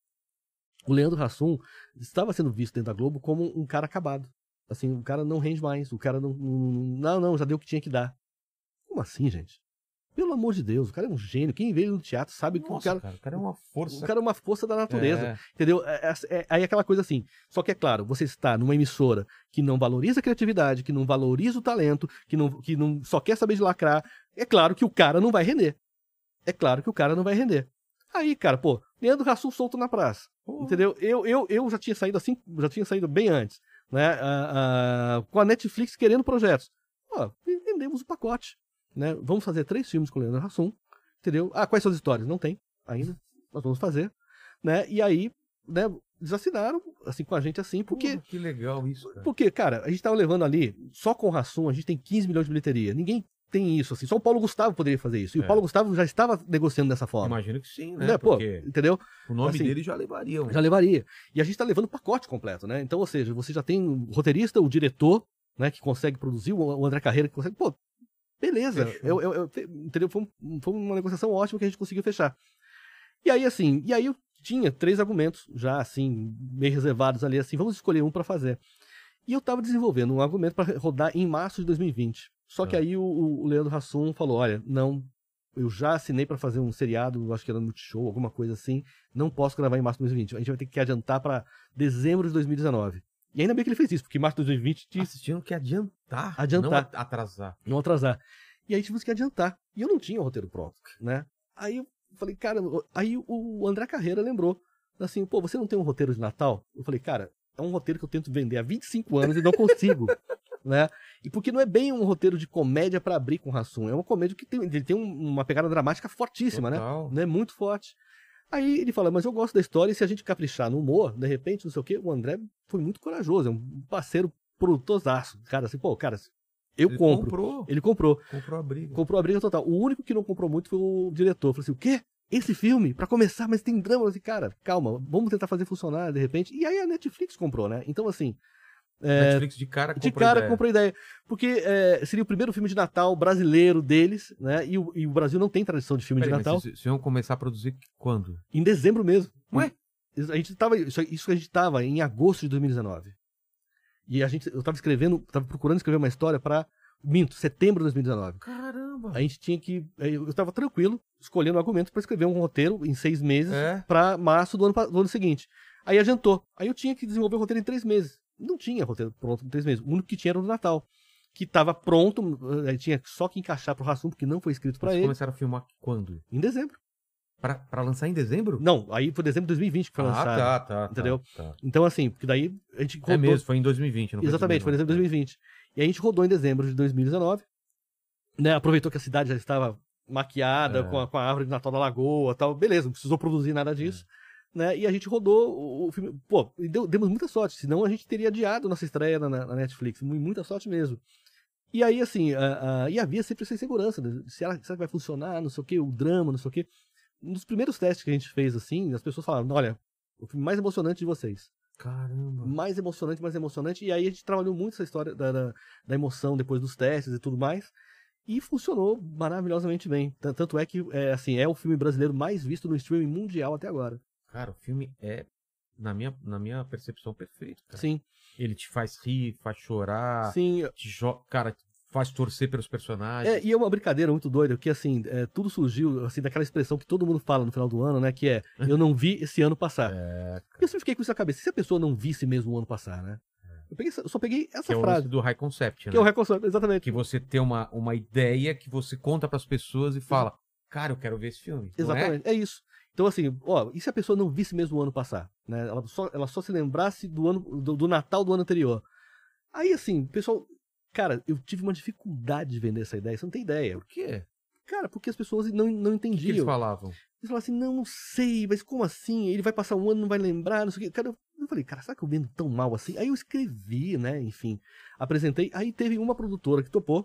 o Leandro Hassum estava sendo visto dentro da Globo como um cara acabado. Assim, o cara não rende mais, o cara não, já deu o que tinha que dar. Como assim, gente? Pelo amor de Deus, o cara é um gênio. Quem vê ele no teatro sabe que Nossa, o cara é uma força. O cara é uma força da natureza, É. entendeu? Aí aquela coisa assim. Só que é claro, você está numa emissora que não valoriza a criatividade, que não valoriza o talento, que não só quer saber de lacrar. É claro que o cara não vai render. É claro que o cara não vai render. Aí, cara, pô, Leandro Hassum solto na praça, entendeu? Eu já tinha saído assim, já tinha saído bem antes, né? Com a Netflix querendo projetos. Ó, vendemos o pacote. Né? Vamos fazer 3 filmes com o Leandro Hassum, entendeu? Quais são as histórias? Não tem ainda, nós vamos fazer, né? E aí, né, eles assinaram, assim, com a gente assim, porque... Que legal isso, cara. Porque, cara, a gente tava levando ali, só com o Hassum, a gente tem 15 milhões de bilheteria, ninguém tem isso, assim, só o Paulo Gustavo poderia fazer isso, e o Paulo Gustavo já estava negociando dessa forma. Imagino que sim, né? Pô, Porque entendeu? o nome Assim, dele já levaria. Já levaria. E a gente tá levando o pacote completo, né? Então, ou seja, você já tem o roteirista, o diretor, né, que consegue produzir, o André Carreira que consegue... Pô, beleza, entendeu? Foi uma negociação ótima que a gente conseguiu fechar. E aí, assim, eu tinha 3 argumentos já, assim, meio reservados ali, assim, vamos escolher um pra fazer. E eu tava desenvolvendo um argumento pra rodar em março de 2020. Só que aí o Leandro Hassum falou, olha, não, eu já assinei pra fazer um seriado, acho que era no Multishow, alguma coisa assim, não posso gravar em março de 2020. A gente vai ter que adiantar pra dezembro de 2019. E ainda bem que ele fez isso, porque em março de 2020... Tinham que adiantar. Adiantar. Não atrasar. Não atrasar. E aí tivemos que adiantar. E eu não tinha o roteiro pronto, né? Aí eu falei, cara... Aí o André Carreira lembrou, assim, pô, você não tem um roteiro de Natal? Eu falei, cara, é um roteiro que eu tento vender há 25 anos e não consigo, né? E porque não é bem um roteiro de comédia pra abrir com o Hassum, é uma comédia que ele tem uma pegada dramática fortíssima, Total. né? Muito forte. Aí ele fala, mas eu gosto da história e se a gente caprichar no humor, de repente, não sei o quê, o André foi muito corajoso, é um parceiro produtorzaço. Cara, assim, pô, cara, eu compro. Ele comprou. Comprou a briga. Comprou a briga total. O único que não comprou muito foi o diretor. Falou assim, o quê? Esse filme? Pra começar, mas tem drama. Eu falei, cara, calma, vamos tentar fazer funcionar, de repente. E aí a Netflix comprou, né? Então, assim... Netflix de cara comprou a ideia. Porque seria o primeiro filme de Natal brasileiro deles, né? E o Brasil não tem tradição de filme de Natal. Mas vocês iam começar a produzir quando? Em dezembro mesmo. Ué? Isso a gente tava em agosto de 2019. E eu tava procurando escrever uma história pra... setembro de 2019. Caramba! A gente tinha que... Eu tava tranquilo, escolhendo argumentos pra escrever um roteiro em 6 meses pra março do ano seguinte. Aí adiantou. Aí eu tinha que desenvolver o roteiro em 3 meses. Não tinha roteiro pronto em 3 meses. O único que tinha era o do Natal. Que tava pronto, aí tinha só que encaixar pro Hassum, porque não foi escrito pra ele. Vocês começaram a filmar quando? Em dezembro. Pra lançar em dezembro? Não, aí foi dezembro de 2020 que foi lançado. Tá. Entendeu? Tá. Então, assim, porque daí a gente rodou... É mesmo, foi em 2020, não foi? Exatamente, foi em dezembro de 2020. E a gente rodou em dezembro de 2019, né? Aproveitou que a cidade já estava maquiada com a árvore de Natal da Lagoa e tal. Beleza, não precisou produzir nada disso. Né? E a gente rodou o filme. Pô, demos muita sorte, senão a gente teria adiado nossa estreia na Netflix. Muita sorte mesmo. E aí, assim, e havia sempre essa insegurança, né? Será que vai funcionar, não sei o quê, o drama, não sei o quê. Um dos primeiros testes que a gente fez, assim, as pessoas falaram, olha, o filme mais emocionante de vocês. Caramba. Mais emocionante. E aí a gente trabalhou muito essa história da emoção depois dos testes e tudo mais. E funcionou maravilhosamente bem. Tanto é que, assim, é o filme brasileiro mais visto no streaming mundial até agora. Cara, o filme é, na minha percepção, perfeito, cara. Sim. Ele te faz rir, faz chorar. Sim. Cara, faz torcer pelos personagens. E é uma brincadeira muito doida, que assim, tudo surgiu assim, daquela expressão que todo mundo fala no final do ano, né? Que é, eu não vi esse ano passar. Eu sempre fiquei com isso na cabeça. Se a pessoa não visse mesmo o ano passar, né? Eu só peguei essa que frase. É o do High Concept, né? Que é o High Concept, exatamente. Que você tem uma ideia que você conta pras pessoas e fala, cara, eu quero ver esse filme. Exatamente, é isso. Então, assim, e se a pessoa não visse mesmo o ano passar? Né? Ela só se lembrasse do Natal do ano anterior. Aí, assim, pessoal... Cara, eu tive uma dificuldade de vender essa ideia, você não tem ideia. Por quê? Cara, porque as pessoas não entendiam. O que eles falavam? Eles falavam assim, não sei, mas como assim? Ele vai passar um ano, não vai lembrar, não sei o quê. Cara, eu falei, cara, será que eu vendo tão mal assim? Aí eu escrevi, né, enfim, apresentei. Aí teve uma produtora que topou,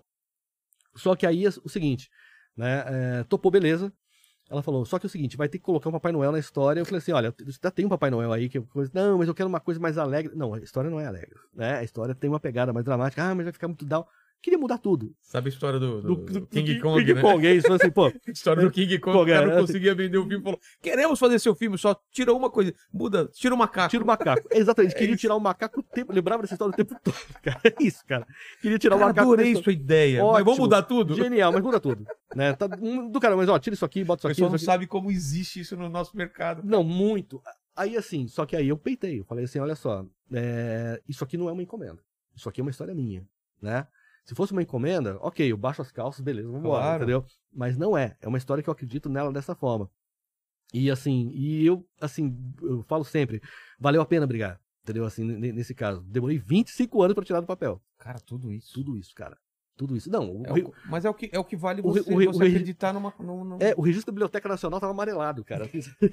só que aí é o seguinte, né, topou, beleza. Ela falou, só que é o seguinte, vai ter que colocar um Papai Noel na história. Eu falei assim, olha, já tem um Papai Noel aí, que coisa... Não, mas eu quero uma coisa mais alegre. Não, a história não é alegre, né? A história tem uma pegada mais dramática. Ah, mas vai ficar muito down. queria mudar tudo. Sabe a história do King Kong, King né? Kong, é isso, assim, pô. A história do King Kong, o cara não assim, conseguia vender o filme e falou, queremos fazer seu filme, só tira uma coisa, muda, tira o macaco. Tira o macaco. Exatamente, É queria isso. tirar o macaco o tempo, lembrava dessa história o tempo todo, cara. É isso, cara. Queria tirar Cara, o macaco. adorei o tempo sua ideia, todo. mas vamos Ótimo. mudar tudo? Genial, mas muda tudo. Né? Tá, do cara, mas ó, tira isso aqui, bota isso O aqui. pessoal não isso aqui. sabe como existe isso no nosso mercado. Não, muito. Aí assim, só que aí eu peitei. Eu falei assim, olha só, isso aqui não é uma encomenda. Isso aqui é uma história minha, né? Se fosse uma encomenda, ok, eu baixo as calças, beleza, vamos embora, Claro. entendeu? Mas não é. É uma história que eu acredito nela dessa forma. E assim, eu falo sempre, valeu a pena brigar, entendeu? Assim, nesse caso. Demorei 25 anos pra tirar do papel. Cara, tudo isso. Tudo isso, cara. Tudo isso. Não, Mas é o que vale o você, re- você o re- acreditar numa... o registro da Biblioteca Nacional tava amarelado, cara.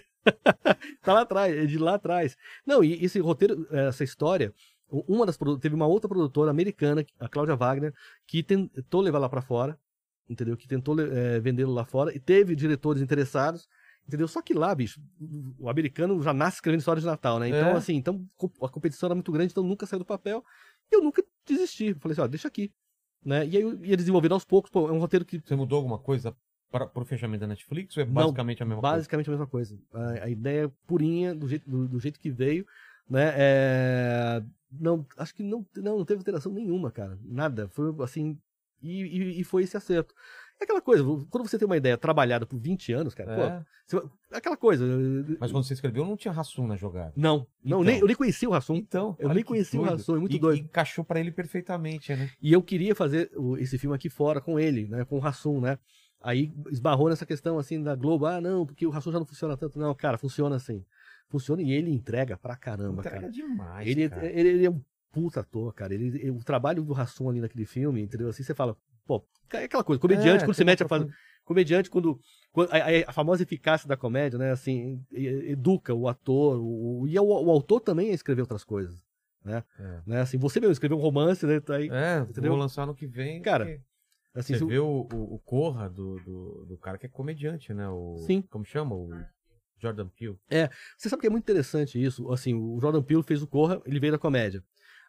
Tá lá atrás, é de lá atrás. Não, e esse roteiro, essa história, teve uma outra produtora americana, a Cláudia Wagner, que tentou levar lá pra fora, entendeu? Que tentou vendê-lo lá fora, e teve diretores interessados, entendeu? Só que lá, bicho, o americano já nasce escrevendo histórias de Natal, né? Então, assim, a competição era muito grande, então nunca saiu do papel, e eu nunca desisti. Eu falei assim, ó, deixa aqui. Né? E aí eu ia desenvolvendo aos poucos, pô, é um roteiro que... Você mudou alguma coisa pro fechamento da Netflix ou é basicamente a mesma coisa? Basicamente a mesma coisa. A ideia purinha, do jeito que veio, né? Não, acho que não teve alteração nenhuma, cara. Nada. Foi assim. E foi esse acerto. É aquela coisa, quando você tem uma ideia trabalhada por 20 anos, cara, aquela coisa. Mas quando você escreveu, não tinha Rassum na jogada. Não, Então. eu nem conhecia o Rassum. Então, Eu olha nem que conhecia o doido. Rassum, é muito E doido. encaixou pra ele perfeitamente, né? E eu queria fazer esse filme aqui fora com ele, né? Com o Rassum, né? Aí esbarrou nessa questão assim da Globo, não, porque o Rassum já não funciona tanto. Não, cara, funciona assim. Funciona e ele entrega pra caramba, Entrega cara. demais, Ele cara. é um puta ator, cara. O trabalho do Rassum ali naquele filme, entendeu? Assim você fala, pô, é aquela coisa, comediante, quando você mete a fazer. Comediante, quando a famosa eficácia da comédia, né? Assim, educa o ator, e o autor também a escrever outras coisas, né? Né? Assim, você mesmo escreveu um romance, né? Tá aí, entendeu? Vou lançar no que vem. Cara, porque assim, você vê o Corra do cara que é comediante, né? Sim. Como chama? O Jordan Peele. Você sabe que é muito interessante isso. Assim, o Jordan Peele fez o Corra, ele veio da comédia.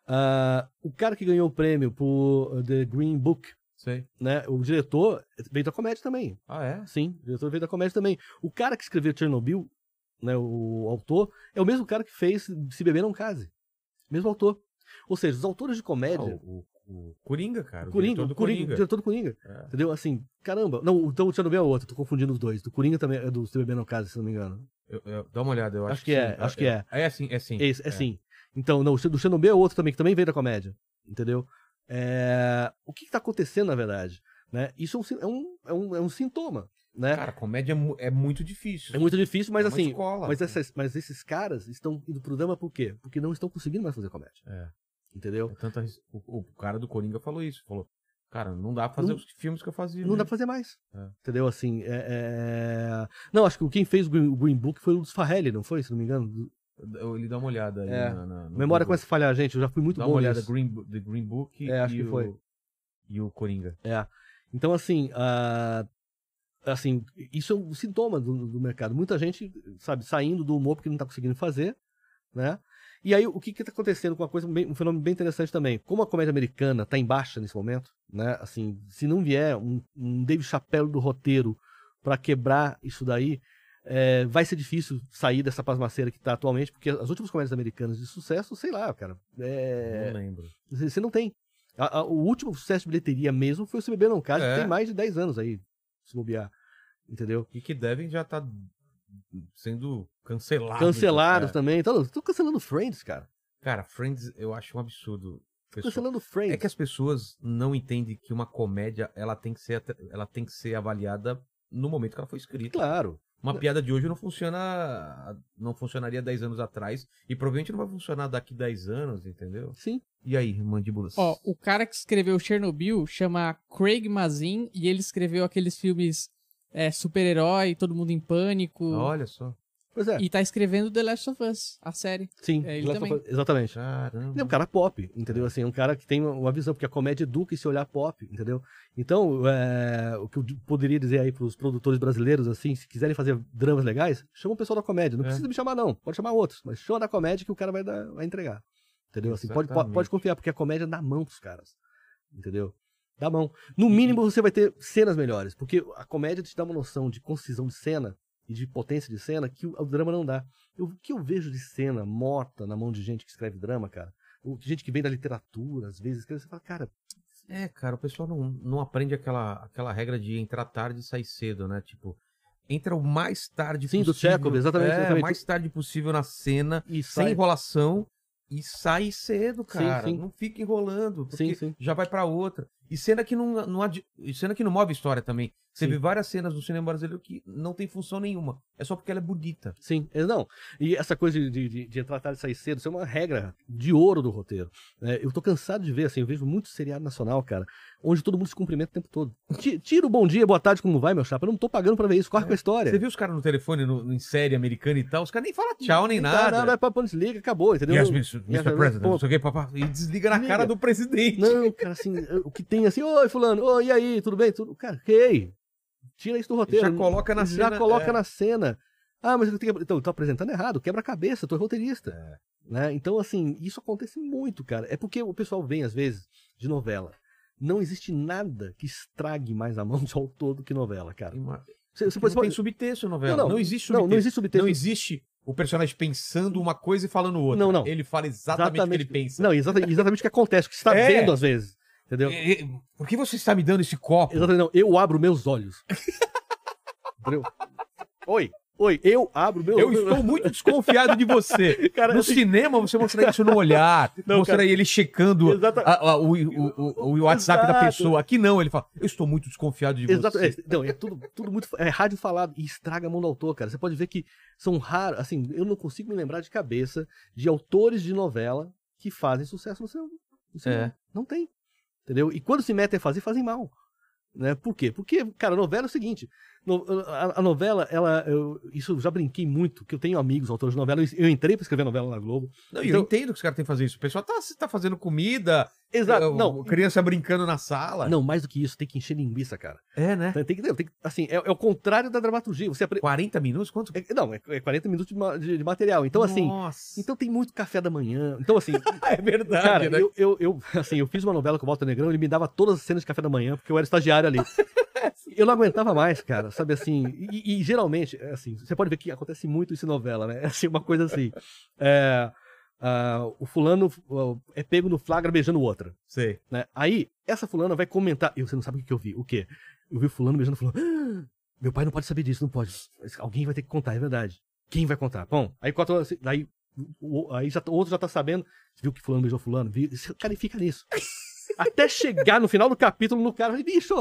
O cara que ganhou o prêmio por The Green Book, Sei. né? O diretor veio da comédia também. Ah, é? Sim, o diretor veio da comédia também. O cara que escreveu Chernobyl, né, o autor, é o mesmo cara que fez Se Beber Não Case. Mesmo autor. Ou seja, os autores de comédia... O Coringa, cara. O Coringa, diretor do o diretor do Coringa. Entendeu? Assim, caramba. Não, então o Chernobyl é outro, tô confundindo os dois. Do Coringa também é do Se Beber Não Case, se não me engano. Dá uma olhada, eu acho que é, sim. acho que é. É sim, é sim. É sim. Então, não, o do Chernobyl é outro também, que também veio da comédia. Entendeu? O que tá acontecendo, na verdade? Né? Isso é um sintoma, né? Cara, comédia é muito difícil. É muito difícil, mas É uma assim, escola. mas esses caras estão indo pro drama por quê? Porque não estão conseguindo mais fazer comédia. Entendeu? O cara do Coringa falou isso. Falou, cara, não dá pra fazer os filmes que eu fazia. Não dá pra fazer mais. Entendeu? Assim, Não, acho que quem fez o Green Book foi o dos Farrelly, não foi? Se não me engano. Ele dá uma olhada aí no Memória Google. começa a falhar, gente. Eu já fui muito Dá bom uma olhada, nisso. The Green Book acho que foi. E o Coringa. Então, assim, isso é um sintoma do mercado. Muita gente, sabe, saindo do humor porque não tá conseguindo fazer, né? E aí, o que tá acontecendo com um fenômeno bem interessante também. Como a comédia americana tá em baixa nesse momento, né? Assim, se não vier um Dave Chappelle do roteiro pra quebrar isso daí, vai ser difícil sair dessa pasmaceira que tá atualmente, porque as últimas comédias americanas de sucesso, sei lá, cara. Não lembro. Você não tem. O último sucesso de bilheteria mesmo foi o Se Beber Não Case, que tem mais de 10 anos aí, se bobear. Entendeu? E que devem já estar sendo cancelados. Cancelados também. Então, tô cancelando Friends, cara. Cara, Friends eu acho um absurdo. Tô cancelando Friends. É que as pessoas não entendem que uma comédia ela tem que ser avaliada no momento que ela foi escrita. Claro. Uma piada de hoje não funcionaria 10 anos atrás e provavelmente não vai funcionar daqui 10 anos, entendeu? Sim. E aí, mandíbulas? O cara que escreveu Chernobyl chama Craig Mazin e ele escreveu aqueles filmes super-herói, Todo Mundo em Pânico. Olha só. Pois é. E tá escrevendo The Last of Us, a série. Sim, ele também. Exatamente. Caramba. Ele é um cara pop, entendeu? Assim, é um cara que tem uma visão, porque a comédia educa esse olhar pop, entendeu? Então, o que eu poderia dizer aí pros produtores brasileiros, assim, se quiserem fazer dramas legais, chama o pessoal da comédia. Não precisa me chamar, não. Pode chamar outros, mas chama da comédia que o cara vai entregar. Entendeu? Assim, pode confiar, porque a comédia dá mão pros caras. Entendeu? Dá a mão. No mínimo, você vai ter cenas melhores, porque a comédia te dá uma noção de concisão de cena e de potência de cena que o drama não dá. O que eu vejo de cena morta na mão de gente que escreve drama, cara, gente que vem da literatura, às vezes, você fala, cara... Cara, o pessoal não aprende aquela regra de entrar tarde e sair cedo, né? Tipo, entra o mais tarde Sim, possível. do Chekhov, exatamente. O mais tarde possível na cena, E sem sai... enrolação, e sai cedo, cara. Sim. Não fica enrolando, porque Sim. já vai pra outra. E cena que cena que não move história também. Você Sim. vê várias cenas do cinema brasileiro que não tem função nenhuma. É só porque ela é bonita. Sim, não. E essa coisa de entrar tarde e sair cedo, isso é uma regra de ouro do roteiro. Eu tô cansado de ver, assim, eu vejo muito seriado nacional, cara, onde todo mundo se cumprimenta o tempo todo. Tira o bom dia, boa tarde, como vai, meu chapa? Eu não tô pagando pra ver isso, corre com a história. Você viu os caras no telefone, em série americana e tal, os caras nem falam tchau, nem nada. Não, é pra desliga, acabou, entendeu? Yes, Mr. President, não sei o que, papá. E desliga na cara do presidente. Não, cara, assim, o que tem assim, oi, fulano, oi, e aí, tudo bem? Tudo... Cara, ok. Tira isso do roteiro. Já coloca na cena. Já coloca na cena. Ah, mas eu tenho que... Então, eu tô apresentando errado, quebra-cabeça, tô roteirista. Né? Então, assim, isso acontece muito, cara. É porque o pessoal vem, às vezes, de novela. Não existe nada que estrague mais a mão de autor do que novela, cara. Você pode... Tem subtexto novela. Não existe subtexto. Não existe subtexto. Não existe o personagem pensando uma coisa e falando outra. Não. Ele fala exatamente o que ele pensa. Não, exatamente o que acontece, o que você está vendo, às vezes. Entendeu? Por que você está me dando esse copo? Exatamente, não. Eu abro meus olhos. Entendeu? Oi, eu abro meus olhos. Eu estou muito desconfiado de você. Cara, no assim... cinema, você mostra isso no olhar. Mostra ele checando o WhatsApp da pessoa. Aqui não, ele fala, eu estou muito desconfiado de você. Não, é tudo muito... É rádio falado e estraga a mão do autor, cara. Você pode ver que são raros... Assim, eu não consigo me lembrar de cabeça de autores de novela que fazem sucesso no cinema. Não tem. Entendeu? E quando se metem a fazer, fazem mal. Né? Por quê? Porque, cara, a novela é o seguinte, a novela, isso eu já brinquei muito, que eu tenho amigos, autores de novela, eu entrei pra escrever novela na Globo. Não, então, eu entendo que os caras têm que fazer isso. O pessoal tá fazendo comida, não, criança brincando na sala. Não, mais do que isso, tem que encher linguiça, cara. Né? Tem que assim, é o contrário da dramaturgia. Você 40 minutos? Quanto? É 40 minutos de material. Então, assim, então tem muito café da manhã. Então, assim... É verdade, cara, né? Eu fiz uma novela com o Walter Negrão, ele me dava todas as cenas de café da manhã, porque eu era estagiário ali. Eu não aguentava mais, cara, sabe assim, e geralmente, assim, você pode ver que acontece muito isso em novela, né, assim, uma coisa assim, o fulano é pego no flagra beijando outra. Sei. Né? Aí, essa fulana vai comentar, você não sabe o que eu vi, o quê? Eu vi fulano beijando fulano, meu pai não pode saber disso, não pode, alguém vai ter que contar, é verdade. Quem vai contar? Bom, aí o outro já tá sabendo, você viu que fulano beijou fulano? O cara fica nisso. Até chegar no final do capítulo no cara, bicho,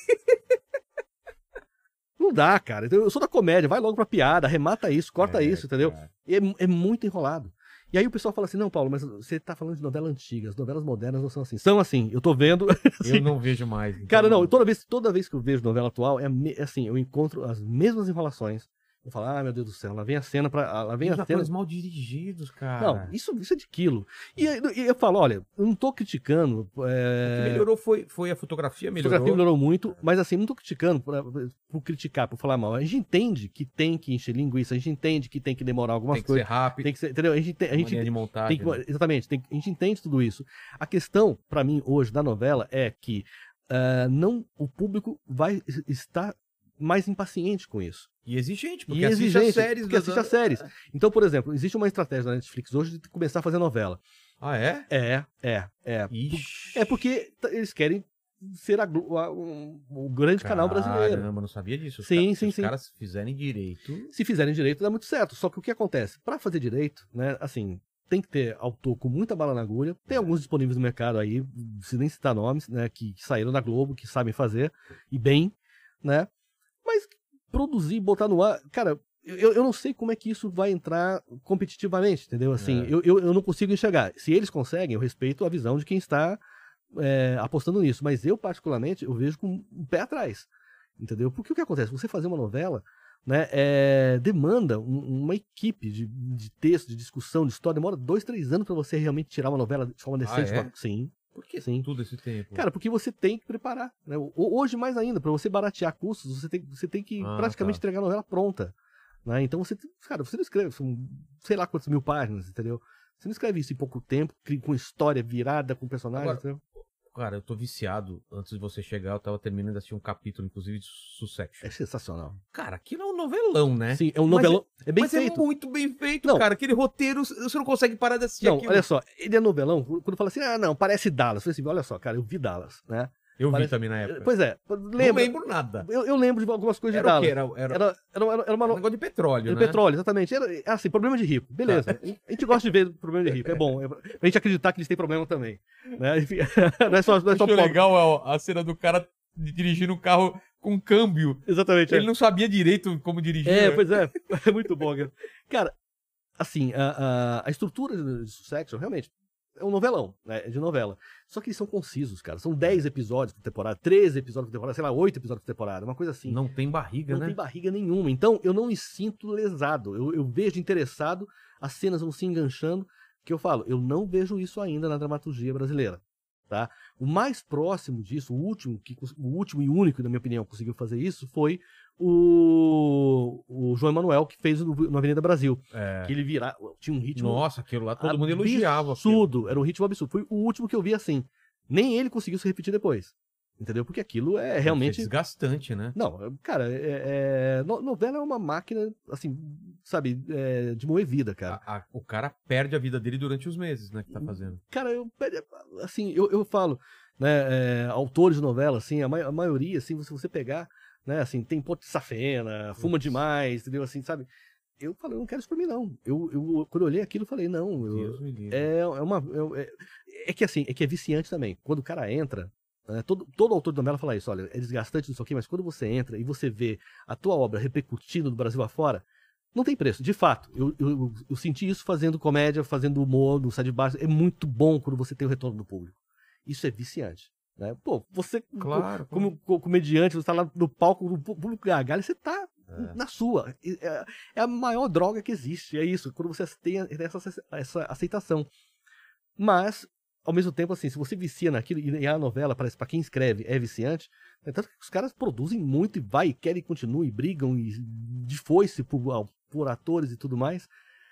não dá, cara. Eu sou da comédia, vai logo pra piada, arremata isso, corta isso, entendeu? É muito enrolado. E aí o pessoal fala assim, não, Paulo, mas você tá falando de novela antiga, as novelas modernas não são assim. São assim, eu tô vendo... assim, eu não vejo mais. Então... Cara, não, toda vez que eu vejo novela atual, assim, eu encontro as mesmas enrolações. Eu falo, meu Deus do céu, lá vem a cena pra... Lá vem os a cena... mal dirigidos, cara. Não, isso é de quilo. E eu falo, olha, eu não tô criticando... O que melhorou foi a fotografia, melhorou. A fotografia melhorou muito, mas assim, não tô criticando por criticar, por falar mal. A gente entende que tem que encher linguiça, a gente entende que tem que demorar algumas coisas. Tem que ser rápido. Tem que ser, entendeu? A gente de montagem, tem que, exatamente, a gente entende tudo isso. A questão, pra mim, hoje, da novela, é que o público vai estar mais impaciente com isso. E exigente, porque assiste as séries. Porque assiste as séries. Então, por exemplo, existe uma estratégia na Netflix hoje de começar a fazer novela. Ah, é? É. Ixi. É porque eles querem ser o grande canal brasileiro. Caramba, não sabia disso. Sim. Se os caras fizerem direito... Se fizerem direito, dá muito certo. Só que o que acontece? Pra fazer direito, né, assim... Tem que ter autor com muita bala na agulha. Tem alguns disponíveis no mercado aí, se nem citar nomes, né, que saíram da Globo, que sabem fazer, e bem, né? Mas produzir, botar no ar... Cara, eu não sei como é que isso vai entrar competitivamente, entendeu? Assim, eu não consigo enxergar. Se eles conseguem, eu respeito a visão de quem está apostando nisso. Mas eu, particularmente, eu vejo com um pé atrás, entendeu? Porque o que acontece? Você fazer uma novela... Né, demanda uma equipe de texto, de discussão, de história, demora 2-3 anos para você realmente tirar uma novela de forma decente. Sim. Por que sim. Tudo esse tempo? Cara, porque você tem que preparar. Né? Hoje, mais ainda, para você baratear custos, você tem que praticamente entregar a novela pronta. Né? Então, você não escreve, são sei lá quantas mil páginas, entendeu? Você não escreve isso em pouco tempo, com história virada, com personagens, Agora, entendeu? Cara, eu tô viciado. Antes de você chegar, eu tava terminando de assistir um capítulo, inclusive, de Succession. É sensacional. Cara, aquilo é um novelão, né? Sim, é um novelão. É bem mas feito. é muito bem feito, Não. cara. Aquele roteiro, você não consegue parar de assistir Não, aquilo. olha só, ele é novelão, quando fala assim, não, parece Dallas. Eu falei assim, olha só, cara, eu vi Dallas, né? Eu Parece- vi também na época. Pois é, Não lembra, lembro nada. eu lembro de algumas coisas Era o de quê? Dallas. Era Era uma um negócio de petróleo, Era né? petróleo, exatamente. Era assim, problema de rico. Beleza. A gente gosta de ver problema de rico. É bom. Pra gente acreditar que eles têm problema também. Né? Enfim, não é só Achei pobre. legal a cena do cara dirigindo um carro com câmbio. Exatamente. Ele não sabia direito como dirigir. É, né? pois é. É muito bom, cara. Cara, assim, a estrutura de Succession, realmente, é um novelão, né? É de novela. Só que eles são concisos, cara. São 10 episódios por temporada, 13 episódios por temporada, sei lá, 8 episódios por temporada. Uma coisa assim. Não tem barriga, Não né? tem barriga nenhuma. Então, eu não me sinto lesado. Eu vejo interessado, as cenas vão se enganchando, que eu falo, eu não vejo isso ainda na dramaturgia brasileira. Tá? O mais próximo disso, o último e único, na minha opinião, que conseguiu fazer isso foi o João Emanuel, que fez no Avenida Brasil. É. Que ele tinha um ritmo Nossa, aquilo lá todo mundo elogiava. aquilo. absurdo. Era um ritmo absurdo. Foi o último que eu vi assim. Nem ele conseguiu se repetir depois. Entendeu? Porque aquilo é Deve realmente... ser desgastante, né? Não, cara, novela é uma máquina, assim, sabe, de moer vida, cara. O cara perde a vida dele durante os meses, né, que tá fazendo. Cara, assim, eu falo, né, autores de novela, assim, a maioria, assim, se você pegar, né, assim, tem ponto de safena, fuma demais, entendeu, assim, sabe? Eu falei, eu não quero isso pra mim, não. Quando eu olhei aquilo, eu falei, não, Deus me livre. é que assim, é que é viciante também. Quando o cara entra, né, todo autor de novela fala isso, olha, é desgastante, não sei o quê, mas quando você entra e você vê a tua obra repercutindo do Brasil afora, não tem preço. De fato, eu senti isso fazendo comédia, fazendo humor, no Sai de Baixo. É muito bom quando você tem o retorno do público. Isso é viciante. Né? Pô, você, Claro, como comediante, você tá lá no palco, no público gargalha, você tá na sua. É a maior droga que existe, é isso, quando você tem essa aceitação. Mas, ao mesmo tempo, assim, se você vicia naquilo, e a novela, parece, pra quem escreve, é viciante, né? Tanto que os caras produzem muito e vai, e querem, continuam, e brigam, e de foice por atores e tudo mais.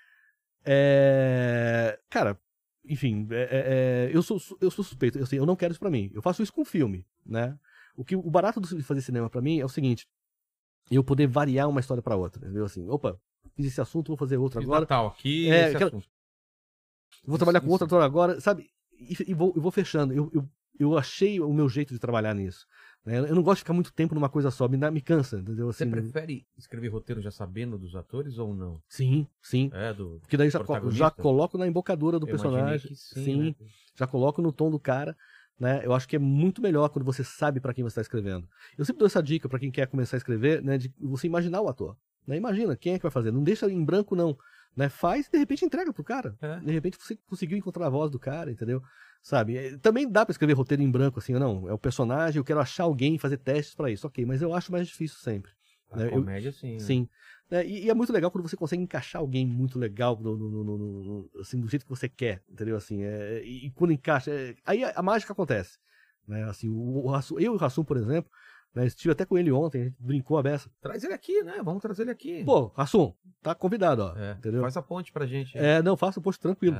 Cara, enfim, eu sou suspeito, eu não quero isso pra mim. Eu faço isso com filme, né? O barato de fazer cinema pra mim é o seguinte, eu poder variar uma história pra outra, entendeu? Assim, opa, fiz esse assunto, vou fazer outro Fiz agora. Natal aqui, esse assunto. Vou trabalhar com outro ator agora, sabe? E vou fechando. Eu achei o meu jeito de trabalhar nisso. Né? Eu não gosto de ficar muito tempo numa coisa só, me cansa, entendeu? Você Assim, prefere escrever roteiro já sabendo dos atores ou não? Sim. Porque daí já protagonista? coloco na embocadura do Eu imaginei personagem. que sim, né? Já coloco no tom do cara. Né? Eu acho que é muito melhor quando você sabe pra quem você está escrevendo. Eu sempre dou essa dica pra quem quer começar a escrever, né? De você imaginar o ator. Né? Imagina quem é que vai fazer. Não deixa em branco, não. Né? Faz e de repente entrega pro cara. De repente você conseguiu encontrar a voz do cara, entendeu? Sabe? Também dá pra escrever roteiro em branco, assim, não. É o personagem, eu quero achar alguém e fazer testes pra isso. Ok, mas eu acho mais difícil sempre. A comédia, sim. Sim. Né? E é muito legal quando você consegue encaixar alguém muito legal assim, do jeito que você quer, entendeu? Assim, e quando encaixa, aí a mágica acontece. Né? Assim, eu e o Hassum, por exemplo, né, estive até com ele ontem, a gente brincou a beça. Traz ele aqui, né? Vamos trazer ele aqui. Pô, Hassum, tá convidado, ó. Entendeu? Faz a ponte pra gente. Não, faça o post tranquilo.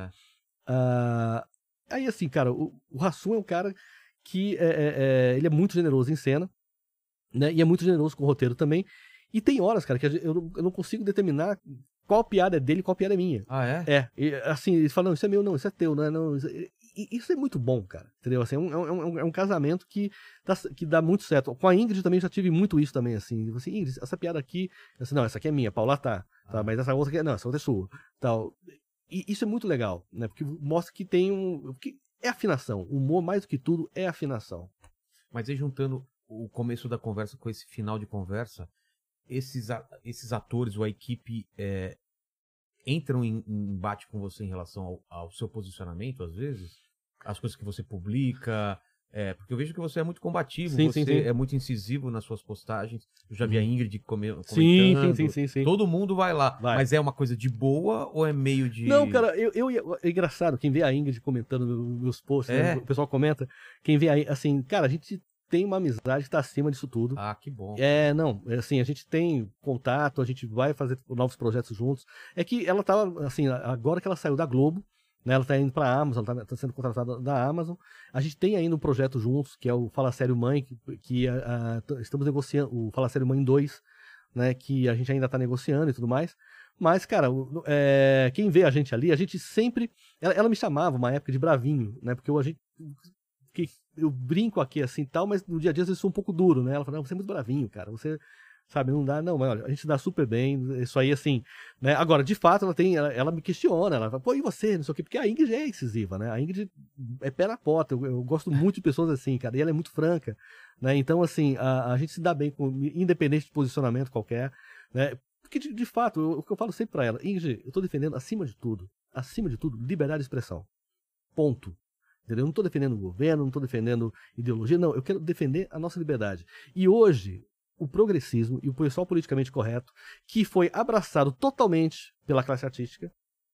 Aí, assim, cara, o Hassum é um cara que ele é muito generoso em cena, né? E é muito generoso com o roteiro também. E tem horas, cara, que eu não consigo determinar qual piada é dele e qual piada é minha. Ah, é? E, assim, eles falam, não, isso é meu, não, isso é teu, não é, não. Isso é muito bom, cara, entendeu? Assim, é um casamento que dá muito certo. Com a Ingrid também já tive muito isso também, assim. Assim, Ingrid, essa piada aqui, assim, não, essa aqui é minha, Paula tá, mas essa outra aqui, não, essa outra é sua, tal. E isso é muito legal, né? Porque mostra que que é afinação. O humor, mais do que tudo, é afinação. Mas aí, juntando o começo da conversa com esse final de conversa, esses atores ou a equipe entram em embate com você em relação ao seu posicionamento, às vezes? As coisas que você publica... porque eu vejo que você é muito combativo, sim. é muito incisivo nas suas postagens. Eu já vi a Ingrid comentando. Sim. Todo mundo vai lá. Vai. Mas é uma coisa de boa ou é meio de... Não, cara, é engraçado, quem vê a Ingrid comentando meus posts, né, o pessoal comenta, quem vê aí, assim, cara, a gente tem uma amizade que tá acima disso tudo. Ah, que bom. Assim, a gente tem contato, a gente vai fazer novos projetos juntos. É que ela tava, assim, agora que ela saiu da Globo, né? Ela está indo para a Amazon, está sendo contratada da Amazon. A gente tem ainda um projeto juntos, que é o Fala Sério Mãe, que estamos negociando, o Fala Sério Mãe 2, né? Que a gente ainda está negociando e tudo mais. Mas, cara, quem vê a gente ali, a gente sempre... Ela me chamava, uma época, de bravinho, né? Porque eu brinco aqui assim tal, mas no dia a dia eu sou um pouco duro, né? Ela fala, não, você é muito bravinho, cara, você, sabe, não dá, não, mas olha, a gente dá super bem, isso aí assim, né? Agora, de fato, ela me questiona, ela fala, pô, e você, não sei o quê, porque a Ingrid é incisiva, né? A Ingrid é pé na porta, eu gosto muito de pessoas assim, cara, e ela é muito franca, né? Então, assim, a gente se dá bem, independente de posicionamento qualquer, né? Porque, de fato, o que eu falo sempre pra ela, Ingrid, eu tô defendendo, acima de tudo, liberdade de expressão, ponto. Entendeu? Eu não estou defendendo o governo, não estou defendendo ideologia, não. Eu quero defender a nossa liberdade. E hoje, o progressismo e o pessoal politicamente correto, que foi abraçado totalmente pela classe artística,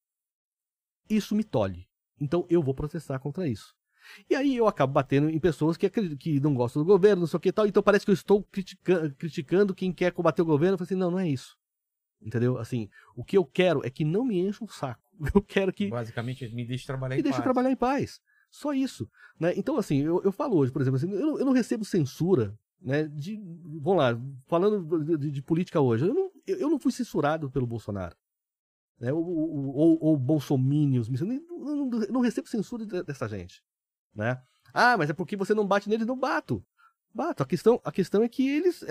isso me tolhe. Então eu vou protestar contra isso. E aí eu acabo batendo em pessoas que não gostam do governo, não sei o que e tal. Então parece que eu estou criticando quem quer combater o governo. Eu falei assim, não é isso. Entendeu? Assim, o que eu quero é que não me encha um saco. Eu quero que... Basicamente, me deixe trabalhar me deixe trabalhar em paz. Só isso, né? Então, assim, eu falo hoje, por exemplo, assim, eu não recebo censura, né? Vamos lá, falando de política hoje, eu não fui censurado pelo Bolsonaro, né? Ou bolsominions, eu não recebo censura dessa gente, né? Ah, mas é porque você não bate neles, não bato. Bato. A questão é que eles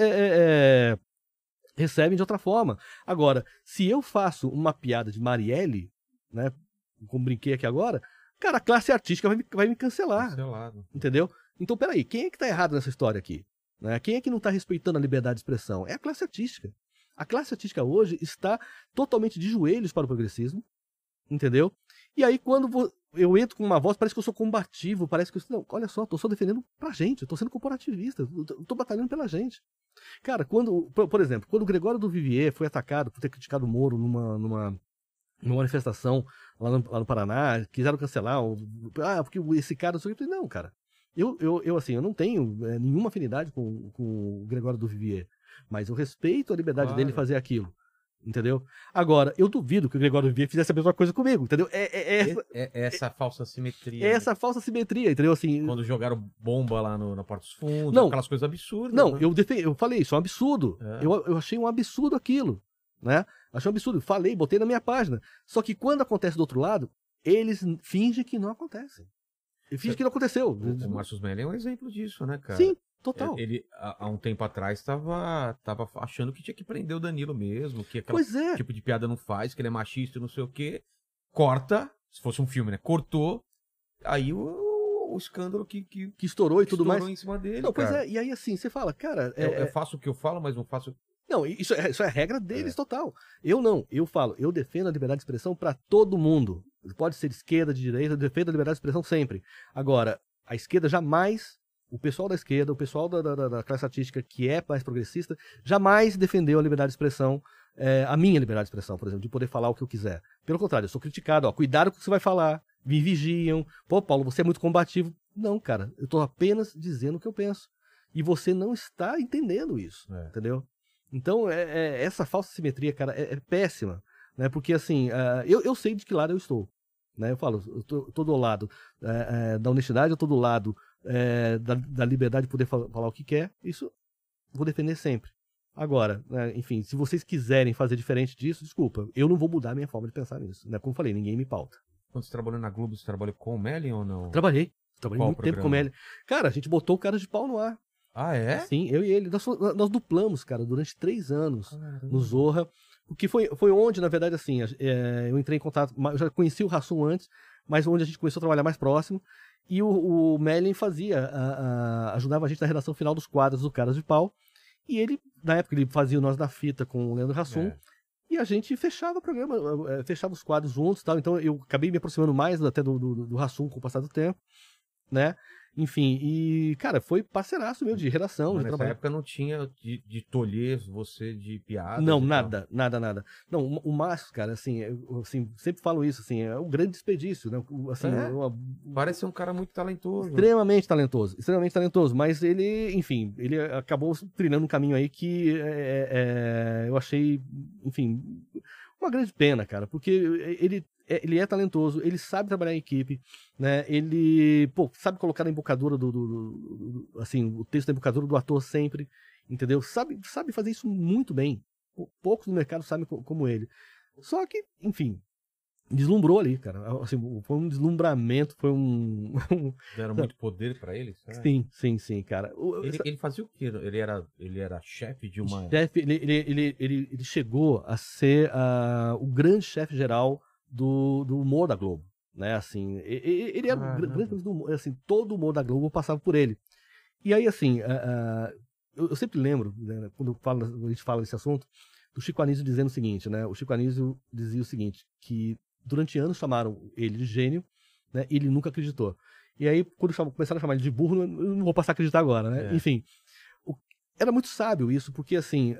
recebem de outra forma. Agora, se eu faço uma piada de Marielle, né? Como brinquei aqui agora, cara, a classe artística vai me cancelar. Cancelado. Entendeu? Então, peraí, quem é que tá errado nessa história aqui? Né? Quem é que não tá respeitando a liberdade de expressão? É a classe artística. A classe artística hoje está totalmente de joelhos para o progressismo, entendeu? E aí, quando eu entro com uma voz, parece que eu sou combativo, parece que eu... Não, olha só, tô só defendendo pra gente, eu tô sendo corporativista, eu tô batalhando pela gente. Cara, por exemplo, quando o Gregório do Vivier foi atacado por ter criticado o Moro numa manifestação lá no Paraná, quiseram cancelar, porque esse cara... Eu falei, não, cara, eu não tenho nenhuma afinidade com o Gregório do Vivier, mas eu respeito a liberdade dele fazer aquilo, entendeu? Agora, eu duvido que o Gregório do Vivier fizesse a mesma coisa comigo, entendeu? Essa falsa simetria. Essa falsa simetria, entendeu? Assim, quando jogaram bomba lá na Porta dos Fundos, não, aquelas coisas absurdas. Não, né? eu falei, isso é um absurdo. Eu achei um absurdo aquilo, né? Achei um absurdo. Falei, botei na minha página. Só que quando acontece do outro lado, eles fingem que não acontece. Fingem que não aconteceu. O Márcio Smelly é um exemplo disso, né, cara? Sim, total. Ele, há um tempo atrás, estava achando que tinha que prender o Danilo mesmo, que aquele tipo de piada não faz, que ele é machista e não sei o quê. Corta, se fosse um filme, né? Cortou, aí o escândalo que estourou e tudo mais. Estourou em cima dele, não, cara. Pois é, e aí assim, você fala, cara... Eu faço o que eu falo, mas não faço... Não, isso é a regra deles total. Eu não, eu falo, eu defendo a liberdade de expressão para todo mundo. Pode ser de esquerda, de direita, eu defendo a liberdade de expressão sempre. Agora, a esquerda jamais, o pessoal da esquerda, o pessoal da classe artística que é mais progressista, jamais defendeu a liberdade de expressão, a minha liberdade de expressão, por exemplo, de poder falar o que eu quiser. Pelo contrário, eu sou criticado, cuidado com o que você vai falar, me vigiam, pô, Paulo, você é muito combativo. Não, cara, eu tô apenas dizendo o que eu penso. E você não está entendendo isso, entendeu? Então, essa falsa simetria, cara, é péssima, né? Porque, assim, eu sei de que lado eu estou, né? Eu falo, eu tô do lado da honestidade, eu tô do lado da liberdade de poder falar o que quer, isso vou defender sempre. Agora, enfim, se vocês quiserem fazer diferente disso, desculpa, eu não vou mudar a minha forma de pensar nisso, né? Como eu falei, ninguém me pauta. Quando você trabalhou na Globo, você trabalhou com o Mellin ou não? Trabalhei Qual muito programa? tempo com o Mellin. Cara, a gente botou o cara de pau no ar. Ah, é? Sim, eu e ele. Nós duplamos, cara, durante 3 anos no Zorra. Porque foi onde, na verdade, assim, eu entrei em contato. Eu já conheci o Rassum antes, mas onde a gente começou a trabalhar mais próximo. E o Mellin ajudava a gente na redação final dos quadros do Caras de Pau. E ele, na época, ele fazia o Nós da Fita com o Leandro Hassum. E a gente fechava o programa, fechava os quadros juntos e tal. Então eu acabei me aproximando mais até do Hassum com o passar do tempo, né? Enfim, e, cara, foi parceiraço meu de redação, Mas de nessa trabalho. época não tinha de tolher você de piada. Não, nada. Não, o Márcio, cara, assim, eu sempre falo isso, assim, é um grande desperdício, né? Assim, Parece um cara muito talentoso. Extremamente talentoso, mas ele, enfim, ele acabou trilhando um caminho aí que eu achei, enfim, uma grande pena, cara, porque ele é talentoso, ele sabe trabalhar em equipe, né? Ele, pô, sabe colocar na embocadura assim, o texto da embocadura do ator sempre, entendeu? Sabe fazer isso muito bem. Poucos no mercado sabem como ele. Só que, enfim, deslumbrou ali, cara. Assim, foi um deslumbramento, foi Deram muito poder pra ele? Será? Sim, cara. Ele fazia o quê? Ele era chefe de uma... Chefe, ele chegou a ser o grande chefe geral do humor da Globo, né? Assim, ele era o grande do humor, assim, todo o humor da Globo passava por ele. E aí, assim, eu sempre lembro, né, quando a gente fala desse assunto, do Chico Anísio dizendo o seguinte, né? O Chico Anísio dizia o seguinte, que durante anos chamaram ele de gênio, né? E ele nunca acreditou. E aí, quando começaram a chamar ele de burro, eu não vou passar a acreditar agora, né? Enfim, era muito sábio isso, porque, assim,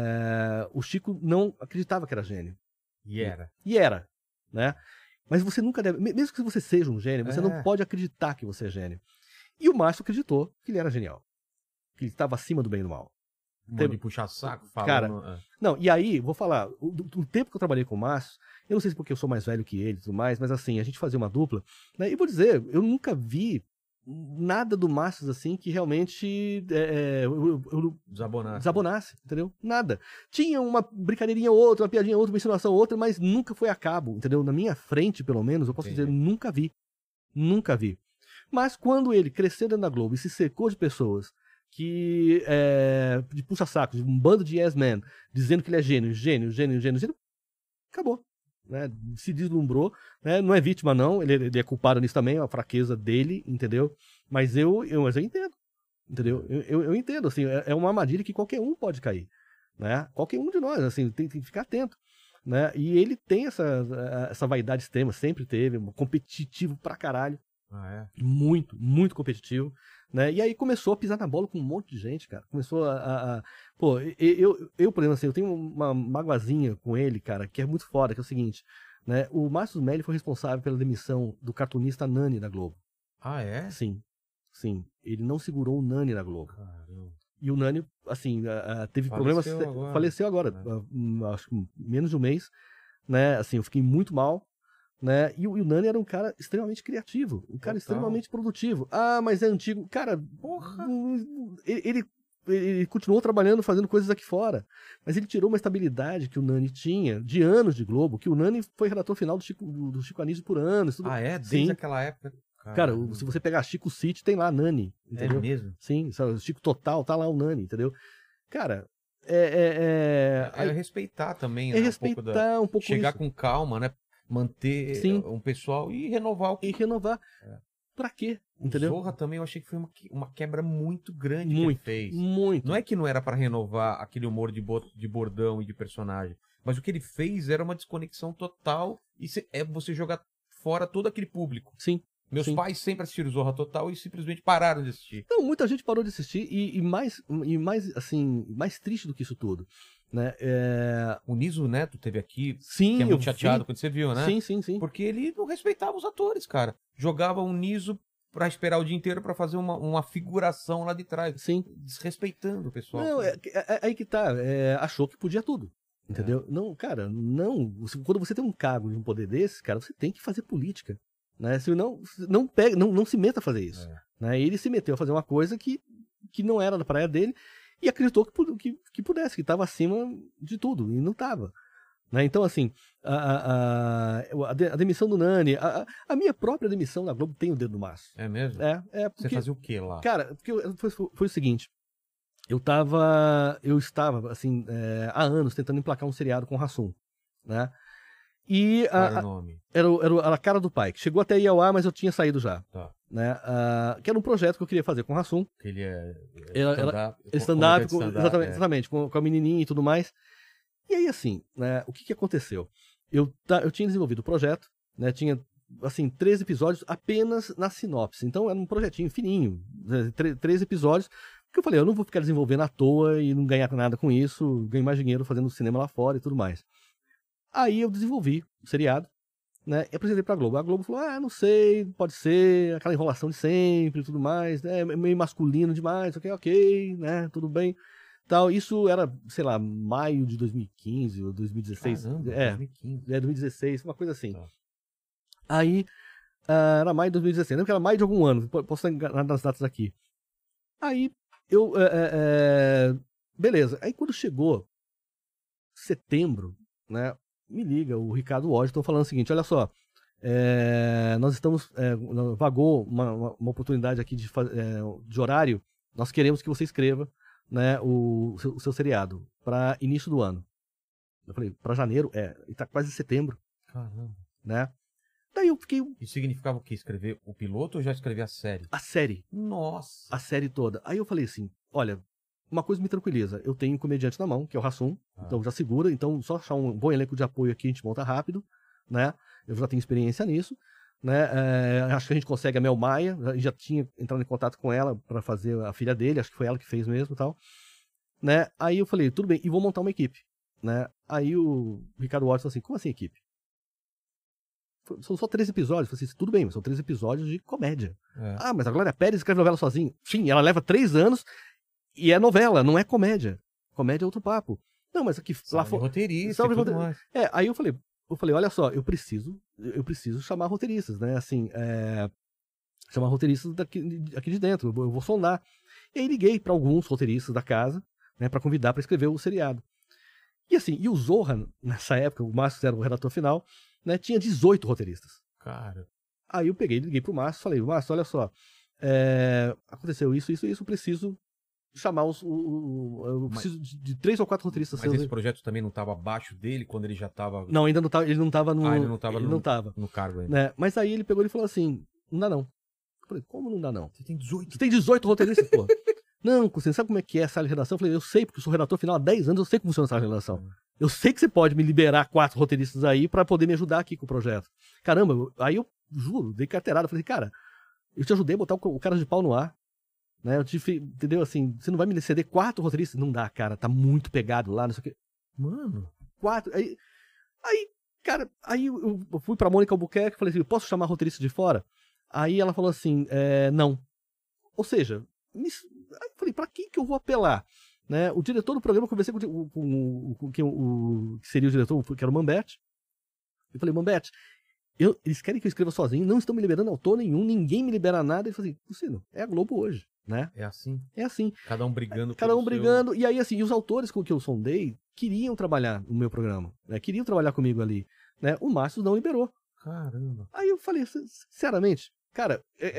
o Chico não acreditava que era gênio. E era, né? Mas você nunca deve... Mesmo que você seja um gênio, você não pode acreditar que você é gênio. E o Márcio acreditou que ele era genial. Que ele estava acima do bem e do mal. De puxar saco, falando... Cara, não, e aí, vou falar, o tempo que eu trabalhei com o Márcio, eu não sei se porque eu sou mais velho que ele e tudo mais, mas assim, a gente fazia uma dupla, né, e vou dizer, eu nunca vi nada do Márcio, assim, que realmente eu desabonasse, entendeu? Nada. Tinha uma brincadeirinha ou outra, uma piadinha ou outra, uma insinuação ou outra, mas nunca foi a cabo, entendeu? Na minha frente, pelo menos, eu posso dizer, nunca vi. Nunca vi. Mas quando ele cresceu dentro da Globo e se cercou de pessoas que de puxa-sacos, um bando de yes-men, dizendo que ele é gênio, acabou. Né? Se deslumbrou, né? Não é vítima não, ele é culpado nisso também, é uma fraqueza dele, entendeu? Mas eu entendo, entendeu? Eu entendo, assim, é uma armadilha que qualquer um pode cair, né? Qualquer um de nós, assim, tem que ficar atento, né? E ele tem essa vaidade extrema, sempre teve, competitivo pra caralho. Muito, muito competitivo, né? E aí começou a pisar na bola com um monte de gente, cara. Começou Pô, eu, por exemplo, assim, eu tenho uma magoazinha com ele, cara, que é muito foda, que é o seguinte, né? O Márcio Smelly foi responsável pela demissão do cartunista Nani da Globo. Ah, é? Sim. Ele não segurou o Nani na Globo. Caramba. E o Nani, assim, teve problemas... Faleceu agora, acho que menos de um mês, né? Assim, eu fiquei muito mal. Né? E o Nani era um cara extremamente criativo, um cara extremamente produtivo. Ah, mas é antigo. Cara, porra! Ele continuou trabalhando, fazendo coisas aqui fora. Mas ele tirou uma estabilidade que o Nani tinha de anos de Globo, que o Nani foi redator final do Chico Anísio por anos. Tudo. Ah, é? Desde aquela época? Cara, se você pegar Chico City, tem lá Nani. Entendeu? É mesmo? Sim, sabe, Chico Total, tá lá o Nani, entendeu? Cara, respeitar também, né? Respeitar um pouco chegar isso. Com calma, né? Manter um pessoal e renovar. Pra quê? Entendeu? O Zorra também eu achei que foi uma quebra muito grande muito, que ele fez. Muito. Não é que não era pra renovar aquele humor de bordão e de personagem, mas o que ele fez era uma desconexão total e você jogar fora todo aquele público. Sim. Meus pais sempre assistiram Zorra Total e simplesmente pararam de assistir. Então, muita gente parou de assistir e mais triste do que isso tudo, né? O Niso Neto teve aqui, sim, que é muito chateado quando você viu, né? Sim. Porque ele não respeitava os atores, cara. Jogava um Niso pra esperar o dia inteiro pra fazer uma figuração lá de trás. Sim. Desrespeitando o pessoal. Não, aí que tá. Achou que podia tudo. Entendeu? Não, cara, não. Quando você tem um cargo de um poder desse, cara, você tem que fazer política. Né? Senão, não se meta a fazer isso. Né? Ele se meteu a fazer uma coisa que não era da praia dele e acreditou que pudesse, que estava acima de tudo, e não estava. Né? Então, assim, a demissão do Nani, a minha própria demissão na Globo tem o dedo do Márcio. É mesmo? Porque, você fazia o que lá? Cara, porque foi o seguinte, eu estava, assim, há anos tentando emplacar um seriado com o Hassum, né? E qual era o nome? Era a Cara do Pai, que chegou até aí ao ar, mas eu tinha saído já. Tá. Né? Que era um projeto que eu queria fazer com o Hassum. Ele stand-up, exatamente, com a menininha e tudo mais. E aí, assim, né, o que aconteceu? Eu tinha desenvolvido o projeto, né, tinha, assim, 13 episódios apenas na sinopse. Então, era um projetinho fininho, 13 episódios, porque eu falei, eu não vou ficar desenvolvendo à toa e não ganhar nada com isso, ganho mais dinheiro fazendo cinema lá fora e tudo mais. Aí eu desenvolvi o seriado, né, e apresentei pra Globo. A Globo falou, não sei, pode ser, aquela enrolação de sempre e tudo mais, né, meio masculino demais, ok, né, tudo bem, tal. Isso era, sei lá, maio de 2015 ou 2016. Caramba, 2015. 2016, uma coisa assim. Tá. Aí, era maio de 2016, lembro que era maio de algum ano, posso estar enganado nas datas aqui. Aí, beleza. Aí quando chegou setembro, né, me liga o Ricardo Washington falando o seguinte, olha só, nós estamos, vagou uma oportunidade aqui de horário, nós queremos que você escreva, né, o seu seriado para início do ano. Eu falei, para janeiro? E tá quase setembro. Caramba. Né? Daí eu fiquei... Isso significava o quê? Escrever o piloto ou já escrever a série? A série. Nossa. A série toda. Aí eu falei assim, olha, uma coisa me tranquiliza, eu tenho um comediante na mão, que é o Hassum, então já segura, então só achar um bom elenco de apoio aqui, a gente monta rápido, né? Eu já tenho experiência nisso, né? Acho que a gente consegue a Mel Maia, já tinha entrado em contato com ela para fazer a filha dele, acho que foi ela que fez mesmo e tal, né? Aí eu falei, tudo bem, e vou montar uma equipe, né? Aí o Ricardo Watson falou assim, como assim equipe? São só 3 episódios. Eu falei assim, tudo bem, mas são 3 episódios de comédia. Mas a Glória Pérez escreve novela sozinha. Sim, ela leva 3 anos e é novela, não é comédia. Comédia é outro papo. Não, mas aqui... roteirista e tudo mais. Aí eu falei, olha só, eu preciso chamar roteiristas, né? Assim, chamar roteiristas aqui de dentro, eu vou sondar. E aí liguei para alguns roteiristas da casa, né, para convidar para escrever o seriado. E assim, o Zorra, nessa época, o Márcio era o redator final, né, tinha 18 roteiristas. Cara. Aí eu liguei pro Márcio e falei, Márcio, olha só, aconteceu isso, eu preciso chamar eu preciso de 3 ou 4 roteiristas. Mas esse projeto também não estava abaixo dele quando ele já estava... Não, ainda não estava, ele não estava no... ele não estava no cargo ainda. Né? Mas aí ele pegou e falou assim, não dá não. Eu falei, como não dá não? Você tem 18. Você tem 18 roteiristas, pô. Não, você sabe como é que é a sala de redação? Eu falei, eu sei, porque eu sou redator final há 10 anos, eu sei como funciona a sala de redação. Eu sei que você pode me liberar 4 roteiristas aí pra poder me ajudar aqui com o projeto. Caramba, aí eu juro, dei carteirada. Falei, cara, eu te ajudei a botar o cara de pau no ar. Né? Entendeu? Assim, você não vai me ceder 4 roteiristas? Não dá, cara, tá muito pegado lá, não sei o quê. Mano, 4. Aí, cara, aí eu fui pra Mônica Albuquerque e falei assim, eu posso chamar roteirista de fora? Aí ela falou assim, não. Ou seja, aí eu falei, pra quem que eu vou apelar? Né? O diretor do programa, eu conversei com que seria o diretor, que era o Mambete. Eu falei, Mambete, eles querem que eu escreva sozinho, não estão me liberando autor nenhum, ninguém me libera nada. Ele falou assim, Luciano, é a Globo hoje, né? É assim? É assim. Cada um brigando. E aí assim, e os autores com que eu sondei queriam trabalhar no meu programa, né? Queriam trabalhar comigo ali, né? O Márcio não liberou. Caramba. Aí eu falei, sinceramente, cara...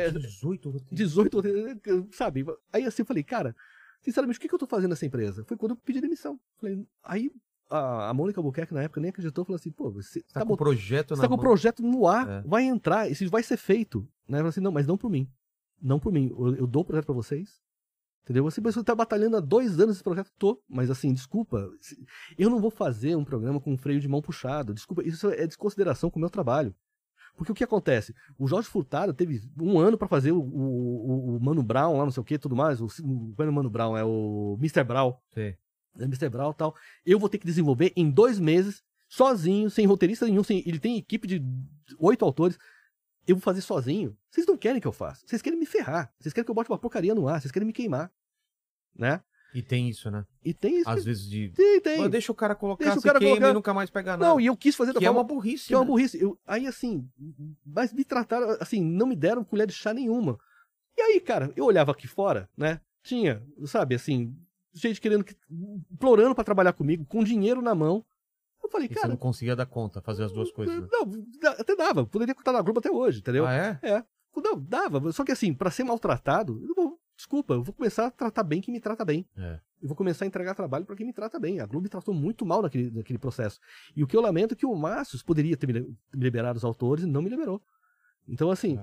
18, sabe? Aí assim eu falei, cara, sinceramente, o que eu tô fazendo nessa empresa? Foi quando eu pedi demissão. Falei, aí a Mônica Albuquerque na época nem acreditou, falou assim, pô, você tá com o projeto o projeto no ar, vai entrar, isso vai ser feito. Né? Eu falei assim, não, mas não por mim. Não por mim. Eu dou o projeto pra vocês. Entendeu? Assim, você tá batalhando há 2 anos esse projeto, mas assim, desculpa, eu não vou fazer um programa com um freio de mão puxado. Desculpa, isso é desconsideração com o meu trabalho. Porque o que acontece? O Jorge Furtado teve 1 ano pra fazer o Mano Brown lá, não sei o que, tudo mais. O Mano Brown é o Mr. Brown. Sim. É Mr. Brown e tal. Eu vou ter que desenvolver em 2 meses, sozinho, sem roteirista nenhum. Ele tem equipe de 8 autores. Eu vou fazer sozinho. Vocês não querem que eu faça. Vocês querem me ferrar. Vocês querem que eu bote uma porcaria no ar. Vocês querem me queimar. Né? E tem isso, né? E tem isso. Às vezes de... Tem. Mas deixa o cara colocar, queima e nunca mais pega nada. Não, e eu quis fazer da forma... é uma burrice. Que é uma burrice. Aí, assim, mas me trataram, assim, não me deram colher de chá nenhuma. E aí, cara, eu olhava aqui fora, né? Tinha, sabe, assim, gente implorando pra trabalhar comigo, com dinheiro na mão. Eu falei, cara... Você não conseguia dar conta, fazer as duas coisas, né? Não, até dava. Poderia estar na Globo até hoje, entendeu? Ah, é? É. Não, dava. Só que assim, pra ser maltratado, desculpa, eu vou começar a tratar bem quem me trata bem. Eu vou começar a entregar trabalho pra quem me trata bem. A Globo me tratou muito mal naquele processo. E o que eu lamento é que o Márcio poderia ter me liberado os autores e não me liberou. Então assim,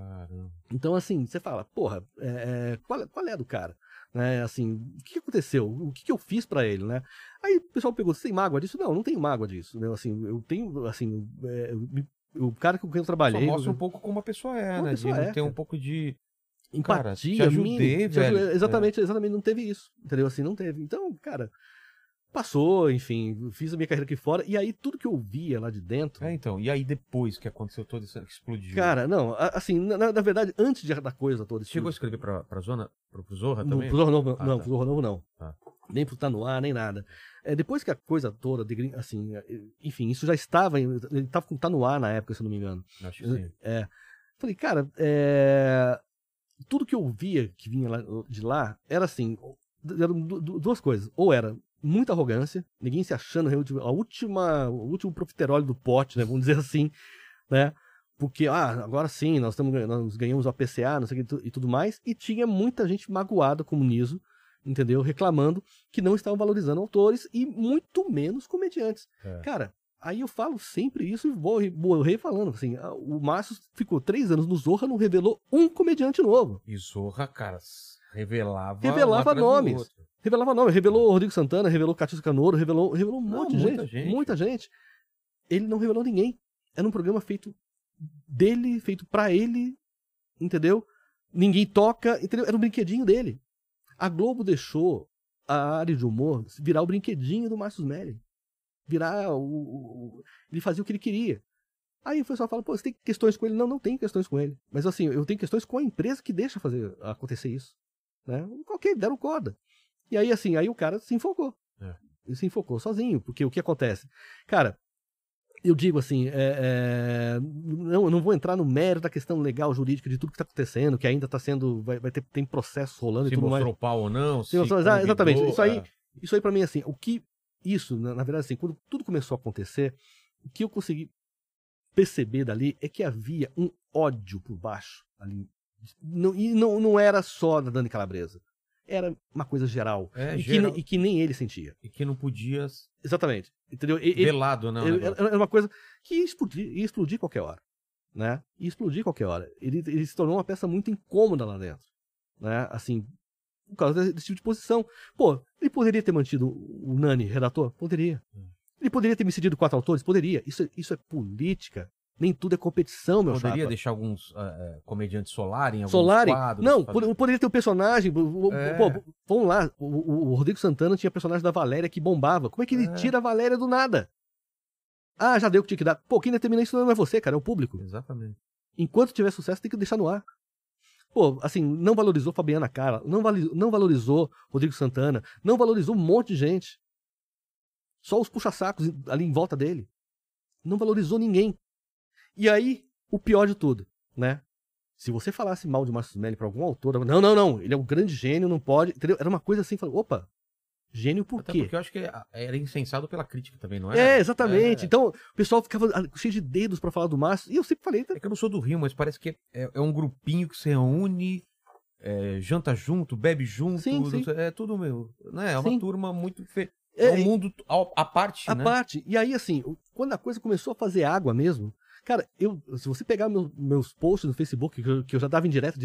você fala, porra, qual é a do cara? Né, assim, o que aconteceu? O que eu fiz pra ele, né? Aí o pessoal pergunta, você tem mágoa disso? Não tenho mágoa disso. Né? Assim, eu tenho, assim, o cara com quem eu trabalhei... Só mostra um pouco como a pessoa é, né? De não ter um pouco de... empatia, cara, te ajudei, velho. Exatamente, não teve isso. Entendeu? Assim, não teve. Então, cara, passou, enfim, fiz a minha carreira aqui fora, e aí tudo que eu via lá de dentro... então, e aí depois que aconteceu todo isso, que explodiu? Cara, não, assim, na verdade, antes da coisa toda... Chegou a escrever pro Zorra também? Pro Zorra Novo, não, pro Zorra Novo não. Nem pro Tá No Ar, nem nada. Depois que a coisa toda, assim, enfim, isso já estava, ele tava com Tá No Ar na época, se eu não me engano. Acho que sim. Falei, cara, tudo que eu via que vinha de lá era assim, eram duas coisas. Ou era muita arrogância, ninguém se achando o último profiterole do pote, né, vamos dizer assim, né? Porque, agora sim, nós ganhamos o APCA, não sei o que, e tudo mais, e tinha muita gente magoada como Niso, entendeu? Reclamando que não estavam valorizando autores e muito menos comediantes. Cara, aí eu falo sempre isso e vou morrer falando, assim, o Márcio ficou 3 anos no Zorra, não revelou um comediante novo. E Zorra, cara, revelava nomes. Revelava nomes. Revelou o Rodrigo Santana, revelou Catiço Canoro, revelou um monte de gente. Muita gente. Ele não revelou ninguém. Era um programa feito dele, feito pra ele, entendeu? Ninguém toca, entendeu? Era um brinquedinho dele. A Globo deixou a área de humor virar o brinquedinho do Márcio Smelling. Virar ele fazia o que ele queria. Aí o pessoal fala, pô, você tem questões com ele? Não tem questões com ele. Mas assim, eu tenho questões com a empresa que deixa acontecer isso. Né? Qualquer deram corda. E aí, assim, o cara se enfocou. Ele se enfocou sozinho. Porque o que acontece? Cara, eu digo assim, não vou entrar no mérito da questão legal, jurídica, de tudo que está acontecendo, que ainda está sendo, tem processos rolando e tudo mais. Se mostrou pau ou não, exatamente, isso aí para mim, assim, na verdade, assim, quando tudo começou a acontecer, o que eu consegui perceber dali é que havia um ódio por baixo ali, e não era só da Dani Calabresa. Era uma coisa geral. E que nem ele sentia. E que não podia... Exatamente. Entendeu? Velado, não. Era uma coisa que ia explodir qualquer hora. Né? Ia explodir qualquer hora. Ele se tornou uma peça muito incômoda lá dentro. Né? Assim, por causa desse tipo de posição. Pô, ele poderia ter mantido o Nani redator? Poderia. Ele poderia ter me cedido 4 autores? Poderia. Isso é política. Nem tudo é competição, meu chapa. Poderia deixar alguns comediantes solarem alguns quadros? Não, poderia ter um personagem. Pô, vamos lá, o Rodrigo Santana tinha personagem da Valéria que bombava. Como é que ele tira a Valéria do nada? Já deu o que tinha que dar. Pô, quem determina isso não é você, cara, é o público. Exatamente. Enquanto tiver sucesso, tem que deixar no ar. Pô, assim, não valorizou Fabiana Carla, não valorizou Rodrigo Santana, não valorizou um monte de gente. Só os puxa-sacos ali em volta dele. Não valorizou ninguém. E aí, o pior de tudo, né? Se você falasse mal de Márcio Smelling pra algum autor, não, ele é um grande gênio, não pode, entendeu? Era uma coisa assim, opa, gênio por quê? Porque eu acho que era incensado pela crítica também, não é? Exatamente. Então, o pessoal ficava cheio de dedos pra falar do Márcio, e eu sempre falei... É que eu não sou do Rio, mas parece que é um grupinho que se reúne, janta junto, bebe junto, sim. É tudo meu, né? É uma turma muito... um mundo à parte, né? À parte. E aí, assim, quando a coisa começou a fazer água mesmo... Cara, se você pegar meus posts no Facebook, que eu já dava em direto,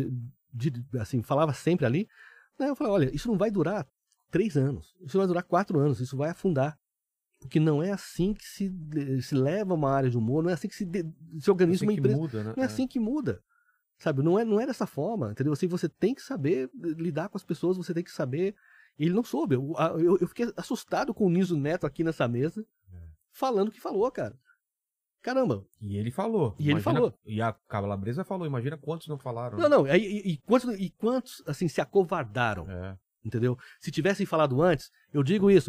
assim, falava sempre ali, né, eu falei, olha, isso não vai durar 3 anos, isso vai durar 4 anos, isso vai afundar. Porque não é assim que se leva uma área de humor, não é assim que se organiza uma empresa. Muda, né? Não é assim que muda. Sabe, não é dessa forma, entendeu? Assim, você tem que saber lidar com as pessoas, você tem que saber... E ele não soube. Eu fiquei assustado com o Niso Neto aqui nessa mesa, falando o que falou, cara. Caramba. E ele falou. Ele falou. E a Calabresa falou. Imagina quantos não falaram. Não. E quantos, assim, se acovardaram. Entendeu? Se tivessem falado antes, eu digo isso.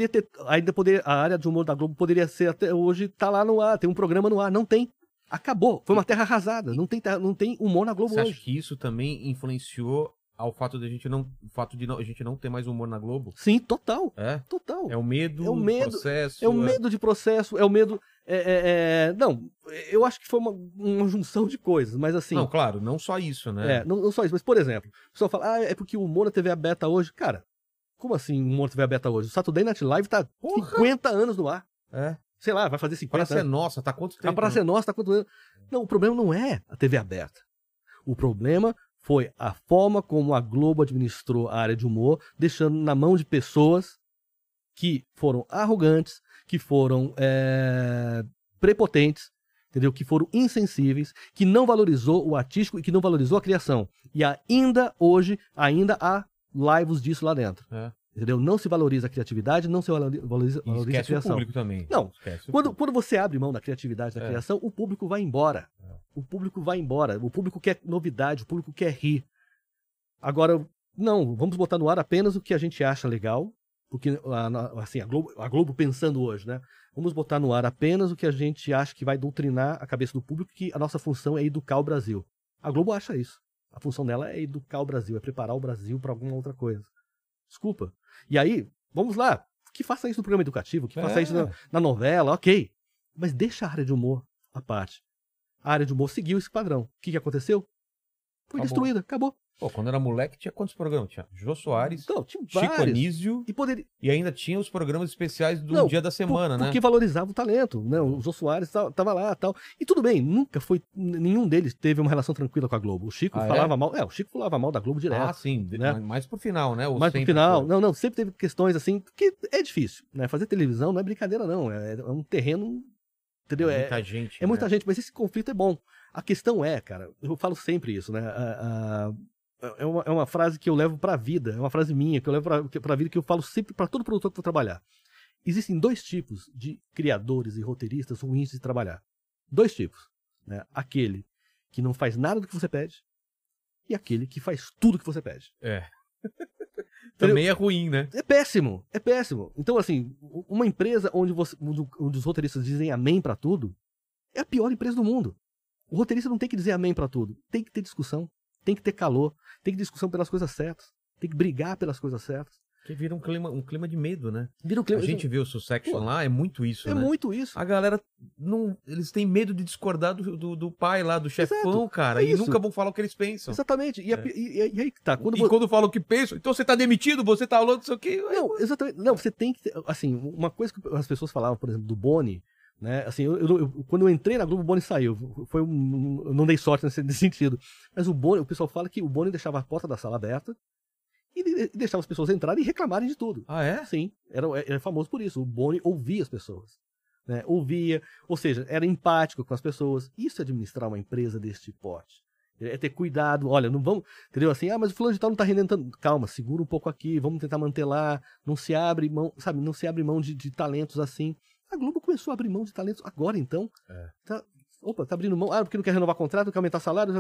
A área de humor da Globo poderia ser até hoje, tá lá no ar, tem um programa no ar. Não tem. Acabou. Foi uma terra arrasada. Não tem humor na Globo hoje. Você acha que isso também influenciou ao fato de a gente não ter mais humor na Globo? Sim, total. Total. É o medo do processo. É o medo de processo, é o medo... Não, eu acho que foi uma junção de coisas, mas assim... Não, claro, não só isso, né? Não só isso, mas por exemplo, o pessoal fala, é porque o humor na TV aberta hoje... Cara, como assim o humor na TV aberta hoje? O Saturday Night Live tá 50 anos no ar. Sei lá, vai fazer 50 anos. A Praça é Nossa, tá quanto tempo? A Praça é Nossa, tá quanto tempo? Não, o problema não é a TV aberta. O problema foi a forma como a Globo administrou a área de humor, deixando na mão de pessoas que foram arrogantes, que foram prepotentes, entendeu? Que foram insensíveis, que não valorizou o artístico e que não valorizou a criação. E ainda hoje, há lives disso lá dentro. Entendeu? Não se valoriza a criatividade, não se valoriza a criação. O público também. Não. Quando você abre mão da criatividade, da criação, o público vai embora. O público vai embora. O público quer novidade, o público quer rir. Agora, não, vamos botar no ar apenas o que a gente acha legal, porque assim, a Globo pensando hoje, né? Vamos botar no ar apenas o que a gente acha que vai doutrinar a cabeça do público, que a nossa função é educar o Brasil. A Globo acha isso. A função dela é educar o Brasil, é preparar o Brasil para alguma outra coisa. Desculpa. E aí, vamos lá, que faça isso no programa educativo, que faça isso na novela, ok. Mas deixa a área de humor à parte. A área de humor seguiu esse padrão. O que aconteceu? Foi destruída, acabou. Pô, quando era moleque, tinha quantos programas? Tinha Jô Soares, Então, tinha Chico vários. Anísio e ainda tinha os programas especiais do dia da semana, né? Porque valorizava o talento, né? O Jô Soares tava lá e tal. E tudo bem, nunca foi. Nenhum deles teve uma relação tranquila com a Globo. O Chico falava mal. O Chico falava mal da Globo direto. Ah, sim, né? mais pro final, né? Mais pro final. Não, sempre teve questões assim, porque é difícil, né? Fazer televisão não é brincadeira, não. É um terreno. Entendeu? É muita gente. É muita gente, mas esse conflito é bom. A questão é, cara, eu falo sempre isso, né? É uma frase que eu levo pra vida, é uma frase minha que eu levo pra vida, que eu falo sempre pra todo produtor que for trabalhar. Existem 2 tipos de criadores e roteiristas ruins de trabalhar. 2 tipos, né? Aquele que não faz nada do que você pede e aquele que faz tudo que você pede. É. Também é ruim, né? É péssimo, é péssimo. Então, assim, uma empresa onde os roteiristas dizem amém pra tudo é a pior empresa do mundo. O roteirista não tem que dizer amém pra tudo. Tem que ter discussão, tem que ter calor, tem que ter discussão pelas coisas certas, tem que brigar pelas coisas certas. Que vira um clima de medo, né? Vira um clima. A gente vê o Succession lá, é muito isso, né? É muito isso. A galera, eles têm medo de discordar do pai lá, do chefão, cara, e nunca vão falar o que eles pensam. Exatamente. E aí que tá. Quando falam o que pensam, então você tá demitido, você tá falando isso aqui. Não, exatamente. Não, você tem que ter, assim, uma coisa que as pessoas falavam, por exemplo, do Boni, né? Assim, quando eu entrei na Globo, o Boni saiu. Eu não dei sorte nesse sentido. Mas o Boni, o pessoal fala que o Boni deixava a porta da sala aberta e deixava as pessoas entrarem e reclamarem de tudo. Ah, é? Sim, era famoso por isso. O Boni ouvia as pessoas, né? Ouvia, ou seja, era empático com as pessoas. Isso é administrar uma empresa deste porte. É ter cuidado. Olha, não vamos, entendeu? Assim, mas o fulano de tal não tá rendendo tanto. Calma, segura um pouco aqui, vamos tentar manter lá. Não se abre mão, sabe? Não se abre mão de talentos assim. A Globo começou a abrir mão de talentos agora, então. Tá abrindo mão. Porque não quer renovar contrato, não quer aumentar salário.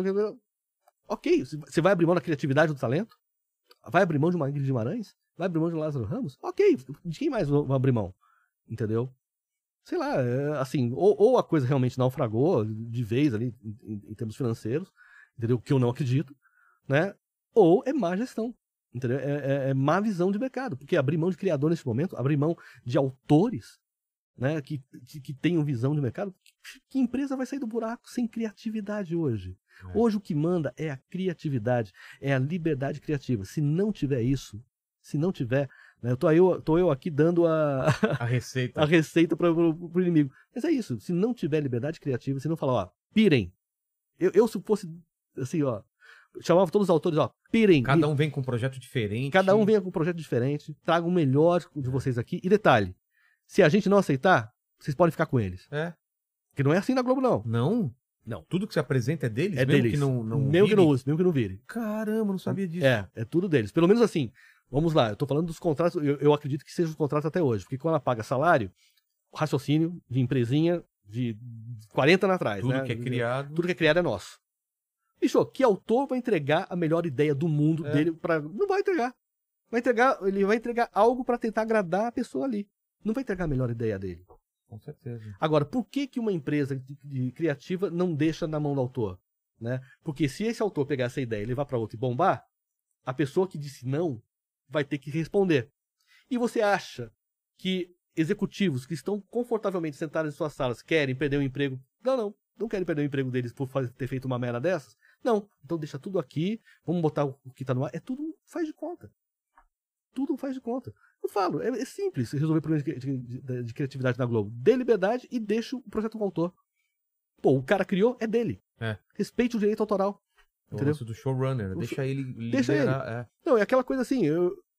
Ok, você vai abrir mão da criatividade do talento? Vai abrir mão de uma Ingrid Guimarães? Vai abrir mão de um Lázaro Ramos? Ok, de quem mais vai abrir mão? Entendeu? Sei lá, assim, ou a coisa realmente naufragou de vez ali, em termos financeiros, entendeu? Que eu não acredito, né? Ou é má gestão, entendeu? É má visão de mercado, porque abrir mão de criador nesse momento, abrir mão de autores, né, que tenham visão de mercado, que empresa vai sair do buraco sem criatividade hoje? Hoje o que manda é a criatividade, é a liberdade criativa. Se não tiver isso, se não tiver, né, tô eu aqui dando a receita para o inimigo. Mas é isso, se não tiver liberdade criativa, se não falar, ó, pirem. Eu se fosse assim, ó, chamava todos os autores, ó, pirem. Cada um vem com um projeto diferente. Cada um vem com um projeto diferente, traga o melhor de vocês aqui. E detalhe, se a gente não aceitar, vocês podem ficar com eles. Porque não é assim na Globo, não. Não? Não. Tudo que se apresenta é deles? É mesmo deles. Que não mesmo que não use, mesmo que não vire. Caramba, não sabia disso. É tudo deles. Pelo menos assim, vamos lá, eu tô falando dos contratos, eu acredito que sejam os contratos até hoje. Porque quando ela paga salário, raciocínio de empresinha de 40 anos atrás, tudo né? Que é criado. Tudo que é criado é nosso. Bicho, que autor vai entregar a melhor ideia do mundo dele pra... Não vai entregar. Ele vai entregar algo pra tentar agradar a pessoa ali. Não vai entregar a melhor ideia dele. Com certeza. Agora, por que uma empresa de criativa não deixa na mão do autor? Né? Porque se esse autor pegar essa ideia e levar para outro e bombar, a pessoa que disse não vai ter que responder. E você acha que executivos que estão confortavelmente sentados em suas salas querem perder o emprego? Não querem perder o emprego deles por ter feito uma merda dessas? Não. Então deixa tudo aqui, vamos botar o que está no ar. É tudo faz de conta. Tudo faz de conta. Eu falo, é simples resolver problemas de criatividade na Globo. Dê liberdade e deixa o projeto com o autor. Pô, o cara criou, é dele. Respeite o direito autoral. O lance do showrunner, deixa ele liderar. Não, é aquela coisa assim,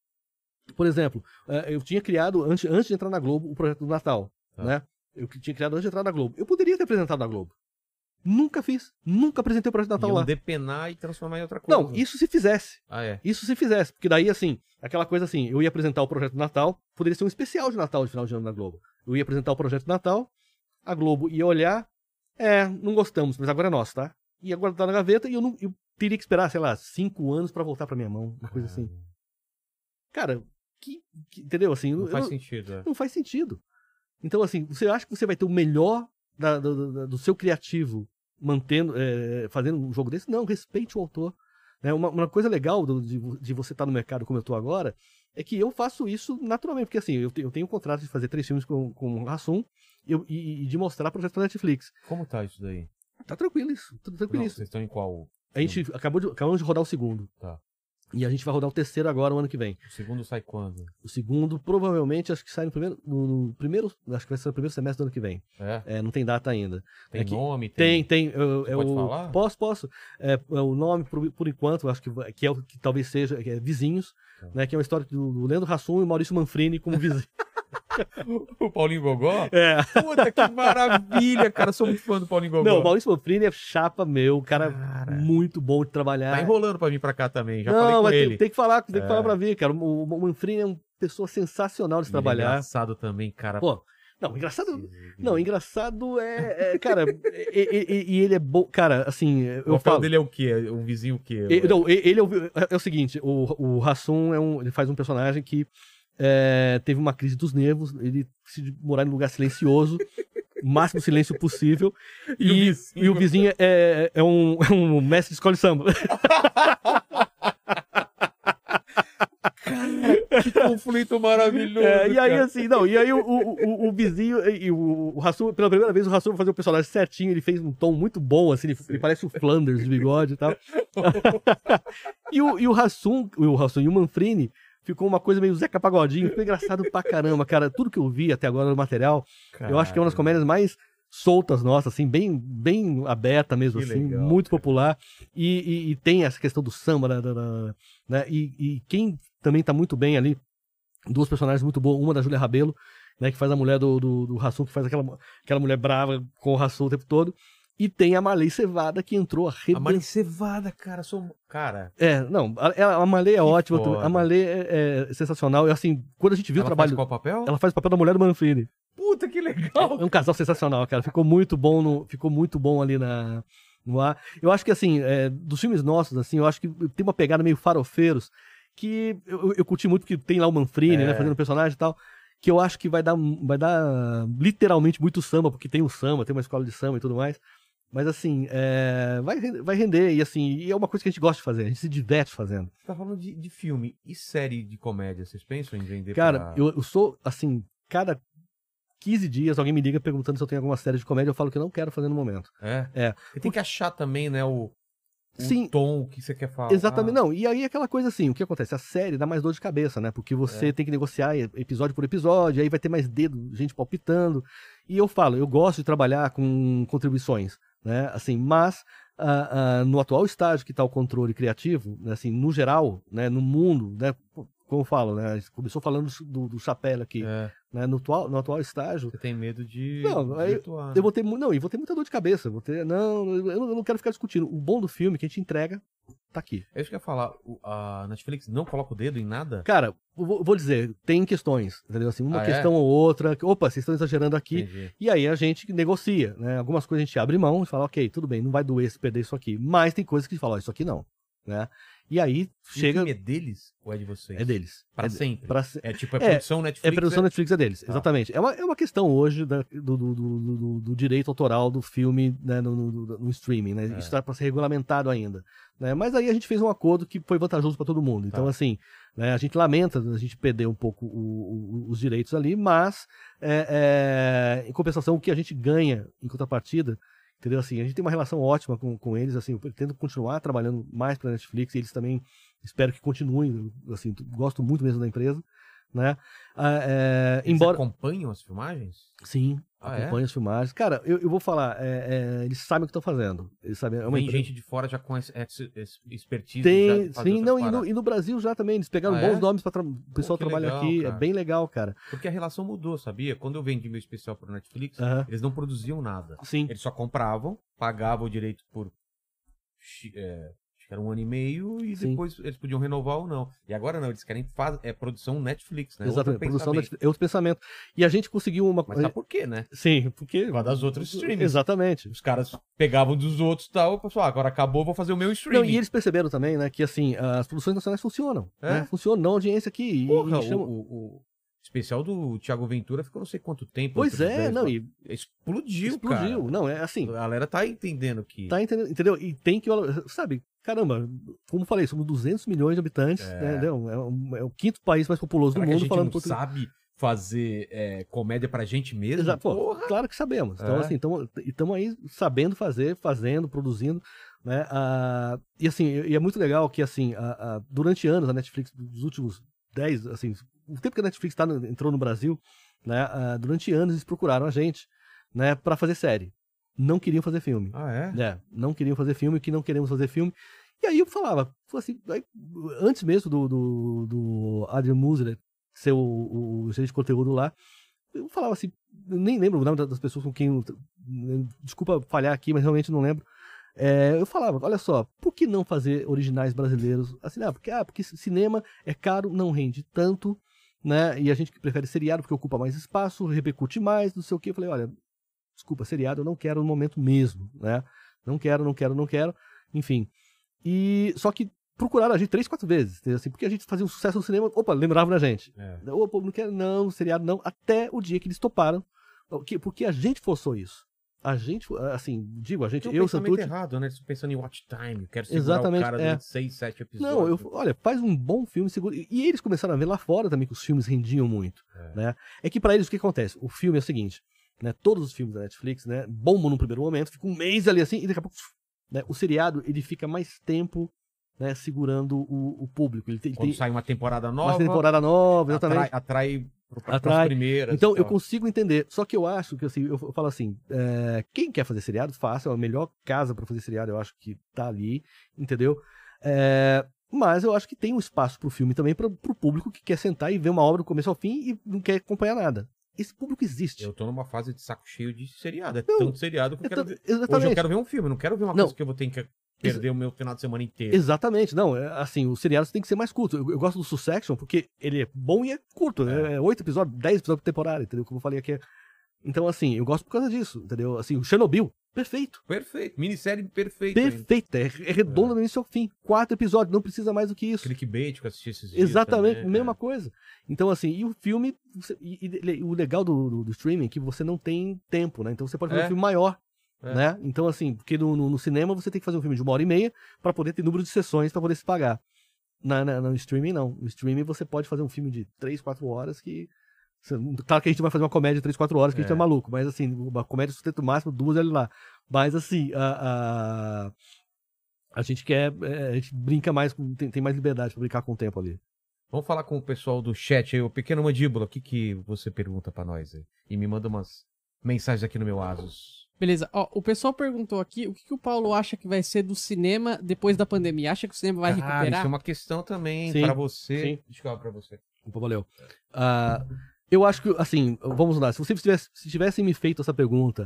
por exemplo, eu tinha criado, antes de entrar na Globo, o projeto do Natal, né? Eu tinha criado antes de entrar na Globo. Eu poderia ter apresentado na Globo. Nunca fiz. Nunca apresentei o projeto do Natal lá. Depenar e transformar em outra coisa. Não, isso se fizesse. Isso se fizesse. Porque daí, assim, aquela coisa assim, eu ia apresentar o projeto do Natal, poderia ser um especial de Natal de final de ano na Globo. Eu ia apresentar o projeto do Natal, a Globo ia olhar, não gostamos, mas agora é nosso, tá? Ia guardar na gaveta e eu teria que esperar, sei lá, 5 anos pra voltar pra minha mão, uma coisa assim. Cara, entendeu? Assim, Não faz sentido. Não faz sentido. Então, assim, você acha que você vai ter o melhor do seu criativo mantendo, fazendo um jogo desse? Não, respeite o autor. Né? Uma coisa legal de você estar no mercado como eu tô agora é que eu faço isso naturalmente, porque assim, eu tenho um contrato de fazer 3 filmes com o Hassum e de mostrar projetos pra Netflix. Como tá isso daí? Tá tranquilo isso, tudo tranquilo isso. Vocês estão em qual? A gente acabamos de rodar o segundo. Tá. E a gente vai rodar o terceiro agora, o ano que vem. O segundo sai quando? O segundo, provavelmente, acho que sai no primeiro, acho que vai ser no primeiro semestre do ano que vem. Não tem data ainda. Tem nome? Tem. Pode falar? Posso. O nome, por enquanto, acho que é o que talvez seja, que é Vizinhos, né? Que é uma história do Leandro Hassum e Maurício Manfrini como vizinho. O Paulinho Gogó? É. Puta, que maravilha, cara. Sou muito fã do Paulinho Gogó. Não, o Maurício Manfrini é chapa meu, cara muito bom de trabalhar. Tá enrolando pra vir pra cá também, já não, falei com mas ele. Tem que falar pra vir, cara. O Manfrini é uma pessoa sensacional de trabalhar. É engraçado também, cara. Pô, engraçado cara, e ele é bom, cara, assim, o papel dele é o quê? Um vizinho o quê? Ele é o seguinte, o Hassum ele faz um personagem que teve uma crise dos nervos, ele decide morar em um lugar silencioso, o máximo silêncio possível, e o vizinho é um mestre de escola de samba. Cara, que conflito maravilhoso. E aí, assim, o vizinho e o Hassum, pela primeira vez, o Hassum vai fazer o personagem certinho, ele fez um tom muito bom, assim, ele parece o Flanders de bigode e tal. e o Hassum e o Manfrini ficou uma coisa meio Zeca Pagodinho, ficou engraçado pra caramba, cara. Tudo que eu vi até agora no material, eu acho que é uma das comédias mais soltas nossas, assim, bem aberta mesmo, que assim, legal, muito popular. E tem essa questão do samba, né? E quem também tá muito bem ali, 2 personagens muito boas, uma da Júlia Rabelo, né, que faz a mulher do Hassum, que faz aquela mulher brava com o Hassum o tempo todo. E tem a Marley Cevada, que entrou arrebentando. A Marley Cevada, cara, cara. A Marley é ótima. Foda. A Marley é sensacional. E assim, quando a gente viu o trabalho. Ela faz qual papel? Ela faz o papel da mulher do Manfrini. Puta, que legal. É um casal sensacional, cara. Ficou muito bom ali no ar. Eu acho que, assim, dos filmes nossos, assim, eu acho que tem uma pegada meio farofeiros, que eu curti muito, porque tem lá o Manfrini, né, fazendo personagem e tal, que eu acho que vai dar literalmente muito samba, porque tem o samba, tem uma escola de samba e tudo mais. Mas assim, vai render, e assim, e é uma coisa que a gente gosta de fazer, a gente se diverte fazendo. Você tá falando de filme e série de comédia, vocês pensam em vender? Cara, eu sou, assim, cada 15 dias alguém me liga perguntando se eu tenho alguma série de comédia, eu falo que eu não quero fazer no momento. Você tem que achar também, né, o Sim, tom que você quer falar. Exatamente, não. E aí aquela coisa assim, o que acontece? A série dá mais dor de cabeça, né? Porque você tem que negociar episódio por episódio, aí vai ter mais gente palpitando. E eu falo, eu gosto de trabalhar com contribuições, né? Assim, mas no atual estágio que está o controle criativo, né? Assim, no geral, né? No mundo, né? Como eu falo, né? A gente começou falando do chapéu aqui. Né? No atual estágio. Você tem medo de. Eu vou ter muita dor de cabeça. Eu não quero ficar discutindo. O bom do filme que a gente entrega tá aqui. É isso que eu ia falar. A Netflix não coloca o dedo em nada? Cara, vou dizer, tem questões, entendeu? Assim, uma questão ou outra. Opa, vocês estão exagerando aqui. Entendi. E aí a gente negocia, né? Algumas coisas a gente abre mão e fala, ok, tudo bem, não vai doer se perder isso aqui. Mas tem coisas que a gente fala, isso aqui não. Né? E aí chega. O filme é deles ou é de vocês? É deles. Pra sempre. É tipo, produção Netflix. É produção Netflix, é deles, exatamente. É uma questão hoje do direito autoral do filme, né, no streaming, né? Isso está para ser regulamentado ainda. Né? Mas aí a gente fez um acordo que foi vantajoso para todo mundo. Então, assim, né, a gente lamenta a gente perder um pouco os direitos ali, mas em compensação, o que a gente ganha em contrapartida. Entendeu? Assim, a gente tem uma relação ótima com eles, assim, eu pretendo continuar trabalhando mais para a Netflix, e eles também espero que continuem, assim, gosto muito mesmo da empresa, né? Embora... Eles acompanham as filmagens? Sim, acompanham as filmagens. Cara, eu vou falar, eles sabem o que estão fazendo. Eles sabem, tem gente de fora já com expertise. Tem, sim, e no Brasil já também, eles pegaram bons nomes para o pessoal trabalhar aqui, cara. É bem legal, cara. Porque a relação mudou, sabia? Quando eu vendi meu especial para Netflix, eles não produziam nada. Sim. Eles só compravam, pagavam o direito por Acho que era 1 ano e meio e Sim. depois eles podiam renovar ou não. E agora não, eles querem produção Netflix, né? Exatamente, Outro produção pensamento. é outro pensamento. E a gente conseguiu uma... Mas sabe por quê, né? Sim, porque... Vai das outras streamings. Exatamente. Os caras pegavam dos outros e tal, o pessoal, agora acabou, vou fazer o meu streaming. Não, e eles perceberam também, né, que assim, as produções nacionais funcionam. É. Né? Funcionam, dão audiência aqui. Porra, e chama... o especial do Thiago Ventura ficou não sei quanto tempo. Pois é, não, e explodiu, explodiu. cara. Não, é assim... A galera tá entendendo que... Tá entendendo, entendeu? E tem que... Sabe, caramba, como falei, somos 200 milhões de habitantes, né, entendeu? É o 5º país mais populoso Será do que mundo a gente falando não português. sabe fazer comédia pra gente mesmo? Exato, pô, Porra. claro que sabemos. Então, É. assim, estamos aí sabendo fazer, fazendo, produzindo, né? E assim, e é muito legal que, assim, durante anos a Netflix, dos últimos 10, assim, o tempo que a Netflix entrou no Brasil, né? Durante anos eles procuraram a gente, né? Pra fazer série. Não queriam fazer filme. Ah, é? Não queriam fazer filme, que não queremos fazer filme. E aí eu falava assim, antes mesmo do Adrian Musler ser o gerente de conteúdo lá, eu falava assim, eu nem lembro o nome das pessoas com quem desculpa falhar aqui, mas realmente não lembro. Eu falava, olha só, por que não fazer originais brasileiros? Assim, porque cinema é caro, não rende tanto, né? E a gente prefere seriado porque ocupa mais espaço, repercute mais, não sei o quê. Eu falei, olha, desculpa, seriado eu não quero no momento mesmo, né? Não quero. Enfim. E só que procuraram a gente 3, 4 vezes, assim, porque a gente fazia um sucesso no cinema, lembravam da gente. Opa, não quero não, seriado não, até o dia que eles toparam, porque a gente forçou isso. A gente, assim, digo, a gente, eu, Santucci... errado, né? Eles estão pensando em watch time, quero segurar Exatamente, o cara durante 6, 7 episódios. Não, olha, faz um bom filme, segura... E eles começaram a ver lá fora também que os filmes rendiam muito, né? É que pra eles o que acontece? O filme é o seguinte, né? Todos os filmes da Netflix, né? Bombam no primeiro momento, fica um mês ali assim, e daqui a pouco, né? O seriado, ele fica mais tempo, né? Segurando o público. Quando sai uma temporada nova... Uma temporada nova, exatamente. Atrai as primeiras. Então, eu consigo entender. Só que eu acho que, assim, eu falo assim, quem quer fazer seriado, faça. É a melhor casa pra fazer seriado, eu acho que tá ali, entendeu? Mas eu acho que tem um espaço pro filme também, pro público que quer sentar e ver uma obra do começo ao fim e não quer acompanhar nada. Esse público existe. Eu tô numa fase de saco cheio de seriado. Tanto seriado que eu quero ver. Exatamente. Hoje eu quero ver um filme, não quero ver uma coisa que eu vou ter que perder o meu final de semana inteiro. Exatamente, não, assim, o seriado tem que ser mais curto. Eu gosto do Succession porque ele é bom e é curto, né? 8 episódios, 10 episódios por temporada, entendeu? Como eu falei aqui. Então, assim, eu gosto por causa disso, entendeu? Assim, o Chernobyl, perfeito. Perfeito, minissérie perfeita. Perfeita, é redonda do início ao fim. 4 episódios, não precisa mais do que isso. Clickbait que eu assisti esses dias. Exatamente, também, mesma coisa. Então, assim, e o filme, o legal do streaming é que você não tem tempo, né? Então você pode fazer um filme maior. Né? Então, assim, porque no cinema você tem que fazer um filme de 1h30 para poder ter número de sessões para poder se pagar. No streaming, não. No streaming você pode fazer um filme de 3, 4 horas que... Claro que a gente vai fazer uma comédia de 3, 4 horas que a gente é maluco, mas assim, uma comédia sustento máximo, 2 ali lá. Mas assim, a gente quer... a gente brinca mais, tem mais liberdade para brincar com o tempo ali. Vamos falar com o pessoal do chat aí, o Pequeno Mandíbula, o que você pergunta para nós aí? E me manda umas mensagens aqui no meu Asus. Beleza. Ó, o pessoal perguntou aqui o que o Paulo acha que vai ser do cinema depois da pandemia. Acha que o cinema vai recuperar? Isso é uma questão também Sim, pra você. sim. Deixa eu falar pra você. Opa, valeu. Eu acho que, assim, vamos lá. Se vocês tivessem me feito essa pergunta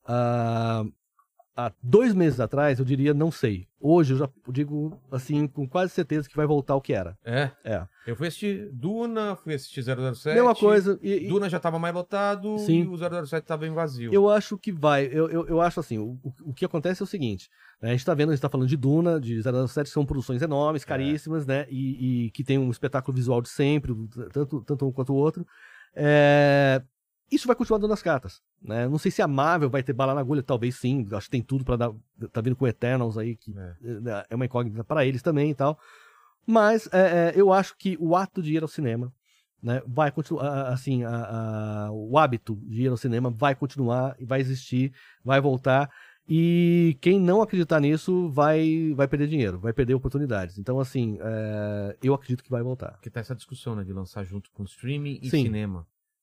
há 2 meses atrás, eu diria não sei. Hoje eu já digo, assim, com quase certeza que vai voltar ao que era. É? É. Eu fui assistir Duna, fui assistir 007. Mesma coisa. Duna já tava mais lotado. Sim. E o 007 tava bem vazio. Eu acho que vai. Eu acho assim, o que acontece é o seguinte, né, a gente tá falando de Duna, de 007, que são produções enormes, caríssimas, né, e que tem um espetáculo visual de sempre, tanto um quanto o outro. Isso vai continuar dando as cartas, né? Não sei se a Marvel vai ter bala na agulha, talvez sim, acho que tem tudo pra dar, tá vindo com Eternals aí, que é uma incógnita pra eles também e tal, mas eu acho que o ato de ir ao cinema, né, vai continuar, assim, o hábito de ir ao cinema vai continuar, vai existir, vai voltar, e quem não acreditar nisso vai perder dinheiro, vai perder oportunidades. Então, assim, eu acredito que vai voltar. Porque tá essa discussão, né, de lançar junto com streaming e Sim. cinema.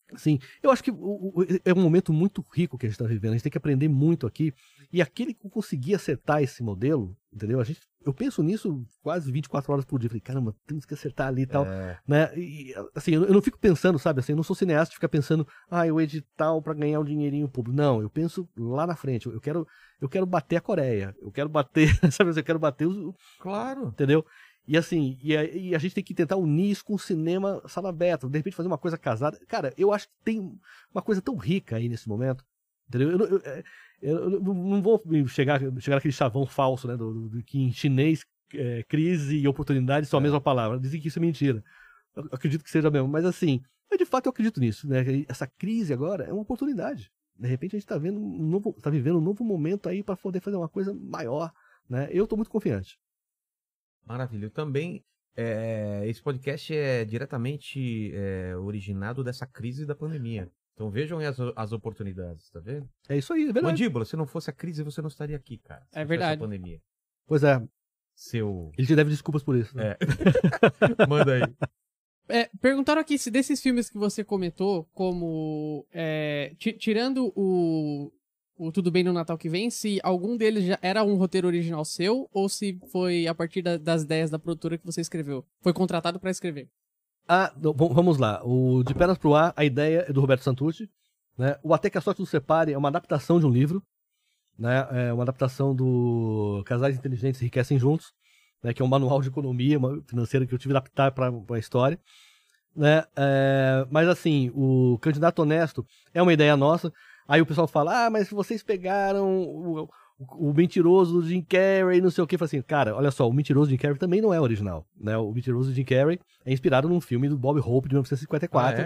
Assim, eu acho que é um momento muito rico que a gente está vivendo, a gente tem que aprender muito aqui, e aquele que conseguir acertar esse modelo, entendeu? Eu penso nisso quase 24 horas por dia, falei, caramba, temos que acertar ali e tal, né? E, assim, eu não fico pensando, sabe, assim, eu não sou cineasta de ficar pensando, o edital para ganhar um dinheirinho público, não, eu penso lá na frente, eu quero bater a Coreia, eu quero bater, sabe, eu quero bater Claro. entendeu? E assim, e a gente tem que tentar unir isso com o cinema sala aberta, de repente fazer uma coisa casada. Cara, eu acho que tem uma coisa tão rica aí nesse momento, entendeu? Eu não vou chegar naquele chavão falso, né, do que em chinês crise e oportunidade são a mesma palavra. Dizem que isso é mentira. Eu acredito que seja mesmo, mas assim, de fato eu acredito nisso, né? Essa crise agora é uma oportunidade. De repente a gente tá vivendo um novo momento aí para poder fazer uma coisa maior, né? Eu tô muito confiante. Maravilha. Eu também, esse podcast é diretamente originado dessa crise da pandemia. Então vejam aí as oportunidades, tá vendo? É isso aí, é verdade. Mandíbula, se não fosse a crise, você não estaria aqui, cara. Se É não fosse verdade. a pandemia. Pois é. Ele te deve desculpas por isso. Né? Manda aí. Perguntaram aqui se desses filmes que você comentou, como tirando o Tudo Bem no Natal que Vem, se algum deles já era um roteiro original seu, ou se foi a partir das ideias da produtora que você escreveu? Foi contratado pra escrever? Vamos lá. O De Pernas pro Ar, a ideia é do Roberto Santucci, né? O Até que a Sorte nos Separe é uma adaptação de um livro, né? É uma adaptação do Casais Inteligentes Enriquecem Juntos, né? Que é um manual de economia financeira que eu tive que adaptar para a história, né? Mas assim, o Candidato Honesto é uma ideia nossa. Aí o pessoal fala, mas vocês pegaram o mentiroso do Jim Carrey, não sei o que. Fala assim, cara, olha só, o mentiroso do Jim Carrey também não é original, né? O mentiroso do Jim Carrey é inspirado num filme do Bob Hope de 1954.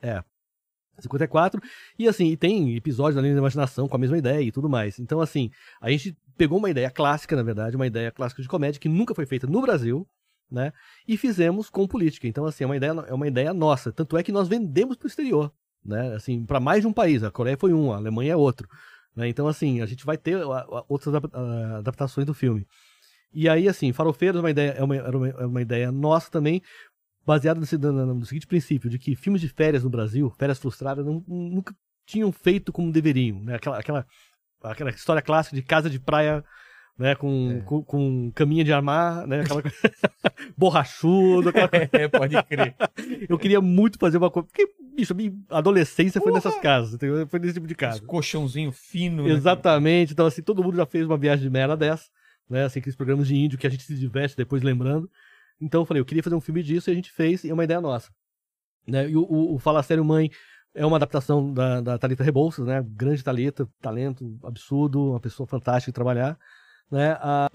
54. E assim, tem episódios da linha da imaginação com a mesma ideia e tudo mais. Então assim, a gente pegou uma ideia clássica, na verdade, uma ideia clássica de comédia que nunca foi feita no Brasil, né? E fizemos com política. Então assim, é uma ideia nossa. Tanto é que nós vendemos pro exterior, né? Assim, para mais de um país. A Coreia foi um, a Alemanha é outro, né? Então assim, a gente vai ter outras adaptações do filme. E aí assim, Farofeiros é uma ideia nossa também, baseada no seguinte princípio, de que filmes de férias no Brasil, férias frustradas, nunca tinham feito como deveriam, né? Aquela história clássica de casa de praia, né, com caminha de armar, né, aquela borrachudo. Pode crer. Eu queria muito fazer uma coisa, porque, bicho, a minha adolescência foi nessas casas, entendeu? Foi nesse tipo de casa. Esse colchãozinho fino. Exatamente, né? Então assim, todo mundo já fez uma viagem de merda dessa, né, assim, aqueles programas de índio que a gente se diverte depois lembrando. Então eu falei, eu queria fazer um filme disso e a gente fez, e é uma ideia nossa, né? E o Fala Sério Mãe é uma adaptação da Thalita Rebouças, né? Grande Thalita, talento absurdo, uma pessoa fantástica de trabalhar, né?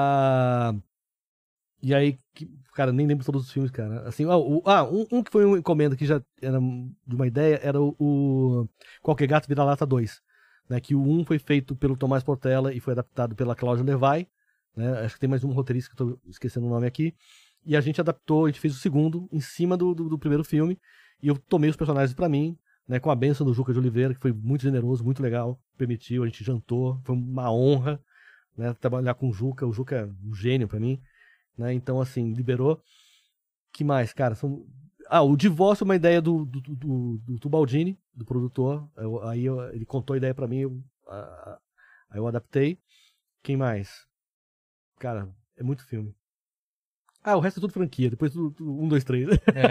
E aí, cara, nem lembro todos os filmes, cara. Assim, um que foi uma encomenda que já era de uma ideia era o Qualquer Gato Vira Lata 2, né? Que o 1 foi feito pelo Tomás Portela e foi adaptado pela Cláudia Levay, né? Acho que tem mais um roteirista que eu tô esquecendo o nome aqui. E a gente adaptou, a gente fez o segundo em cima do primeiro filme. E eu tomei os personagens pra mim, né, com a bênção do Juca de Oliveira, que foi muito generoso, muito legal. Permitiu, a gente jantou, foi uma honra, né, trabalhar com o Juca. O Juca é um gênio pra mim, né? Então, assim, liberou. Que mais, cara? O Divórcio é uma ideia do Tubaldini, do produtor. Ele contou a ideia pra mim, aí eu adaptei. Quem mais? Cara, é muito filme. O resto é tudo franquia, depois tudo 1, 2, 3.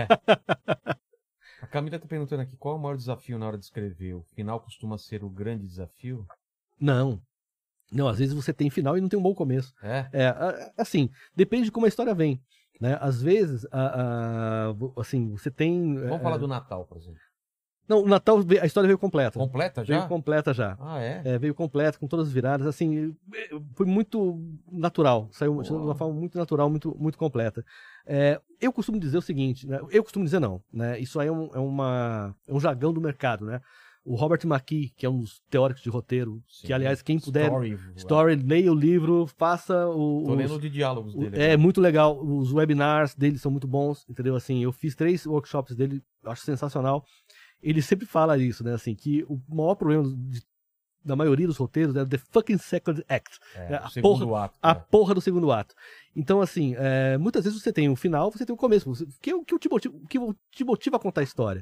A Camila tá perguntando aqui, qual é o maior desafio na hora de escrever? O final costuma ser o grande desafio? Não, às vezes você tem final e não tem um bom começo. Assim, depende de como a história vem, né? Às vezes, assim, você tem... Vamos falar do Natal, por exemplo. Não, o Natal, a história veio completa. Completa já? Veio completa já. Veio completa, com todas as viradas, assim, foi muito natural, saiu de uma forma muito natural, muito, muito completa. Eu costumo dizer o seguinte, né? Não, né? Isso aí é um jargão do mercado, né? O Robert McKee, que é um dos teóricos de roteiro, que aliás, quem puder... Story, leia o livro, faça Tô lendo de diálogos dele. É muito legal, os webinars dele são muito bons, entendeu? Assim, eu fiz 3 workshops dele, acho sensacional. Ele sempre fala isso, né, assim, que o maior problema da maioria dos roteiros é the fucking second act. A porra do segundo ato. Então, assim, muitas vezes você tem o final, você tem o começo. O que te motiva a contar a história?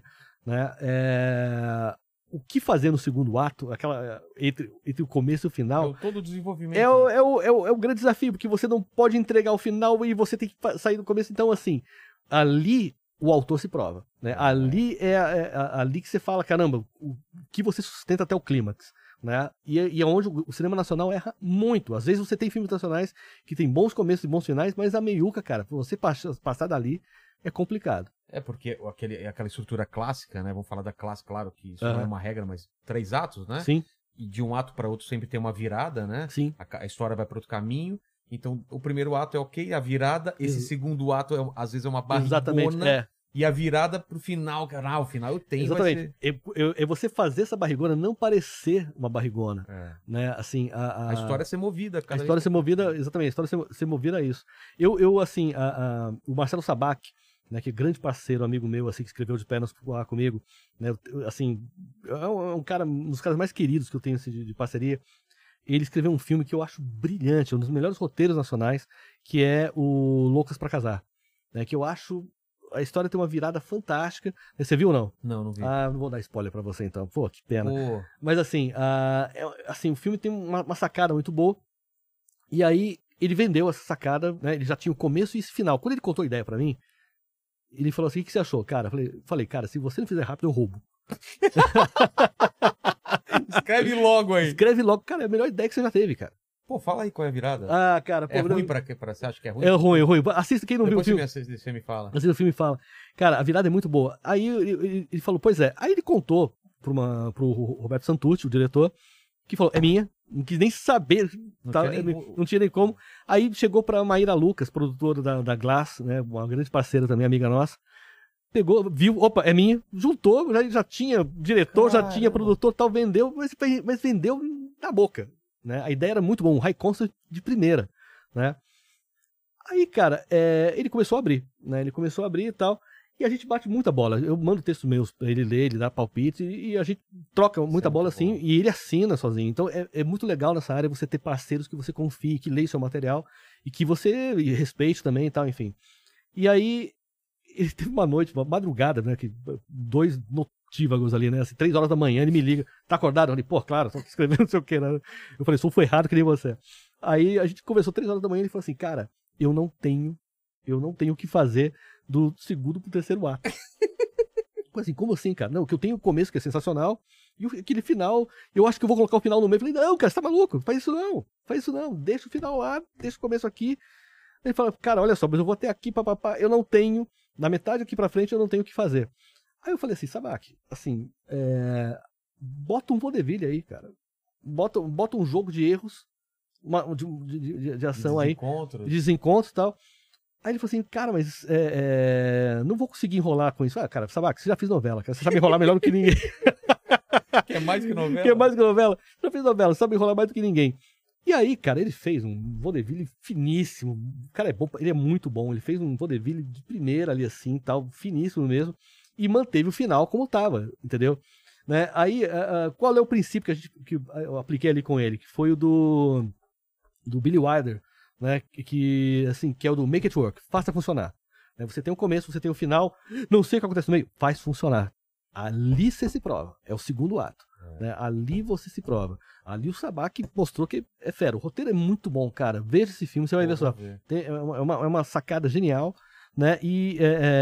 né? O que fazer no segundo ato, entre o começo e o final, Todo o desenvolvimento. é o grande desafio, porque você não pode entregar o final e você tem que sair do começo. Então, assim, ali o autor se prova, né? Ali ali que você fala, caramba, o que você sustenta até o clímax, né? E é onde o cinema nacional erra muito. Às vezes você tem filmes nacionais que tem bons começos e bons finais, mas a meiuca, cara, pra você passar dali é complicado. Porque aquela estrutura clássica, né? Vamos falar da clássica, claro que isso não é uma regra, mas 3 atos, né? Sim, E de um ato para outro sempre tem uma virada, né? sim. A história vai para outro caminho. Então, o primeiro ato é ok, a virada. Esse segundo ato, às vezes, é uma barrigona. Exatamente, E a virada pro final, cara, o final eu tenho. Exatamente. É você fazer essa barrigona não parecer uma barrigona, né? Assim, a história ser movida. A história ser movida, exatamente, a história ser movida a isso. Eu assim, o Marcelo Sabac, né, que é grande parceiro, amigo meu, assim, que escreveu De Pernas pro Ar comigo, né, assim, é um dos caras mais queridos que eu tenho, assim, de parceria. Ele escreveu um filme que eu acho brilhante, um dos melhores roteiros nacionais, que é o Loucas pra Casar, né, que eu acho, a história tem uma virada fantástica. Você viu ou não? Não vi. Não vou dar spoiler pra você então, pô, que pena. Pô. Mas assim, assim, o filme tem uma sacada muito boa, e aí ele vendeu essa sacada, né, ele já tinha o começo e esse final. Quando ele contou a ideia pra mim, ele falou assim, o que você achou? Cara, falei, cara, se você não fizer rápido, eu roubo. Escreve logo aí. Escreve logo, cara, é a melhor ideia que você já teve, cara. Pô, fala aí qual é a virada. Cara, pô, é ruim pra quê? Você acha que é ruim? É ruim. Assista quem não Depois viu o filme. Você me fala. Assista o filme e fala. Cara, a virada é muito boa. Aí ele falou, pois é. Aí ele contou pro Roberto Santucci, o diretor, que falou, é minha. Não quis nem saber, não tinha nem como. Aí chegou pra Maíra Lucas, produtora da Glass, né, uma grande parceira também, amiga nossa. Pegou, viu, opa, é minha, juntou, já tinha diretor, já tinha produtor, tal, vendeu, mas vendeu na boca, né? A ideia era muito boa, um high concept de primeira, né? Aí, cara, ele começou a abrir, né? Ele começou a abrir e tal. E a gente bate muita bola. Eu mando texto meus pra ele ler, ele dá palpite, e a gente troca muita bola assim, e ele assina sozinho. Então é muito legal nessa área você ter parceiros que você confie, que leia seu material, e que você respeite também e tal, enfim. E aí, ele teve uma noite, uma madrugada, né, que 2 notívagos ali, né, assim, 3 horas da manhã, ele me liga, tá acordado? Eu falei, pô, claro, tô escrevendo não sei o que, né? Eu falei, sou ferrado que nem você. Aí a gente conversou 3 horas da manhã, e ele falou assim, cara, eu não tenho o que fazer do segundo pro terceiro ato. Assim, como assim, cara? Não, que eu tenho o começo, que é sensacional, e aquele final, eu acho que eu vou colocar o final no meio. Eu falei, não, cara, você tá maluco? Faz isso não, deixa o final lá, deixa o começo aqui. Ele fala, cara, olha só, mas eu vou até aqui, papapá, eu não tenho, na metade aqui pra frente eu não tenho o que fazer. Aí eu falei assim, Sabac, assim, bota um vaudeville aí, cara. Bota um jogo de erros, de ação aí, de desencontros e tal. Aí ele falou assim, cara, mas não vou conseguir enrolar com isso. Cara, Sabac, você já fez novela, cara, você sabe enrolar melhor do que ninguém. Que é mais que novela? Que é mais que novela. Você já fez novela, você sabe enrolar mais do que ninguém. E aí, cara, ele fez um vaudeville finíssimo. O cara é bom, ele é muito bom. Ele fez um vaudeville de primeira ali assim, tal, finíssimo mesmo. E manteve o final como tava, entendeu? Né? Aí, qual é o princípio que eu apliquei ali com ele? Que foi o do Billy Wilder, né? Que é o do Make It Work, faça funcionar. Você tem o começo, você tem o final, não sei o que acontece no meio, faz funcionar. Ali você se prova, é o segundo ato. Né? Ali você se prova. Ali o Sabac mostrou que é fera. O roteiro é muito bom, cara. Veja esse filme, você vai ver só. É uma sacada genial, né? E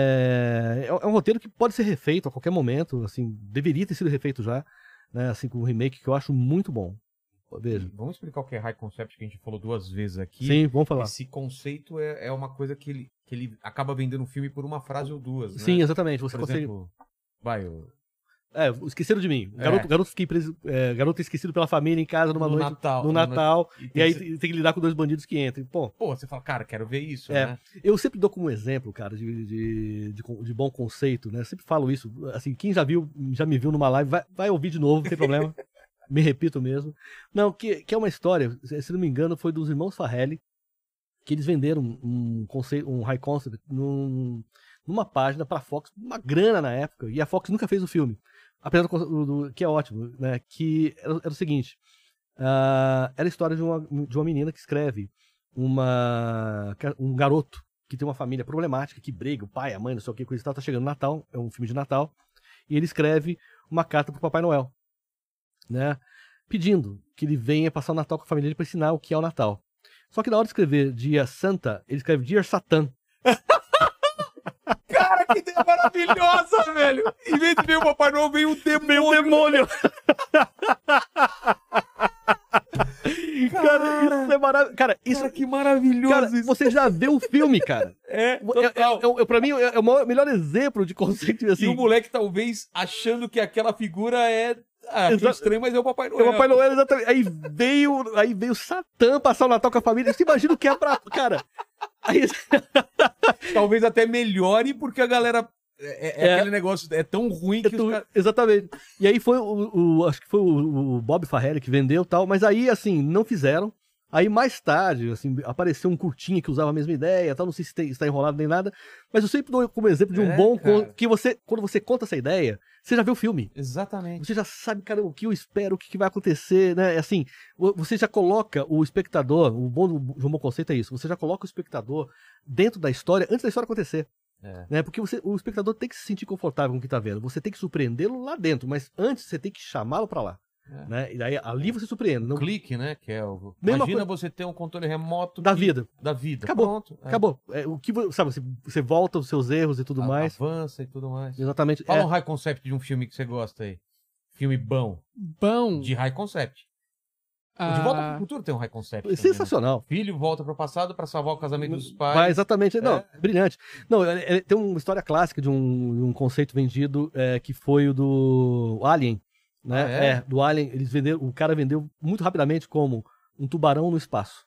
é um roteiro que pode ser refeito a qualquer momento, assim, deveria ter sido refeito já, né? Assim, com o remake, que eu acho muito bom. Veja. Vamos explicar o que é high concept, que a gente falou 2 vezes aqui. Sim, vamos falar. Esse conceito é uma coisa que ele acaba vendendo um filme por uma frase ou 2, né? Sim, exatamente. Você por consegue... exemplo, esqueceram de mim. Garoto fiquei preso, garoto esquecido pela família em casa numa noite no Natal. E aí tem que lidar com 2 bandidos que entram. Pô, você fala, cara, quero ver isso, né? Eu sempre dou como exemplo, cara, de bom conceito, né? Eu sempre falo isso. Assim, quem já me viu numa live, vai ouvir de novo, não tem problema. Me repito mesmo. Não, que é uma história, se não me engano, foi dos irmãos Farrelly, que eles venderam um high concept numa página pra Fox, uma grana na época, e a Fox nunca fez o filme. Apesar do que é ótimo, né? Que era o seguinte, era a história de uma menina que escreve um garoto que tem uma família problemática, que briga, o pai, a mãe, não sei o que, coisa e tal, tá chegando Natal, é um filme de Natal, e ele escreve uma carta pro Papai Noel, né? Pedindo que ele venha passar o Natal com a família dele para ensinar o que é o Natal. Só que na hora de escrever Dia Santa, ele escreve Dear Satan. Cara, que ideia maravilhosa, velho! Em vez de ver o Papai Noel, veio o demônio. Cara, isso é maravilhoso. Cara, isso que maravilhoso cara, isso. você já vê o filme, cara. Pra mim, é o melhor exemplo de conceito assim. E o moleque talvez achando que aquela figura é... que estranho, mas é o Papai Noel. É o Papai Noel, exatamente. Aí veio Satã passar o Natal com a família. Você imagina o que é pra... Cara... Aí... Talvez até melhore, porque a galera... aquele negócio, é tão ruim que os caras... Exatamente. E aí foi acho que foi o Bob Farrelly que vendeu e tal, mas aí, assim, não fizeram. Aí mais tarde, assim, apareceu um curtinha que usava a mesma ideia, tal, não sei se está enrolado nem nada, mas eu sempre dou como exemplo de um bom... que você, quando você conta essa ideia, você já vê o filme. Exatamente. Você já sabe, cara, o que eu espero, o que vai acontecer, né? Assim, você já coloca o espectador, o bom do bom conceito é isso, você já coloca o espectador dentro da história antes da história acontecer. Né? Porque o espectador tem que se sentir confortável com o que tá vendo. Você tem que surpreendê-lo lá dentro, mas antes você tem que chamá-lo para lá. Né? E daí ali você surpreende. Não... Clique, né? Que é o... Mesma Imagina coisa... você ter um controle remoto da vida. Acabou. Pronto. Acabou. O que sabe, você volta os seus erros e tudo mais. Avança e tudo mais. Exatamente. Fala um high concept de um filme que você gosta aí. Filme bom. De high concept. De Volta para o Futuro tem um high concept. Também, sensacional. Né? Filho volta para o passado para salvar o casamento dos pais. Exatamente. Não, brilhante. Não, tem uma história clássica de um conceito vendido que foi o do Alien. Né? Do Alien, o cara vendeu muito rapidamente como um tubarão no espaço.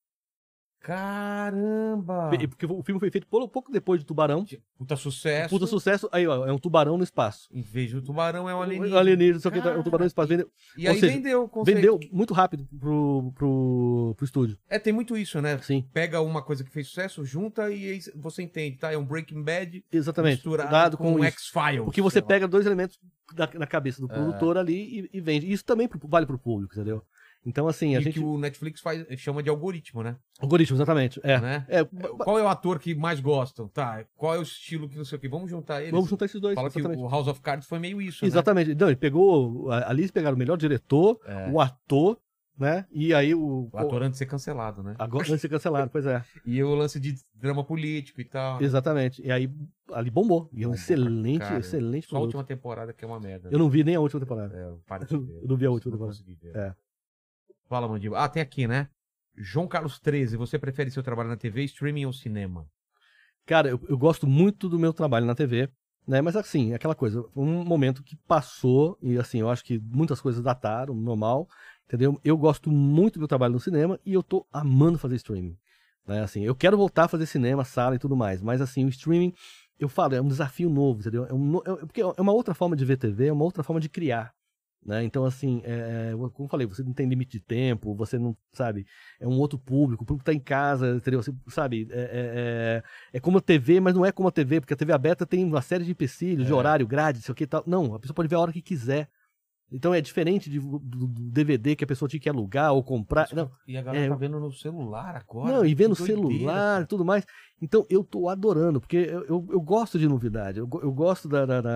Caramba! Porque o filme foi feito pouco depois de Tubarão. Puta sucesso. Puta sucesso. Aí, ó, é um tubarão no espaço. Em vez de um tubarão, é um alienígena. Um alienígena, só que é um tubarão no espaço. E aí vendeu o conceito. Vendeu muito rápido pro estúdio. Tem muito isso, né? Sim. Pega uma coisa que fez sucesso, junta e aí você entende, tá? É um Breaking Bad misturado com um X-Files. Porque você pega dois elementos na cabeça do produtor ali e vende. Isso também vale pro público, entendeu? Então, assim, a gente... que o Netflix chama de algoritmo, né? Algoritmo, exatamente. Né? Qual é o ator que mais gostam? Tá, qual é o estilo que não sei o que? Vamos juntar eles. Vamos juntar esses dois, Fala exatamente. que o House of Cards foi meio isso, exatamente. Né? Não, ele pegou... Ali eles pegaram o melhor diretor, o ator, né? E aí o ator antes de ser cancelado, né? Agora antes de ser cancelado, pois é. E o lance de drama político e tal. Exatamente. E aí ali bombou. E é um excelente Só produto. a última temporada que é uma merda. Eu não vi nem a última temporada. Eu não vi a última temporada. Fala, Mandíbula. Tem aqui, né? João Carlos 13, você prefere seu trabalho na TV, streaming ou cinema? Cara, eu gosto muito do meu trabalho na TV, né? Mas assim, aquela coisa, um momento que passou e assim, eu acho que muitas coisas dataram, normal, entendeu? Eu gosto muito do meu trabalho no cinema e eu tô amando fazer streaming, né? Assim, eu quero voltar a fazer cinema, sala e tudo mais, mas assim, o streaming, eu falo, é um desafio novo, entendeu? Porque é uma outra forma de ver TV, é uma outra forma de criar. Né? Então, assim, como eu falei, você não tem limite de tempo, você não, sabe, é um outro público, o público tá em casa, entendeu? Você, sabe, é como a TV, mas não é como a TV, porque a TV aberta tem uma série de empecilhos, de horário, grade, sei o que e tal. Não, a pessoa pode ver a hora que quiser. Então é diferente do DVD que a pessoa tinha que alugar ou comprar. Não, e a galera tá vendo no celular agora. Não, e vendo no celular e tudo mais. Então eu tô adorando, porque eu gosto de novidade, eu gosto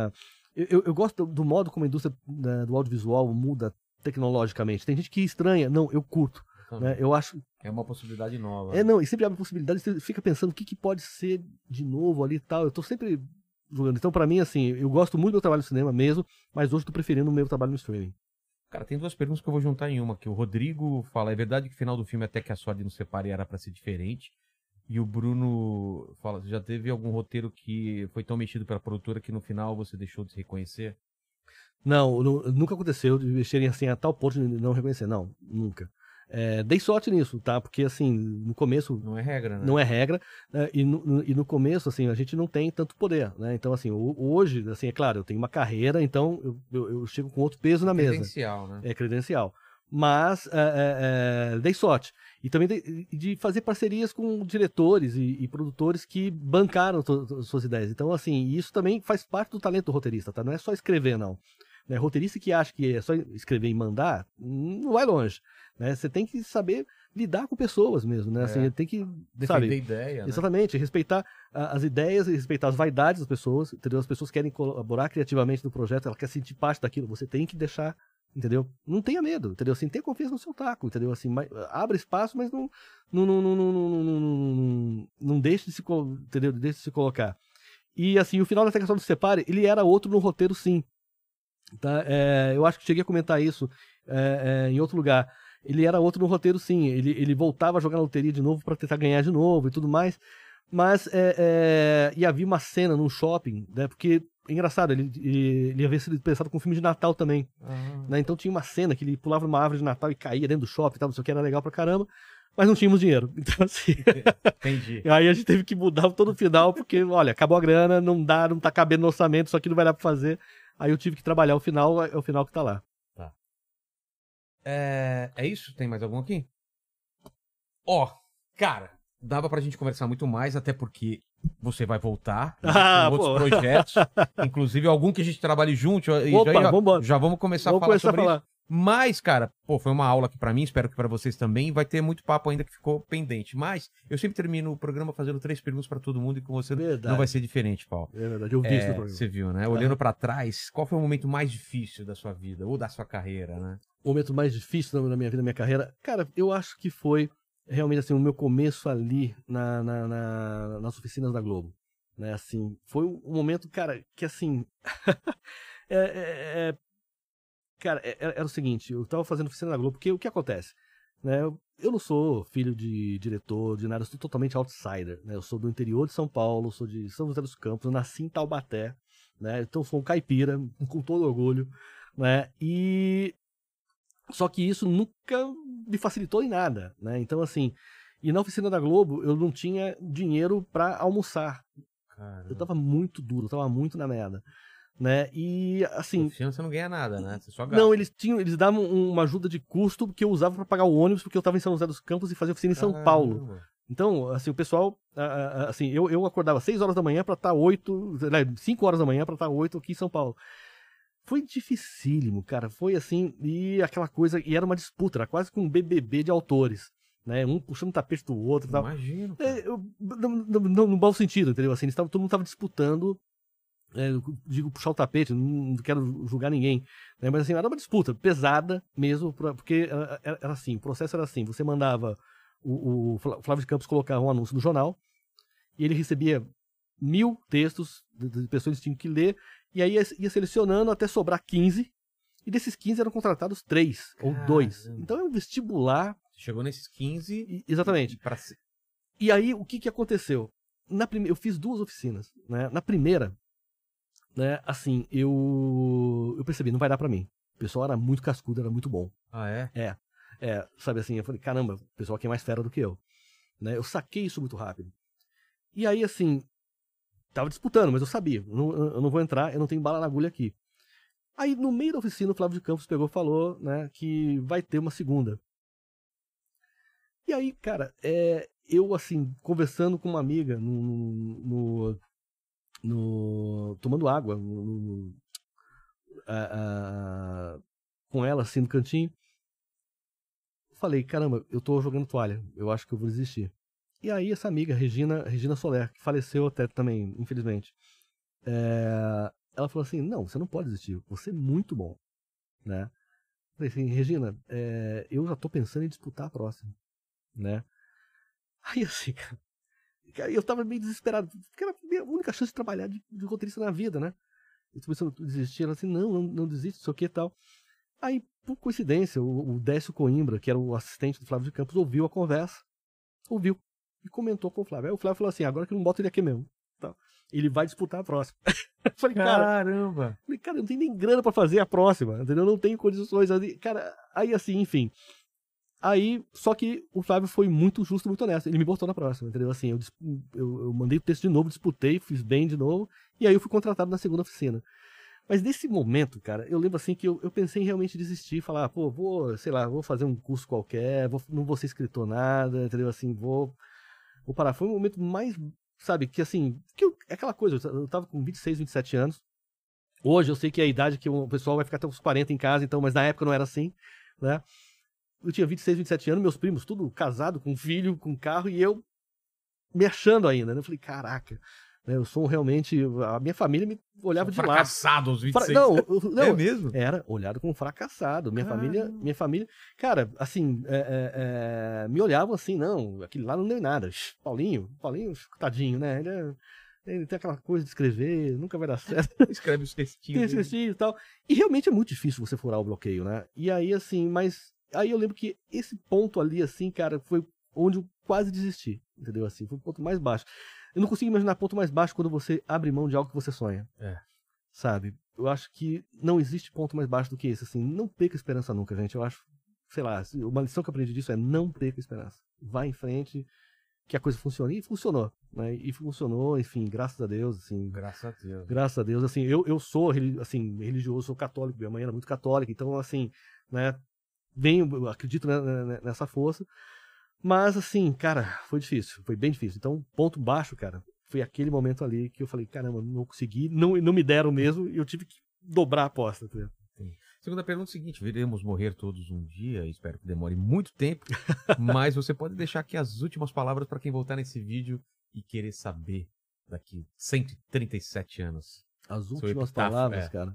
Eu gosto do modo como a indústria do audiovisual muda tecnologicamente. Tem gente que estranha. Não, eu curto. Né? Eu acho... É uma possibilidade nova. Não, e sempre abre possibilidade. Você fica pensando o que pode ser de novo ali e tal. Eu tô sempre jogando. Então, pra mim, assim, eu gosto muito do meu trabalho no cinema mesmo, mas hoje tô preferindo o meu trabalho no streaming. Cara, tem duas perguntas que eu vou juntar em uma. Que o Rodrigo fala, é verdade que o final do filme Até que a Sorte nos Separe era pra ser diferente? E o Bruno fala, já teve algum roteiro que foi tão mexido pela produtora que no final você deixou de se reconhecer? Não, nunca aconteceu de mexerem assim a tal ponto de não reconhecer. Não, nunca. Dei sorte nisso, tá? Porque assim, no começo... Não é regra, né? Não é regra. E no começo, assim, a gente não tem tanto poder, né? Então, assim, hoje, assim, é claro, eu tenho uma carreira, então eu chego com outro peso na mesa. Credencial, né? É credencial. Mas dei sorte. E também de fazer parcerias com diretores e produtores que bancaram suas ideias. Então, assim, isso também faz parte do talento do roteirista, tá? Não é só escrever, não. Roteirista que acha que é só escrever e mandar, não vai longe. Né? Você tem que saber lidar com pessoas mesmo, né? Assim, tem que, Defender sabe, a ideia, né? exatamente, respeitar as ideias e respeitar as vaidades das pessoas, entendeu? As pessoas querem colaborar criativamente no projeto, ela quer sentir parte daquilo, você tem que deixar, entendeu? Não tenha medo, entendeu? Assim, tenha confiança no seu taco, entendeu? Assim, abre espaço, mas não deixe de se, entendeu? Deixe de se colocar. E assim, o final da questão do Separe, ele era outro no roteiro, sim. Tá? Eu acho que cheguei a comentar isso em outro lugar. Ele era outro no roteiro, sim. Ele voltava a jogar na loteria de novo para tentar ganhar de novo e tudo mais. Mas e havia uma cena num shopping, né? Porque, engraçado, ele havia sido pensado como um filme de Natal também. Né? Então tinha uma cena que ele pulava numa árvore de Natal e caía dentro do shopping, tal, não sei o que, era legal pra caramba. Mas não tínhamos dinheiro. Então, assim. Entendi. Aí a gente teve que mudar todo o final, porque, olha, acabou a grana, não tá cabendo no orçamento, isso aqui não vai dar pra fazer. Aí eu tive que trabalhar o final, é o final que tá lá. Tá. É isso? Tem mais algum aqui? Cara, dava pra gente conversar muito mais, até porque você vai voltar com outros projetos, inclusive algum que a gente trabalhe junto. Vambora. Já vamos começar a falar sobre isso. Mas, cara, foi uma aula aqui pra mim, espero que pra vocês também. Vai ter muito papo ainda que ficou pendente. Mas eu sempre termino o programa fazendo 3 perguntas pra todo mundo e com você não vai ser diferente, Paulo. É verdade, eu vi isso no programa. Você viu, né? Olhando pra trás, qual foi o momento mais difícil da sua vida ou da sua carreira, né? O momento mais difícil da minha vida, da minha carreira, cara, eu acho que foi realmente assim, o meu começo ali nas oficinas da Globo. Né? Assim, foi um momento, cara, que assim. Cara, era o seguinte, eu tava fazendo oficina da Globo, porque o que acontece? Né? Eu não sou filho de diretor, de nada, eu sou totalmente outsider. Né? Eu sou do interior de São Paulo, sou de São José dos Campos, eu nasci em Taubaté, né? Então sou um caipira, com todo orgulho. Né? Só que isso nunca me facilitou em nada. Né? Então, assim, e na oficina da Globo eu não tinha dinheiro pra almoçar. Caramba. Eu tava muito duro, eu tava muito na merda. Né? E assim. Oficina você não ganha nada, né? Você só gasta. Não, eles davam uma ajuda de custo que eu usava para pagar o ônibus, porque eu estava em São José dos Campos e fazia oficina em São Paulo. Então, assim, o pessoal, assim, eu acordava 6 horas da manhã para estar 5 horas da manhã para estar 8 aqui em São Paulo. Foi dificílimo, cara. Foi assim, e aquela coisa, e era uma disputa, era quase que um BBB de autores. Né? Um puxando o tapete do outro e tal. Imagino. No bom sentido, entendeu? Assim, todo mundo estava disputando. Eu digo puxar o tapete, não quero julgar ninguém, né? Mas assim, era uma disputa pesada mesmo, porque era assim, o processo era assim, você mandava o Flávio de Campos colocar um anúncio no jornal, e ele recebia 1000 textos de pessoas que tinham que ler, e aí ia selecionando até sobrar 15, e desses 15 eram contratados 3 ou 2. Então é um vestibular. Chegou nesses 15. Exatamente. E aí, o que aconteceu? Eu fiz 2 oficinas, né? Na primeira, né, assim, eu percebi, não vai dar pra mim. O pessoal era muito cascudo, era muito bom. Ah, é? Sabe assim, eu falei, caramba, o pessoal aqui é mais fera do que eu. Né, eu saquei isso muito rápido. E aí, assim, tava disputando, mas eu sabia, eu não vou entrar, eu não tenho bala na agulha aqui. Aí, no meio da oficina, o Flávio de Campos pegou e falou, né, que vai ter uma segunda. E aí, cara, eu, assim, conversando com uma amiga tomando água com ela assim no cantinho, falei, caramba, eu tô jogando toalha, eu acho que eu vou desistir. E aí essa amiga, Regina Soler, que faleceu até também, infelizmente, ela falou assim, não, você não pode desistir, você é muito bom, né? Falei assim, Regina, eu já tô pensando em disputar a próxima, né? Aí assim, cara, eu tava meio desesperado, porque era a minha única chance de trabalhar de roteirista na vida, né? Eu tô pensando em desistir, ela assim, não desiste, não sei o que e tal. Aí, por coincidência, o Décio Coimbra, que era o assistente do Flávio de Campos, ouviu a conversa, e comentou com o Flávio. Aí o Flávio falou assim, agora que eu não boto ele aqui mesmo. Tá? Ele vai disputar a próxima. Eu falei, caramba! Cara, eu não tenho nem grana pra fazer a próxima, entendeu? Eu não tenho condições. Cara, aí assim, enfim... Aí, só que o Flávio foi muito justo, muito honesto. Ele me botou na próxima, entendeu? Assim, eu mandei o texto de novo, disputei, fiz bem de novo, e aí eu fui contratado na segunda oficina. Mas nesse momento, cara, eu lembro assim que eu pensei em realmente desistir, falar, pô, vou fazer um curso qualquer, não vou ser escritor nada, entendeu? Assim, vou parar. Foi um momento mais, sabe, que assim, é aquela coisa, eu tava com 26, 27 anos. Hoje eu sei que é a idade que o pessoal vai ficar até uns 40 em casa, então, mas na época não era assim, né? eu tinha 26, 27 anos, meus primos, tudo casado, com filho, com carro, e eu me achando ainda, né? Eu falei, caraca, né, eu sou realmente... A minha família me olhava de lado. Fracassado aos 26. Não, é mesmo? Era olhado como fracassado. Minha família, cara, assim, me olhavam assim, não, aquele lá não deu nada. Paulinho, tadinho, né? Ele tem aquela coisa de escrever, nunca vai dar certo. Escreve os textinhos. E tal. E realmente é muito difícil você furar o bloqueio, né? E aí, assim, mas... Aí eu lembro que esse ponto ali, assim, cara, foi onde eu quase desisti, entendeu? Assim, foi o ponto mais baixo. Eu não consigo imaginar ponto mais baixo quando você abre mão de algo que você sonha. Sabe? Eu acho que não existe ponto mais baixo do que esse, assim. Não perca esperança nunca, gente. Eu acho, sei lá, uma lição que eu aprendi disso é não perca esperança. Vá em frente, que a coisa funcione. E funcionou, né? E funcionou, enfim, graças a Deus, assim. Graças a Deus. Graças a Deus, assim, eu sou, assim, religioso, sou católico, minha mãe era muito católica, então, assim, né, eu acredito nessa força, mas, assim, cara, foi difícil, foi bem difícil. Então, ponto baixo, cara, foi aquele momento ali que eu falei, caramba, não consegui, não me deram mesmo, e eu tive que dobrar a aposta, tá ligado? Segunda pergunta é o seguinte, viremos morrer todos um dia, espero que demore muito tempo, mas você pode deixar aqui as últimas palavras para quem voltar nesse vídeo e querer saber daqui 137 anos. As últimas palavras, cara,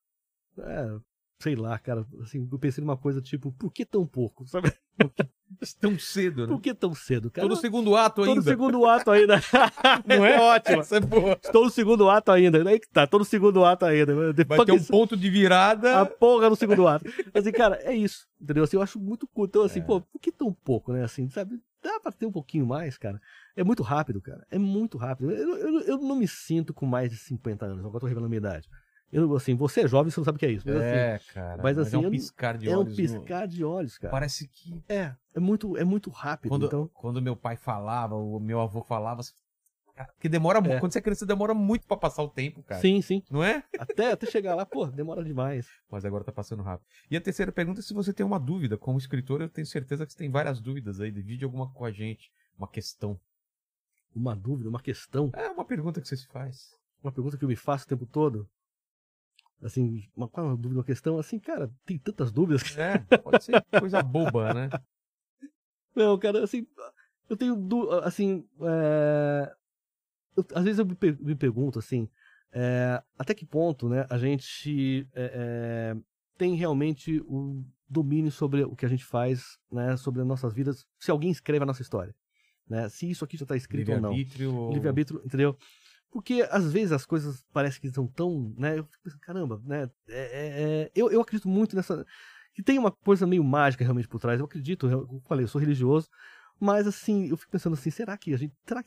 sei lá, cara, assim, eu pensei numa coisa tipo, por que tão pouco, sabe? Tão cedo, né? Por que tão cedo, cara? Tô no segundo ato ainda. Tô no segundo ato ainda. Não é? Ótimo. Essa é boa. Estou no segundo ato ainda. Aí que tá, tô no segundo ato ainda. Vai ter um ponto de virada. A porra no segundo ato. Assim, cara, é isso. Entendeu? Assim, eu acho muito curto. Então, assim, pô, por que tão pouco, né? Assim, sabe? Dá pra ter um pouquinho mais, cara. É muito rápido, cara. É muito rápido. Eu não me sinto com mais de 50 anos. Agora eu tô revelando a minha idade. Assim, você é jovem, você não sabe o que é isso. Mas, assim, cara. Mas assim, é um piscar de olhos. É um piscar de olhos, cara. Parece que... É muito rápido. Quando meu pai falava, o meu avô falava... Que demora muito. Quando você é criança, demora muito pra passar o tempo, cara. Sim, sim. Não é? Até chegar lá, pô, demora demais. Mas agora tá passando rápido. E a terceira pergunta é se você tem uma dúvida. Como escritor, eu tenho certeza que você tem várias dúvidas aí. Divide alguma com a gente. Uma questão. Uma dúvida, uma questão? É uma pergunta que você se faz. Uma pergunta que eu me faço o tempo todo? Assim, qual é uma dúvida, uma questão? Assim, cara, tem tantas dúvidas. Pode ser coisa boba, né? Não, cara, assim, eu tenho assim, às vezes eu me pergunto, assim, até que ponto, né, a gente tem realmente o domínio sobre o que a gente faz, né, sobre as nossas vidas, se alguém escreve a nossa história, né, se isso aqui já está escrito ou não. Livre-arbítrio, entendeu? Porque, às vezes, as coisas parecem que são tão, né, eu fico pensando, caramba, né, eu acredito muito nessa, que tem uma coisa meio mágica realmente por trás, eu acredito, eu falei, eu sou religioso, mas, assim, eu fico pensando assim, será que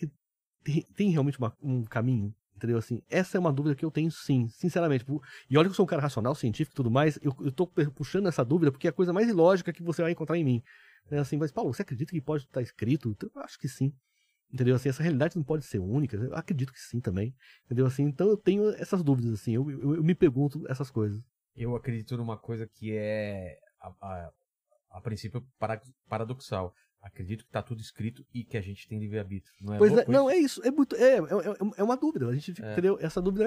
tem realmente um caminho, entendeu, assim, essa é uma dúvida que eu tenho, sim, sinceramente, e olha que eu sou um cara racional, científico e tudo mais, eu tô puxando essa dúvida porque é a coisa mais ilógica que você vai encontrar em mim, né, assim, mas, Paulo, você acredita que pode estar escrito? Então, eu acho que sim. Entendeu? Assim, essa realidade não pode ser única. Eu acredito que sim também. Entendeu? Assim, então eu tenho essas dúvidas, assim. Eu me pergunto essas coisas. Eu acredito numa coisa que é, a princípio, paradoxal. Acredito que tá tudo escrito e que a gente tem livre-arbítrio. Não é pois louco, não, é isso. É muito. É uma dúvida. A gente entendeu? Essa dúvida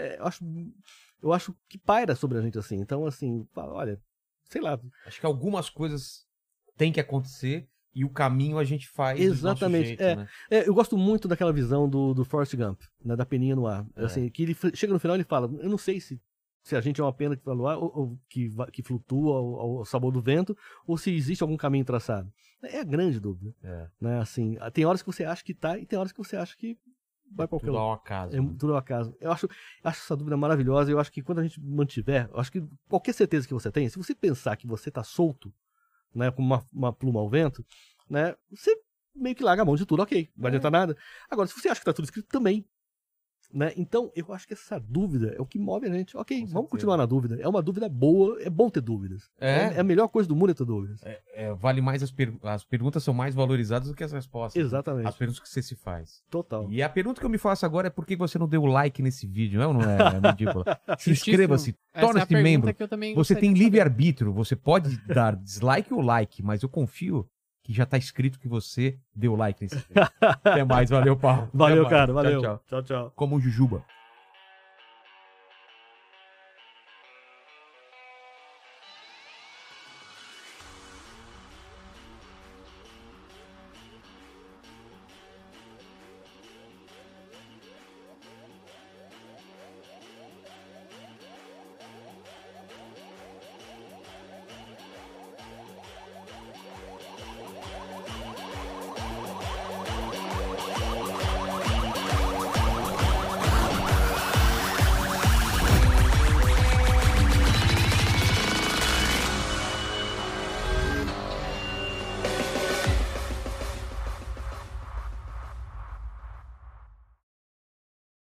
eu acho que paira sobre a gente, assim. Então, assim, olha, sei lá. Acho que algumas coisas têm que acontecer. E o caminho a gente faz exatamente. Do nosso jeito, né? Eu gosto muito daquela visão do Forrest Gump, né, da peninha no ar. Assim, que ele chega no final e ele fala, eu não sei se a gente é uma pena que vai no ar, ou que flutua ao sabor do vento, ou se existe algum caminho traçado. É a grande dúvida. Né? Assim, tem horas que você acha que tá, e tem horas que você acha que vai para qualquer lugar. Tudo ao acaso. Tudo ao acaso. Eu acho essa dúvida maravilhosa, eu acho que quando a gente mantiver, eu acho que qualquer certeza que você tem, se você pensar que você tá solto, né, com uma pluma ao vento, né, você meio que larga a mão de tudo, ok, não vai adiantar nada. Agora, se você acha que tá tudo escrito, também. Né? Então, eu acho que essa dúvida é o que move a gente. Ok, vamos continuar na dúvida. É uma dúvida boa, é bom ter dúvidas. É a melhor coisa do mundo é ter dúvidas. Vale mais as perguntas são mais valorizadas do que as respostas. Exatamente. As perguntas que você se faz. Total. E a pergunta que eu me faço agora é por que você não deu like nesse vídeo, não é ridícula? Se inscreva-se, torne-se membro. Você tem livre-arbítrio, você pode dar dislike ou like, mas eu confio que já tá escrito que você deu like nesse vídeo. Até mais, valeu, Paulo. Valeu, cara, valeu. Tchau, tchau. Tchau, tchau. Como o Jujuba.